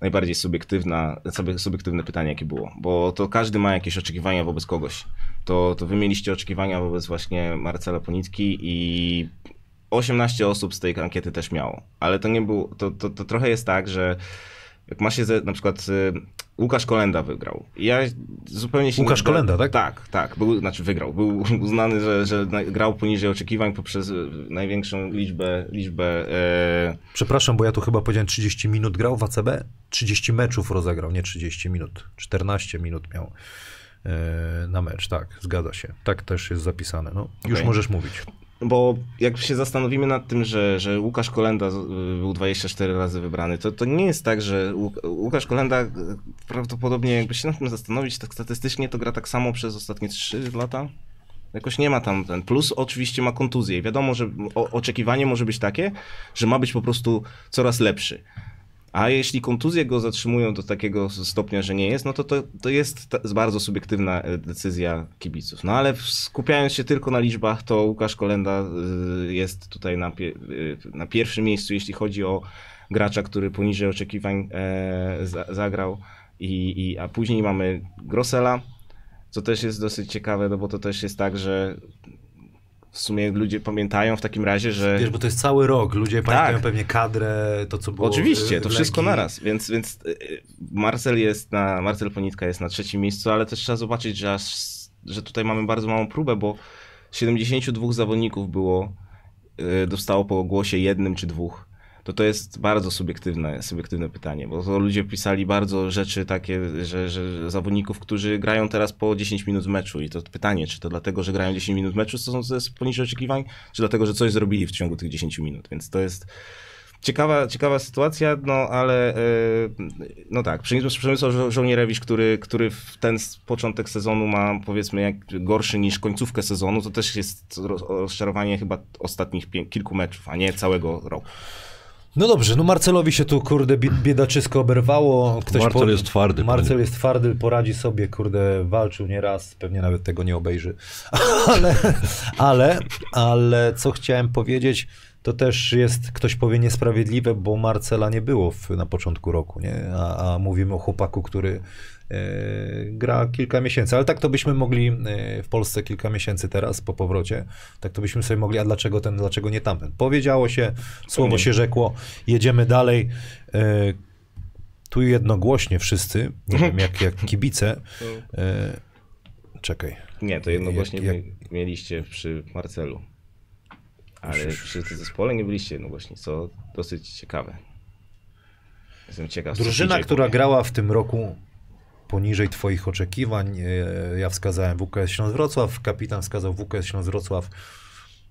subiektywne pytanie, jakie było, bo to każdy ma jakieś oczekiwania wobec kogoś. To wy mieliście oczekiwania wobec właśnie Marcela Ponitki i 18 osób z tej ankiety też miało, ale to nie było, to trochę jest tak, że jak ma się na przykład Łukasz Kolenda wygrał. Ja zupełnie się Łukasz Kolenda, tak? Tak, wygrał. Był uznany, że grał poniżej oczekiwań poprzez największą liczbę... Przepraszam, bo ja tu chyba powiedziałem 30 minut grał w ACB. 30 meczów rozegrał, nie 30 minut. 14 minut miał na mecz, tak, zgadza się. Tak też jest zapisane. No, już możesz mówić. Bo jak się zastanowimy nad tym, że Łukasz Kolenda był 24 razy wybrany, to nie jest tak, że Łukasz Kolenda prawdopodobnie, jakby się nad tym zastanowić, tak statystycznie to gra tak samo przez ostatnie 3 lata. Jakoś nie ma tam ten plus, oczywiście ma kontuzję i wiadomo, że oczekiwanie może być takie, że ma być po prostu coraz lepszy. A jeśli kontuzje go zatrzymują do takiego stopnia, że nie jest, no to jest bardzo subiektywna decyzja kibiców. No ale skupiając się tylko na liczbach, to Łukasz Kolenda jest tutaj na pierwszym miejscu, jeśli chodzi o gracza, który poniżej oczekiwań zagrał. A później mamy Grossela, co też jest dosyć ciekawe, no bo to też jest tak, że w sumie ludzie pamiętają w takim razie, że... Wiesz, bo to jest cały rok, ludzie pamiętają pewnie kadrę, to co było... Oczywiście, to wszystko naraz, więc Marcel Ponitka jest na 3. miejscu, ale też trzeba zobaczyć, że tutaj mamy bardzo małą próbę, bo 72 zawodników dostało po głosie 1 czy 2. To jest bardzo subiektywne pytanie, bo to ludzie pisali bardzo rzeczy takie, że zawodników, którzy grają teraz po 10 minut w meczu i to pytanie, czy to dlatego, że grają 10 minut w meczu, to jest poniżej oczekiwań, czy dlatego, że coś zrobili w ciągu tych 10 minut, więc to jest ciekawa sytuacja, no ale no tak, Przemysław Żołnierewicz, który w ten początek sezonu ma, powiedzmy, gorszy niż końcówkę sezonu, to też jest rozczarowanie chyba ostatnich kilku meczów, a nie całego roku. No dobrze, no Marcelowi się tu, kurde, biedaczysko oberwało. Marcel jest twardy. Marcel jest twardy, poradzi sobie, kurde, walczył nieraz, pewnie nawet tego nie obejrzy. Ale co chciałem powiedzieć, to też jest, ktoś powie, niesprawiedliwe, bo Marcela nie było na początku roku, nie? A mówimy o chłopaku, który gra kilka miesięcy, ale tak to byśmy mogli w Polsce kilka miesięcy teraz po powrocie, tak to byśmy sobie mogli, a dlaczego ten, dlaczego nie tamten? Powiedziało się, słowo się rzekło, jedziemy dalej. Tu jednogłośnie wszyscy, nie wiem jak kibice. Czekaj. Nie, to jednogłośnie mieliście przy Marcelu. Ale przy tym zespole nie byliście jednogłośni, co dosyć ciekawe. Jestem ciekaw. Drużyna, która grała w tym roku poniżej twoich oczekiwań, ja wskazałem WKS Śląsk Wrocław, kapitan wskazał WKS Śląsk Wrocław,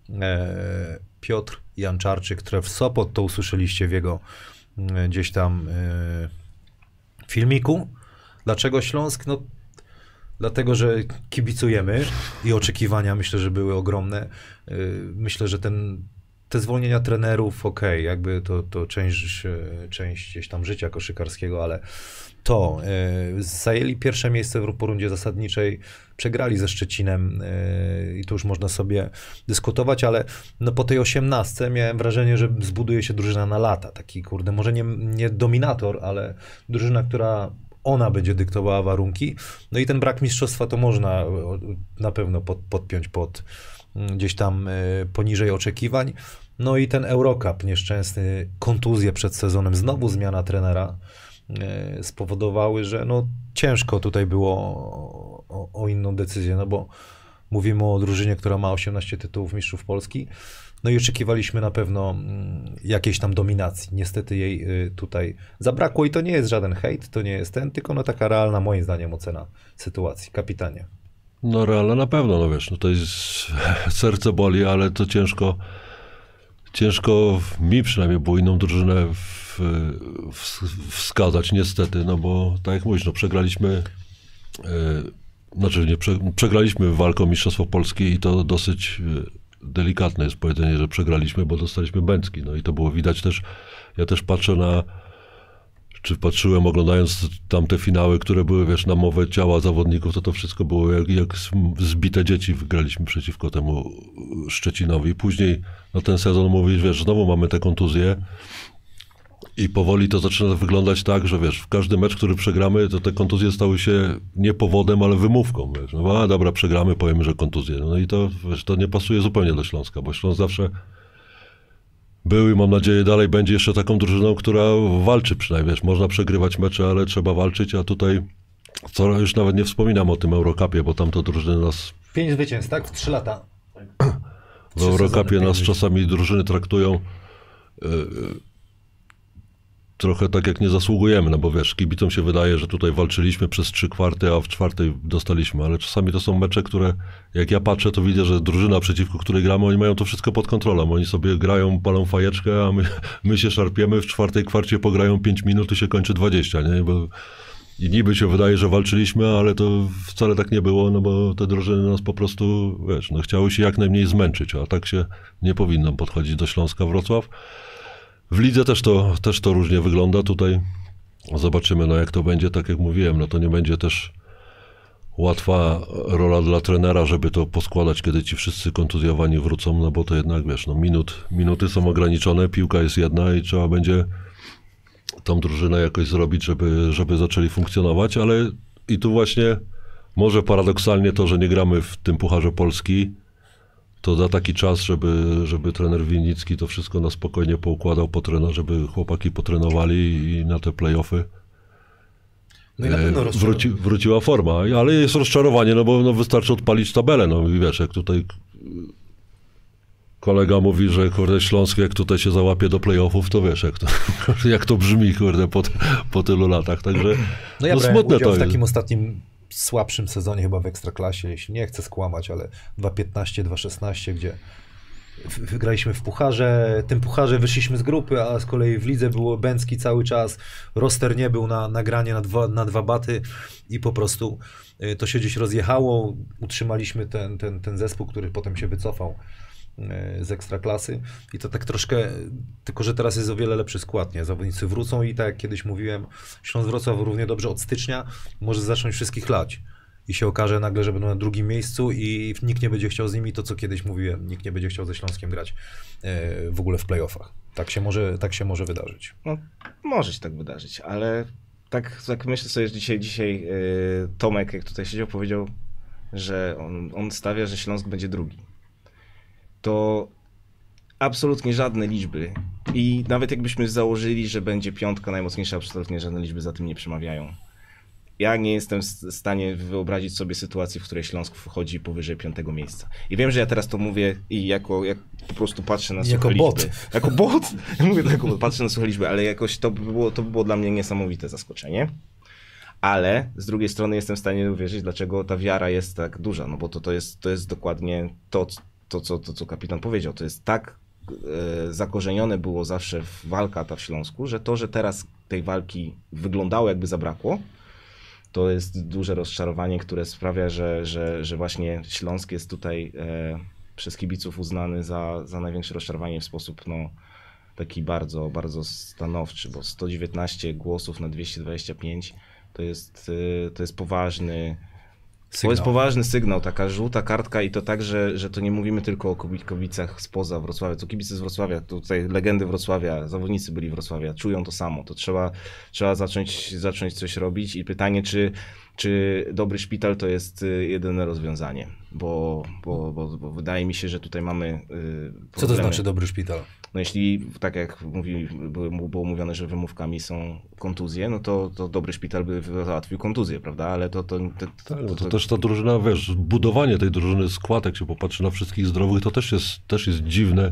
Piotr Janczarczyk, Tref Sopot, to usłyszeliście w jego gdzieś tam filmiku. Dlaczego Śląsk? No, dlatego, że kibicujemy i oczekiwania myślę, że były ogromne. Myślę, że te zwolnienia trenerów, jakby to część gdzieś tam życia koszykarskiego, ale zajęli pierwsze miejsce po rundzie zasadniczej, przegrali ze Szczecinem i tu już można sobie dyskutować, ale no po tej 18 miałem wrażenie, że zbuduje się drużyna na lata, taki kurde, może nie dominator, ale drużyna, która ona będzie dyktowała warunki, no i ten brak mistrzostwa to można na pewno podpiąć pod gdzieś tam poniżej oczekiwań. No i ten Eurocup nieszczęsny, kontuzje przed sezonem, znowu zmiana trenera spowodowały, że no ciężko tutaj było o inną decyzję, no bo mówimy o drużynie, która ma 18 tytułów mistrzów Polski, no i oczekiwaliśmy na pewno jakiejś tam dominacji. Niestety jej tutaj zabrakło i to nie jest żaden hejt, to nie jest tylko no taka realna, moim zdaniem, ocena sytuacji. Kapitanie. No realna na pewno, no wiesz, no to jest serce boli, ale to ciężko mi przynajmniej było inną drużynę wskazać niestety, no bo tak jak mówisz, no przegraliśmy, przegraliśmy walkę o Mistrzostwo Polski i to dosyć delikatne jest powiedzenie, że przegraliśmy, bo dostaliśmy bęcki, no i to było widać też, ja też patrzyłem oglądając tamte finały, które były, wiesz, na mowę ciała zawodników, to wszystko było jak zbite dzieci, wygraliśmy przeciwko temu Szczecinowi. I później no ten sezon mówisz, wiesz, znowu mamy te kontuzje i powoli to zaczyna wyglądać tak, że wiesz, w każdy mecz, który przegramy, to te kontuzje stały się nie powodem, ale wymówką, wiesz. No dobra, przegramy, powiemy, że kontuzje. No i to, wiesz, to nie pasuje zupełnie do Śląska, bo Śląsk zawsze był i mam nadzieję dalej będzie jeszcze taką drużyną, która walczy przynajmniej. Wiesz, można przegrywać mecze, ale trzeba walczyć, a tutaj już nawet nie wspominam o tym Eurocupie, bo tam to drużyny nas... 5 zwycięstw, tak? W 3 lata. W Eurocupie nas czasami drużyny traktują trochę tak, jak nie zasługujemy, no bo wiesz, kibicom się wydaje, że tutaj walczyliśmy przez 3/4, a w 4 dostaliśmy, ale czasami to są mecze, które jak ja patrzę, to widzę, że drużyna, przeciwko której gramy, oni mają to wszystko pod kontrolą. Oni sobie grają, palą fajeczkę, a my się szarpiemy, w 4 kwarcie pograją 5 minut i się kończy 20, nie? I niby się wydaje, że walczyliśmy, ale to wcale tak nie było, no bo te drużyny nas po prostu, wiesz, no chciały się jak najmniej zmęczyć, a tak się nie powinno podchodzić do Śląska Wrocław. W lidze też to różnie wygląda. Tutaj zobaczymy, no jak to będzie, tak jak mówiłem, no to nie będzie też łatwa rola dla trenera, żeby to poskładać, kiedy ci wszyscy kontuzjowani wrócą, no bo to jednak, wiesz, no minuty są ograniczone, piłka jest jedna i trzeba będzie tą drużynę jakoś zrobić, żeby zaczęli funkcjonować, ale i tu właśnie może paradoksalnie to, że nie gramy w tym Pucharze Polski, to da taki czas, żeby trener Winnicki to wszystko na spokojnie poukładał, żeby chłopaki potrenowali i na te play-offy no i na pewno wróciła forma. Ale jest rozczarowanie, no bo no wystarczy odpalić tabelę. No i wiesz, jak tutaj kolega mówi, że kurde Śląsk jak tutaj się załapie do play-offów, to wiesz, jak to brzmi kurde po tylu latach. Także no ja smutne to jest. W takim ostatnim słabszym sezonie chyba w Ekstraklasie, jeśli nie chcę skłamać, ale 2-15, 2-16, gdzie wygraliśmy w pucharze, tym pucharze wyszliśmy z grupy, a z kolei w lidze było Bęcki cały czas, roster nie był na nagranie na dwa baty i po prostu to się gdzieś rozjechało, utrzymaliśmy ten zespół, który potem się wycofał z Ekstraklasy i to tak troszkę, tylko że teraz jest o wiele lepszy skład, nie? Zawodnicy wrócą i tak jak kiedyś mówiłem, Śląsk Wrocław równie dobrze od stycznia może zacząć wszystkich lać i się okaże nagle, że będą na drugim miejscu i nikt nie będzie chciał z nimi, to co kiedyś mówiłem, nikt nie będzie chciał ze Śląskiem grać w ogóle w play-offach. Tak się może wydarzyć. No, może się tak wydarzyć, ale tak myślę sobie, że dzisiaj Tomek, jak tutaj siedział, powiedział, że on stawia, że Śląsk będzie drugi. To absolutnie żadne liczby i nawet jakbyśmy założyli, że będzie 5 najmocniejsza, absolutnie żadne liczby za tym nie przemawiają. Ja nie jestem w stanie wyobrazić sobie sytuacji, w której Śląsk wchodzi powyżej 5 miejsca. I wiem, że ja teraz to mówię i jak po prostu patrzę na suche liczby. Jako bot? Mówię tak, patrzę na suche liczby, ale jakoś to by było dla mnie niesamowite zaskoczenie. Ale z drugiej strony jestem w stanie uwierzyć, dlaczego ta wiara jest tak duża, no bo to jest dokładnie to, to co kapitan powiedział, to jest tak zakorzenione było zawsze walka ta w Śląsku, że to, że teraz tej walki wyglądało jakby zabrakło, to jest duże rozczarowanie, które sprawia, że właśnie Śląsk jest tutaj przez kibiców uznany za największe rozczarowanie w sposób taki bardzo, bardzo stanowczy, bo 119 głosów na 225 to jest poważny sygnał. To jest poważny sygnał, taka żółta kartka i to tak, że to nie mówimy tylko o kibicach spoza Wrocławia, to kibice z Wrocławia, tutaj legendy Wrocławia, zawodnicy byli Wrocławia, czują to samo, to trzeba zacząć coś robić i pytanie, czy dobry szpital to jest jedyne rozwiązanie, bo wydaje mi się, że tutaj mamy problemy. Co to znaczy dobry szpital? No jeśli, tak jak było mówione, że wymówkami są kontuzje, no to dobry szpital by załatwił kontuzję, prawda? Ale to też ta drużyna, wiesz, budowanie tej drużyny, skład, jak się popatrzy na wszystkich zdrowych, to też jest dziwne.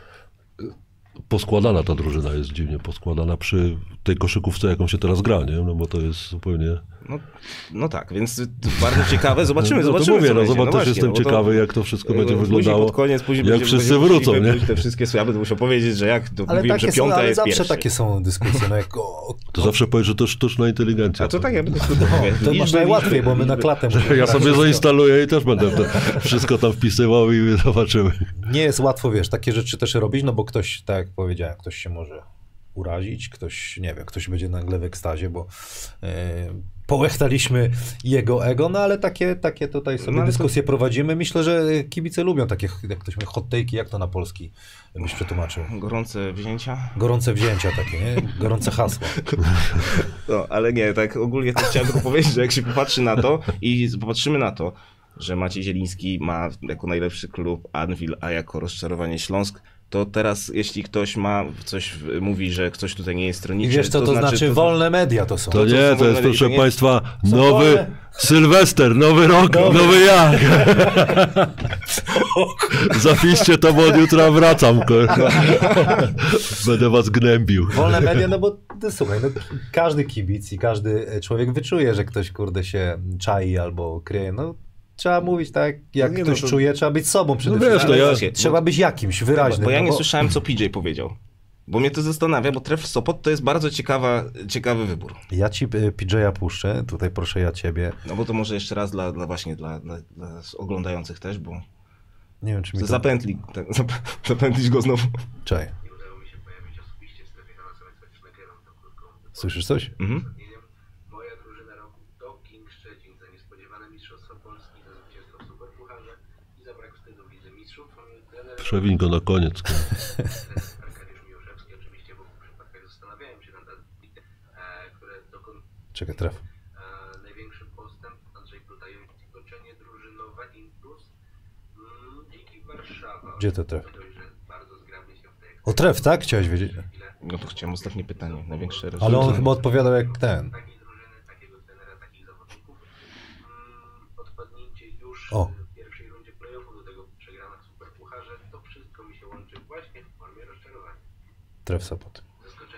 Poskładana ta drużyna jest dziwnie poskładana przy tej koszykówce, jaką się teraz gra, nie? No bo to jest zupełnie... No tak, więc bardzo ciekawe. Zobaczymy, no to mówię, też jestem ciekawy, jak to wszystko będzie wyglądało, pod koniec, jak wszyscy wrócą, nie? Te wszystkie słabe, to muszę powiedzieć, że mówiłem, że piąta jest zawsze pierwszy. takie są dyskusje. To zawsze powiesz, że to sztuczna inteligencja. A to tak, ja będę to masz najłatwiej, bo my na klatę mówimy. Ja sobie zainstaluję i też będę wszystko tam wpisywał i zobaczymy. Nie jest łatwo, wiesz, takie rzeczy też robić, no bo ktoś, tak jak powiedziałem, ktoś się może urazić, ktoś, nie wiem, ktoś będzie nagle w ekstazie, bo połechtaliśmy jego ego, no ale takie tutaj sobie dyskusje prowadzimy. Myślę, że kibice lubią takie, jak ktoś mówi, hot take'i, jak to na polski byś przetłumaczył? Gorące wzięcia? Gorące wzięcia takie, nie? Gorące hasła. No, ale nie, tak ogólnie to chciałem tylko powiedzieć, że jak się popatrzy na to i popatrzymy na to, że Maciej Zieliński ma jako najlepszy klub Anwil, a jako rozczarowanie Śląsk, to teraz, jeśli ktoś mówi, że ktoś tutaj nie jest stronniczy... I wiesz, co to znaczy wolne media to są. To jest, proszę Państwa, nowy Sylwester, nowy rok, nowy ja. Zapiszcie to, bo od jutra wracam. Będę was gnębił. Wolne media, no bo słuchaj, każdy kibic i każdy człowiek wyczuje, że ktoś, kurde, się czai albo kryje, no. Trzeba mówić tak, jak ktoś czuje, trzeba być sobą przede wszystkim. Trzeba być jakimś wyraźnym. Bo ja nie słyszałem, co PJ powiedział. Bo mnie to zastanawia, bo Tref Sopot to jest bardzo ciekawy wybór. Ja ci PJ-a puszczę, tutaj proszę ja ciebie. No bo to może jeszcze raz dla oglądających też, bo nie wiem, czy mi to... zapętlić go znowu. Czaj. Słyszysz coś? Mhm. Przewiń go na koniec. Czekaj, traf. Największy postęp Andrzej Plutajewicz, skoczenie drużynowe Impuls, Dziki Warszawa. Gdzie to traf? O, tref, tak? Chciałeś wiedzieć? No to chciałem ostatnie pytanie. Największe ale on chyba odpowiadał jak ten. Odpadnięcie już w pierwszej rundzie playoffu, do tego przegrana w Superpucharze, to wszystko mi się łączy właśnie w formie rozczarowania. Tref Sopot.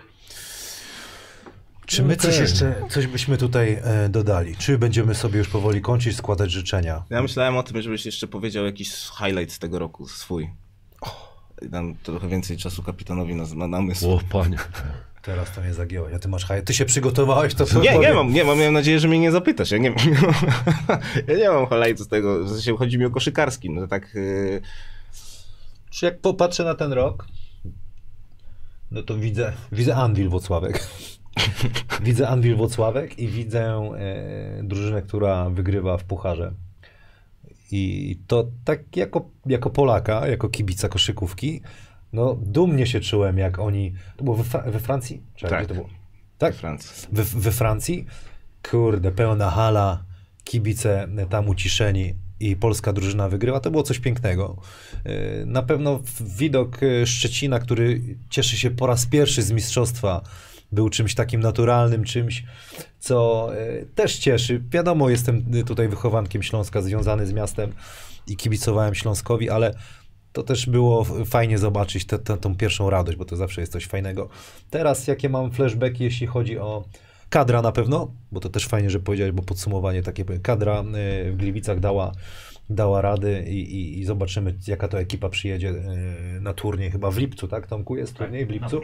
Czy my coś byśmy tutaj dodali? Czy będziemy sobie już powoli kończyć, składać życzenia? Ja myślałem o tym, żebyś jeszcze powiedział jakiś highlight z tego roku, swój. Dam trochę więcej czasu kapitanowi na namysł. O, panie. Teraz to mnie zagięło. Ja ty masz highlight. Ty się przygotowałeś? To nie mam. Miałem nadzieję, że mnie nie zapytasz. Ja nie mam highlightu z tego. W sensie chodzi mi o koszykarski. No tak... Czy jak popatrzę na ten rok, no to widzę Anwil Włocławek. Widzę Anwil Włocławek i widzę drużynę, która wygrywa w pucharze. I to tak jako Polaka, jako kibica koszykówki, no dumnie się czułem, jak oni... To było we Francji? Tak. Gdzie to było? Tak? We Francji. We Francji. Kurde, pełna hala, kibice tam uciszeni i polska drużyna wygrywa. To było coś pięknego. Na pewno widok Szczecina, który cieszy się po raz pierwszy z mistrzostwa, był czymś takim naturalnym, czymś, co też cieszy. Wiadomo, jestem tutaj wychowankiem Śląska, związany z miastem i kibicowałem Śląskowi, ale to też było fajnie zobaczyć tą pierwszą radość, bo to zawsze jest coś fajnego. Teraz jakie mam flashbacki, jeśli chodzi o kadra na pewno, bo to też fajnie, że powiedziałeś, bo podsumowanie takie, kadra w Gliwicach dała dała rady i zobaczymy, jaka to ekipa przyjedzie na turniej, chyba w lipcu, tak Tomku, jest turniej w lipcu?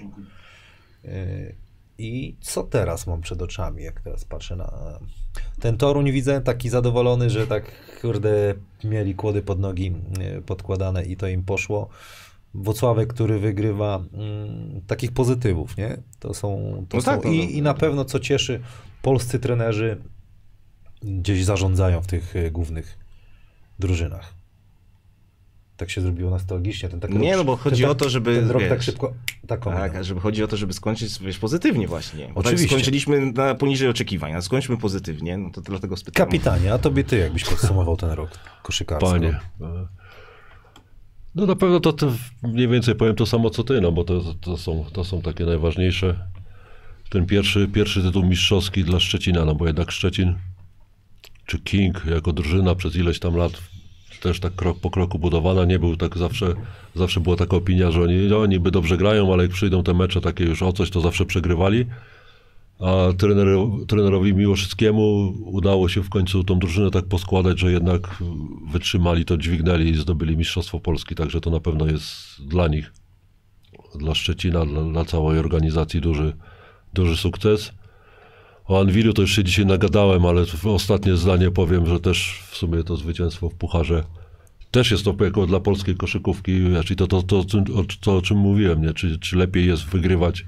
I co teraz mam przed oczami, jak teraz patrzę na ten Toruń, widzę taki zadowolony, że tak kurde mieli kłody pod nogi podkładane i to im poszło. Włocławek, który wygrywa, takich pozytywów, nie? To są i na pewno co cieszy, polscy trenerzy gdzieś zarządzają w tych głównych drużynach. Tak się zrobiło nostalgicznie. Bo chodzi o to, żeby ten rok tak szybko żeby chodzi o to, żeby skończyć pozytywnie właśnie. Bo oczywiście. Tak skończyliśmy poniżej oczekiwań, a skończmy pozytywnie, no to dlatego spytam. Kapitanie, a tobie ty jakbyś podsumował ten rok koszykarski? Panie, no na pewno to mniej więcej powiem to samo co ty, no bo to są takie najważniejsze. Ten pierwszy tytuł mistrzowski dla Szczecina, no bo jednak Szczecin czy King jako drużyna przez ileś tam lat też tak krok po kroku budowana, nie był tak zawsze była taka opinia, że oni by dobrze grają, ale jak przyjdą te mecze takie już o coś, to zawsze przegrywali. A trenerowi Miłoszyckiemu udało się w końcu tą drużynę tak poskładać, że jednak wytrzymali to, dźwignęli i zdobyli Mistrzostwo Polski, także to na pewno jest dla nich, dla Szczecina, dla całej organizacji duży sukces. O Anwilu to już się dzisiaj nagadałem, ale ostatnie zdanie powiem, że też w sumie to zwycięstwo w Pucharze też jest to jako dla polskiej koszykówki, czyli to o czym mówiłem, nie? Czy lepiej jest wygrywać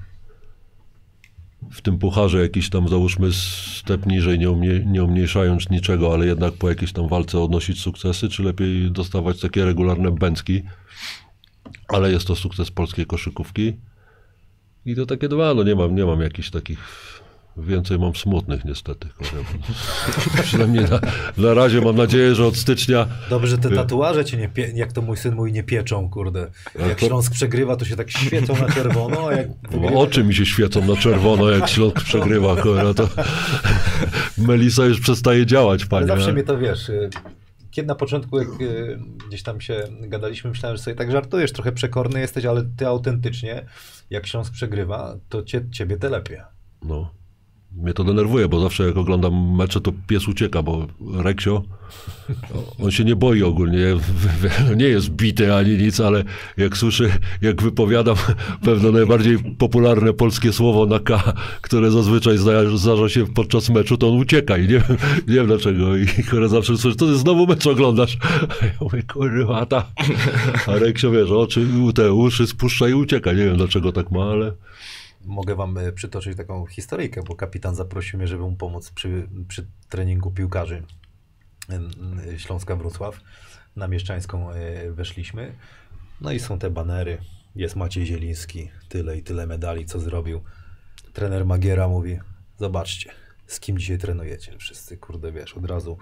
w tym Pucharze jakiś tam, załóżmy, step niżej, nie umniejszając niczego, ale jednak po jakiejś tam walce odnosić sukcesy, czy lepiej dostawać takie regularne bęcki, ale jest to sukces polskiej koszykówki. I to takie dwa, no nie mam jakichś takich, więcej mam smutnych niestety. Przynajmniej na razie mam nadzieję, że od stycznia... Dobrze, że te tatuaże cię jak to mój syn nie pieczą, kurde. Jak Śląsk przegrywa, to się tak świecą na czerwono, a jak wygrywa, oczy mi się świecą na czerwono, jak Śląsk przegrywa, kurde, to Melisa już przestaje działać, panie. Zawsze mnie to, wiesz, kiedy na początku, jak gdzieś tam się gadaliśmy, myślałem, że sobie tak żartujesz, trochę przekorny jesteś, ale ty autentycznie, jak Śląsk przegrywa, to ciebie telepie. No. Mnie to denerwuje, bo zawsze jak oglądam mecze, to pies ucieka, bo Reksio, on się nie boi ogólnie, nie jest bity ani nic, ale jak słyszy, jak wypowiadam pewne najbardziej popularne polskie słowo na K, które zazwyczaj zdarza się podczas meczu, to on ucieka i nie wiem dlaczego. I zawsze słyszę, to ty znowu mecz oglądasz. A ja mówię, kurwa, a Reksio, wiesz, te uszy spuszcza i ucieka. Nie wiem dlaczego tak ma, ale... Mogę wam przytoczyć taką historyjkę, bo kapitan zaprosił mnie, żeby mu pomóc przy treningu piłkarzy Śląska Wrocław. Na Mieszczańską weszliśmy. No i są te banery. Jest Maciej Zieliński. Tyle i tyle medali, co zrobił. Trener Magiera mówi, zobaczcie, z kim dzisiaj trenujecie. Wszyscy, kurde, wiesz, od razu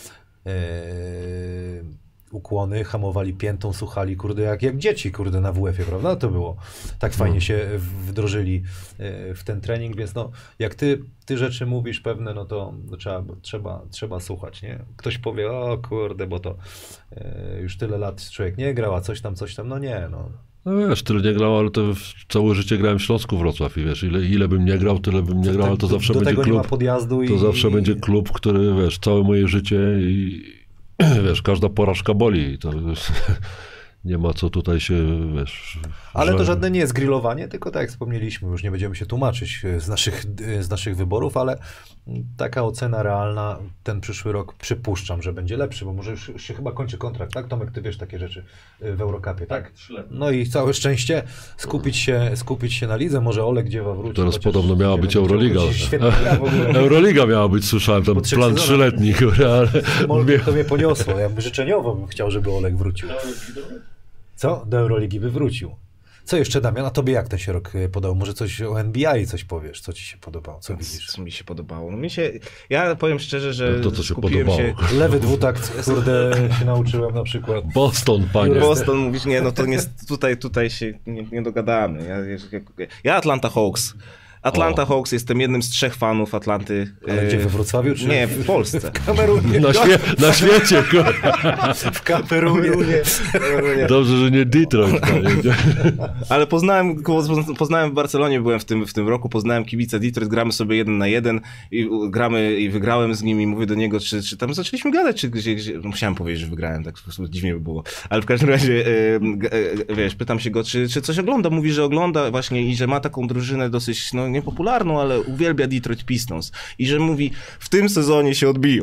ukłony, hamowali piętą, słuchali, kurde, jak dzieci, kurde, na WF-ie, prawda? To było. Tak fajnie się wdrożyli w ten trening, więc no, jak ty rzeczy mówisz pewne, no to trzeba słuchać, nie? Ktoś powie, o kurde, bo to już tyle lat człowiek nie grał, a coś tam, no nie, no. No wiesz, tyle nie grał, ale to całe życie grałem w Śląsku Wrocław i wiesz, ile bym nie grał, tyle bym nie grał, ale to zawsze będzie klub. Do tego nie ma podjazdu to zawsze będzie klub, który, wiesz, całe moje życie i wiesz, każda porażka boli i to nie ma co tutaj się, wiesz... Ale to żadne nie jest grillowanie, tylko tak jak wspomnieliśmy, już nie będziemy się tłumaczyć z naszych wyborów, ale taka ocena realna, ten przyszły rok przypuszczam, że będzie lepszy, bo może już się chyba kończy kontrakt, tak? Tomek, ty wiesz takie rzeczy w Eurocupie, tak? 3 lata. No i całe szczęście skupić się na lidze, może Olek Dziewa wróci. Teraz podobno miała być Euroliga. W ogóle. Euroliga miała być, słyszałem, tam plan 3-letni, ale... To mnie poniosło, ja życzeniowo bym chciał, żeby Olek wrócił. Co? Do Euroligi by wrócił. Co jeszcze, Damian? A tobie jak ten się rok podobał? Może coś o NBA coś powiesz? Co ci się podobało? Co widzisz? Co mi się podobało? No ja powiem szczerze, że to, co się skupiłem podobało. Lewy dwutakt, kurde, się nauczyłem na przykład. Boston, panie. Boston, mówisz, nie, no to nie, tutaj się nie dogadamy. Ja Atlanta Hawks Atlanta Hawks, jestem jednym z 3 fanów Atlanty. Ale gdzie, we Wrocławiu? Czy nie, w Polsce. W Kamerunie. Na świecie, W Kamerunie. Dobrze, że nie Detroit. Ale poznałem w Barcelonie, byłem w tym roku, poznałem kibica Detroit, gramy sobie 1 na 1 i gramy i wygrałem z nim i mówię do niego, czy tam zaczęliśmy gadać, czy gdzie no, musiałem powiedzieć, że wygrałem, tak po prostu dziwnie by było. Ale w każdym razie, wiesz, pytam się go, czy coś ogląda, mówi, że ogląda właśnie i że ma taką drużynę dosyć, no niepopularną, ale uwielbia Detroit Pistons. I że mówi, w tym sezonie się odbiją.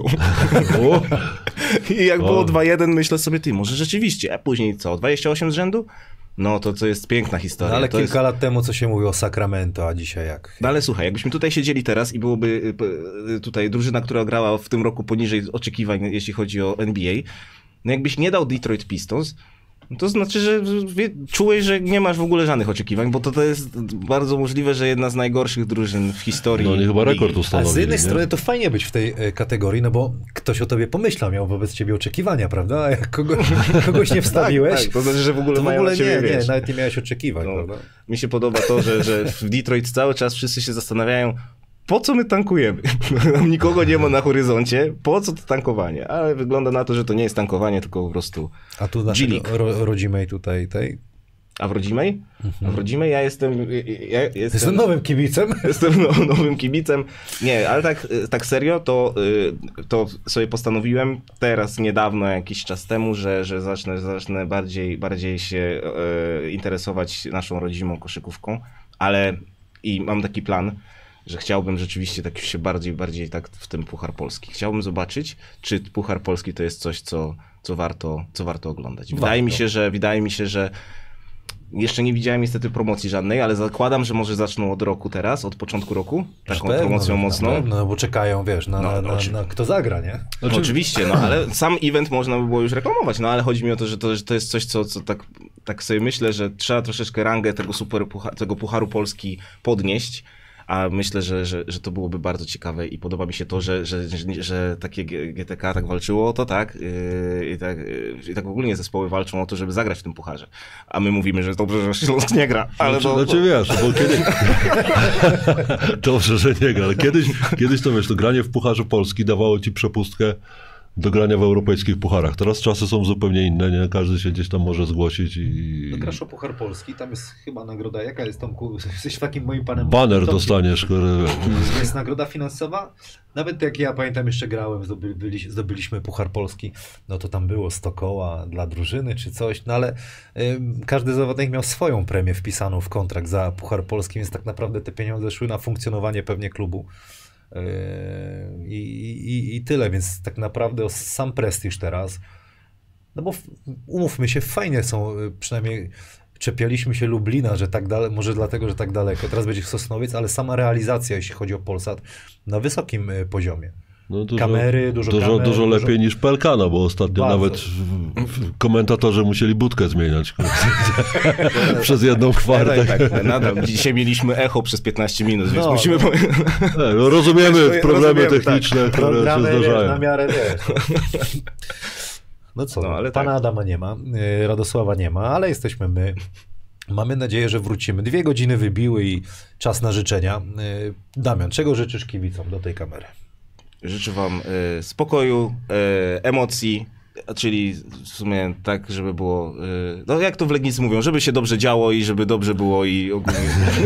I jak było 2-1, myślę sobie, ty, może rzeczywiście, a później co, 28 z rzędu? No to jest piękna historia. No, ale to kilka lat temu, co się mówiło o Sacramento, a dzisiaj jak? No ale słuchaj, jakbyśmy tutaj siedzieli teraz i byłoby tutaj drużyna, która grała w tym roku poniżej oczekiwań, jeśli chodzi o NBA, no jakbyś nie dał Detroit Pistons, to znaczy, że czułeś, że nie masz w ogóle żadnych oczekiwań, bo to jest bardzo możliwe, że jedna z najgorszych drużyn w historii. No oni chyba rekord ustanowili. A z jednej strony to fajnie być w tej kategorii, no bo ktoś o tobie pomyślał, miał wobec ciebie oczekiwania, prawda? A jak kogoś nie wstawiłeś, tak, to znaczy, że w ogóle mają na ciebie, nie, nawet nie miałeś oczekiwań, no, prawda? Mi się podoba to, że w Detroit cały czas wszyscy się zastanawiają, po co my tankujemy? Nikogo nie ma na horyzoncie, po co to tankowanie? Ale wygląda na to, że to nie jest tankowanie, tylko po prostu A tu rodzimej tutaj tej? A w rodzimej? A w rodzimej ja jestem nowym kibicem. Jestem nowym kibicem. Nie, ale tak serio, to sobie postanowiłem teraz niedawno, jakiś czas temu, że zacznę bardziej się interesować naszą rodzimą koszykówką, ale i mam taki plan, że chciałbym rzeczywiście tak się bardziej tak w tym Puchar Polski. Chciałbym zobaczyć, czy Puchar Polski to jest coś, co warto oglądać. Wydaje mi się, że jeszcze nie widziałem niestety promocji żadnej, ale zakładam, że może zaczną od roku teraz, od początku roku, taką promocją mocną. No bo czekają, wiesz, na kto zagra, nie? Oczywiście, no ale sam event można by było już reklamować, no ale chodzi mi o to, że to jest coś, co tak sobie myślę, że trzeba troszeczkę rangę tego Pucharu Polski podnieść. A myślę, że to byłoby bardzo ciekawe i podoba mi się to, że takie GTK tak walczyło o to, tak? I tak ogólnie zespoły walczą o to, żeby zagrać w tym pucharze. A my mówimy, że dobrze, że Śląsk nie gra. Ale Znaczy wiesz, bo kiedyś... Dobrze, że nie gra, ale kiedyś to wiesz, to granie w Pucharze Polski dawało ci przepustkę do grania w europejskich pucharach. Teraz czasy są zupełnie inne, nie? Każdy się gdzieś tam może zgłosić i... No grasz o Puchar Polski, tam jest chyba nagroda, jaka jest Tomku? Jesteś takim moim panem... Baner dostaniesz. Jest nagroda finansowa? Nawet jak ja pamiętam, jeszcze grałem, zdobyliśmy Puchar Polski, no to tam było 100 koła dla drużyny czy coś, no ale każdy zawodnik miał swoją premię wpisaną w kontrakt za Puchar Polski, więc tak naprawdę te pieniądze szły na funkcjonowanie pewnie klubu. I tyle, więc tak naprawdę sam prestiż teraz, no bo umówmy się, fajnie są, przynajmniej czepialiśmy się Lublina, że tak daleko, może dlatego, że tak daleko, teraz będzie Sosnowiec, ale sama realizacja, jeśli chodzi o Polsat, na wysokim poziomie. No kamery, dużo lepiej niż PLK, no bo ostatnio bardzo. nawet komentatorzy musieli budkę zmieniać przez jedną kwartę. Tak, nadal. Dzisiaj mieliśmy echo przez 15 minut, więc musimy... No, rozumiemy problemy techniczne, które się zdarzają. Na miarę, wiesz. No co, ale pana Adama nie ma, Radosława nie ma, ale jesteśmy my. Mamy nadzieję, że wrócimy. 2 godziny wybiły i czas na życzenia. Damian, czego życzysz kibicom do tej kamery? Życzę wam spokoju, emocji, czyli w sumie tak, żeby było, no jak to w Legnicy mówią, żeby się dobrze działo i żeby dobrze było i ogólnie.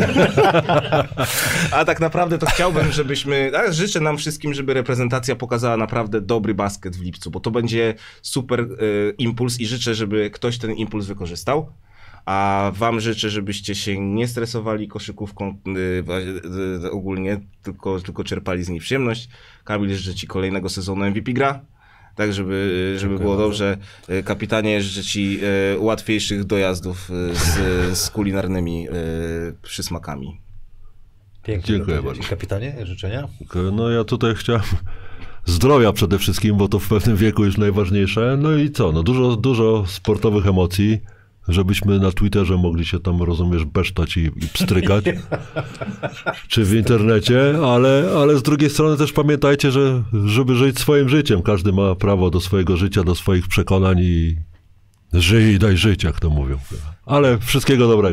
A tak naprawdę to chciałbym, życzę nam wszystkim, żeby reprezentacja pokazała naprawdę dobry basket w lipcu, bo to będzie super impuls i życzę, żeby ktoś ten impuls wykorzystał. A wam życzę, żebyście się nie stresowali koszykówką ogólnie, tylko czerpali z niej przyjemność. Kamil, życzę ci kolejnego sezonu MVP gra, tak żeby było dobrze. Kapitanie, życzę ci łatwiejszych dojazdów z kulinarnymi przysmakami. Pięknie. Dziękuję bardzo. Kapitanie, życzenia? No ja tutaj chciałem zdrowia przede wszystkim, bo to w pewnym wieku jest najważniejsze. No i co, no dużo sportowych emocji. Żebyśmy na Twitterze mogli się tam, rozumiesz, besztać i pstrykać, czy w internecie, ale z drugiej strony też pamiętajcie, że żeby żyć swoim życiem, każdy ma prawo do swojego życia, do swoich przekonań i żyj i daj żyć, jak to mówią. Ale wszystkiego dobrego.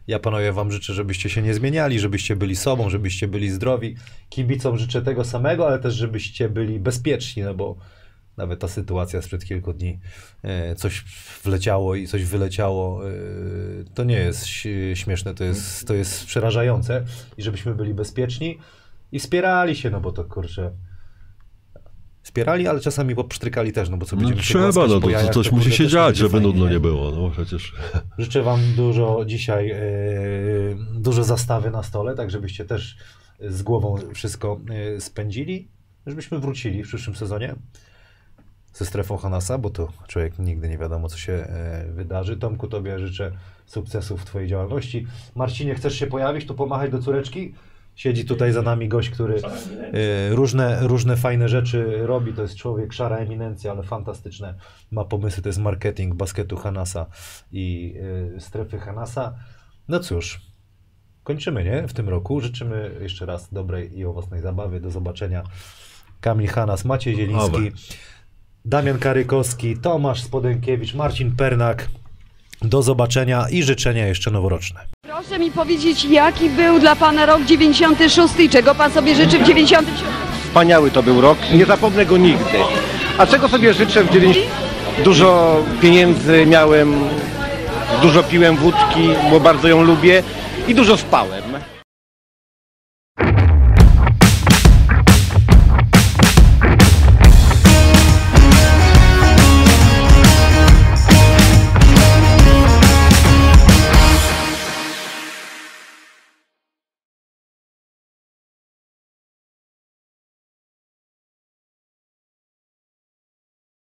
Ja panowie wam życzę, żebyście się nie zmieniali, żebyście byli sobą, żebyście byli zdrowi. Kibicom życzę tego samego, ale też żebyście byli bezpieczni, no bo nawet ta sytuacja sprzed kilku dni, coś wleciało i coś wyleciało, to nie jest śmieszne, to jest przerażające. I żebyśmy byli bezpieczni i wspierali się, no bo to kurczę, wspierali, ale czasami popsztrykali też, no bo co będziemy się trzeba, no po jajach, to coś musi się dziać, żeby nudno nie było, no przecież. Życzę wam dużo dzisiaj, dużo zastawy na stole, tak żebyście też z głową wszystko spędzili, żebyśmy wrócili w przyszłym sezonie ze strefą Hanasa, bo to człowiek nigdy nie wiadomo, co się wydarzy. Tomku, tobie życzę sukcesów w twojej działalności. Marcinie, chcesz się pojawić, to pomachaj do córeczki. Siedzi tutaj za nami gość, który różne fajne rzeczy robi. To jest człowiek, szara eminencja, ale fantastyczne. Ma pomysły, to jest marketing basketu Hanasa i strefy Hanasa. No cóż, kończymy, nie? W tym roku. Życzymy jeszcze raz dobrej i owocnej zabawy. Do zobaczenia. Kamil Hanas, Maciej Zieliński, Damian Karykowski, Tomasz Spodenkiewicz, Marcin Pernak. Do zobaczenia i życzenia jeszcze noworoczne. Proszę mi powiedzieć, jaki był dla pana rok 96 i czego pan sobie życzy w 97? Wspaniały to był rok, nie zapomnę go nigdy. A czego sobie życzę w 90? Dużo pieniędzy miałem, dużo piłem wódki, bo bardzo ją lubię i dużo spałem.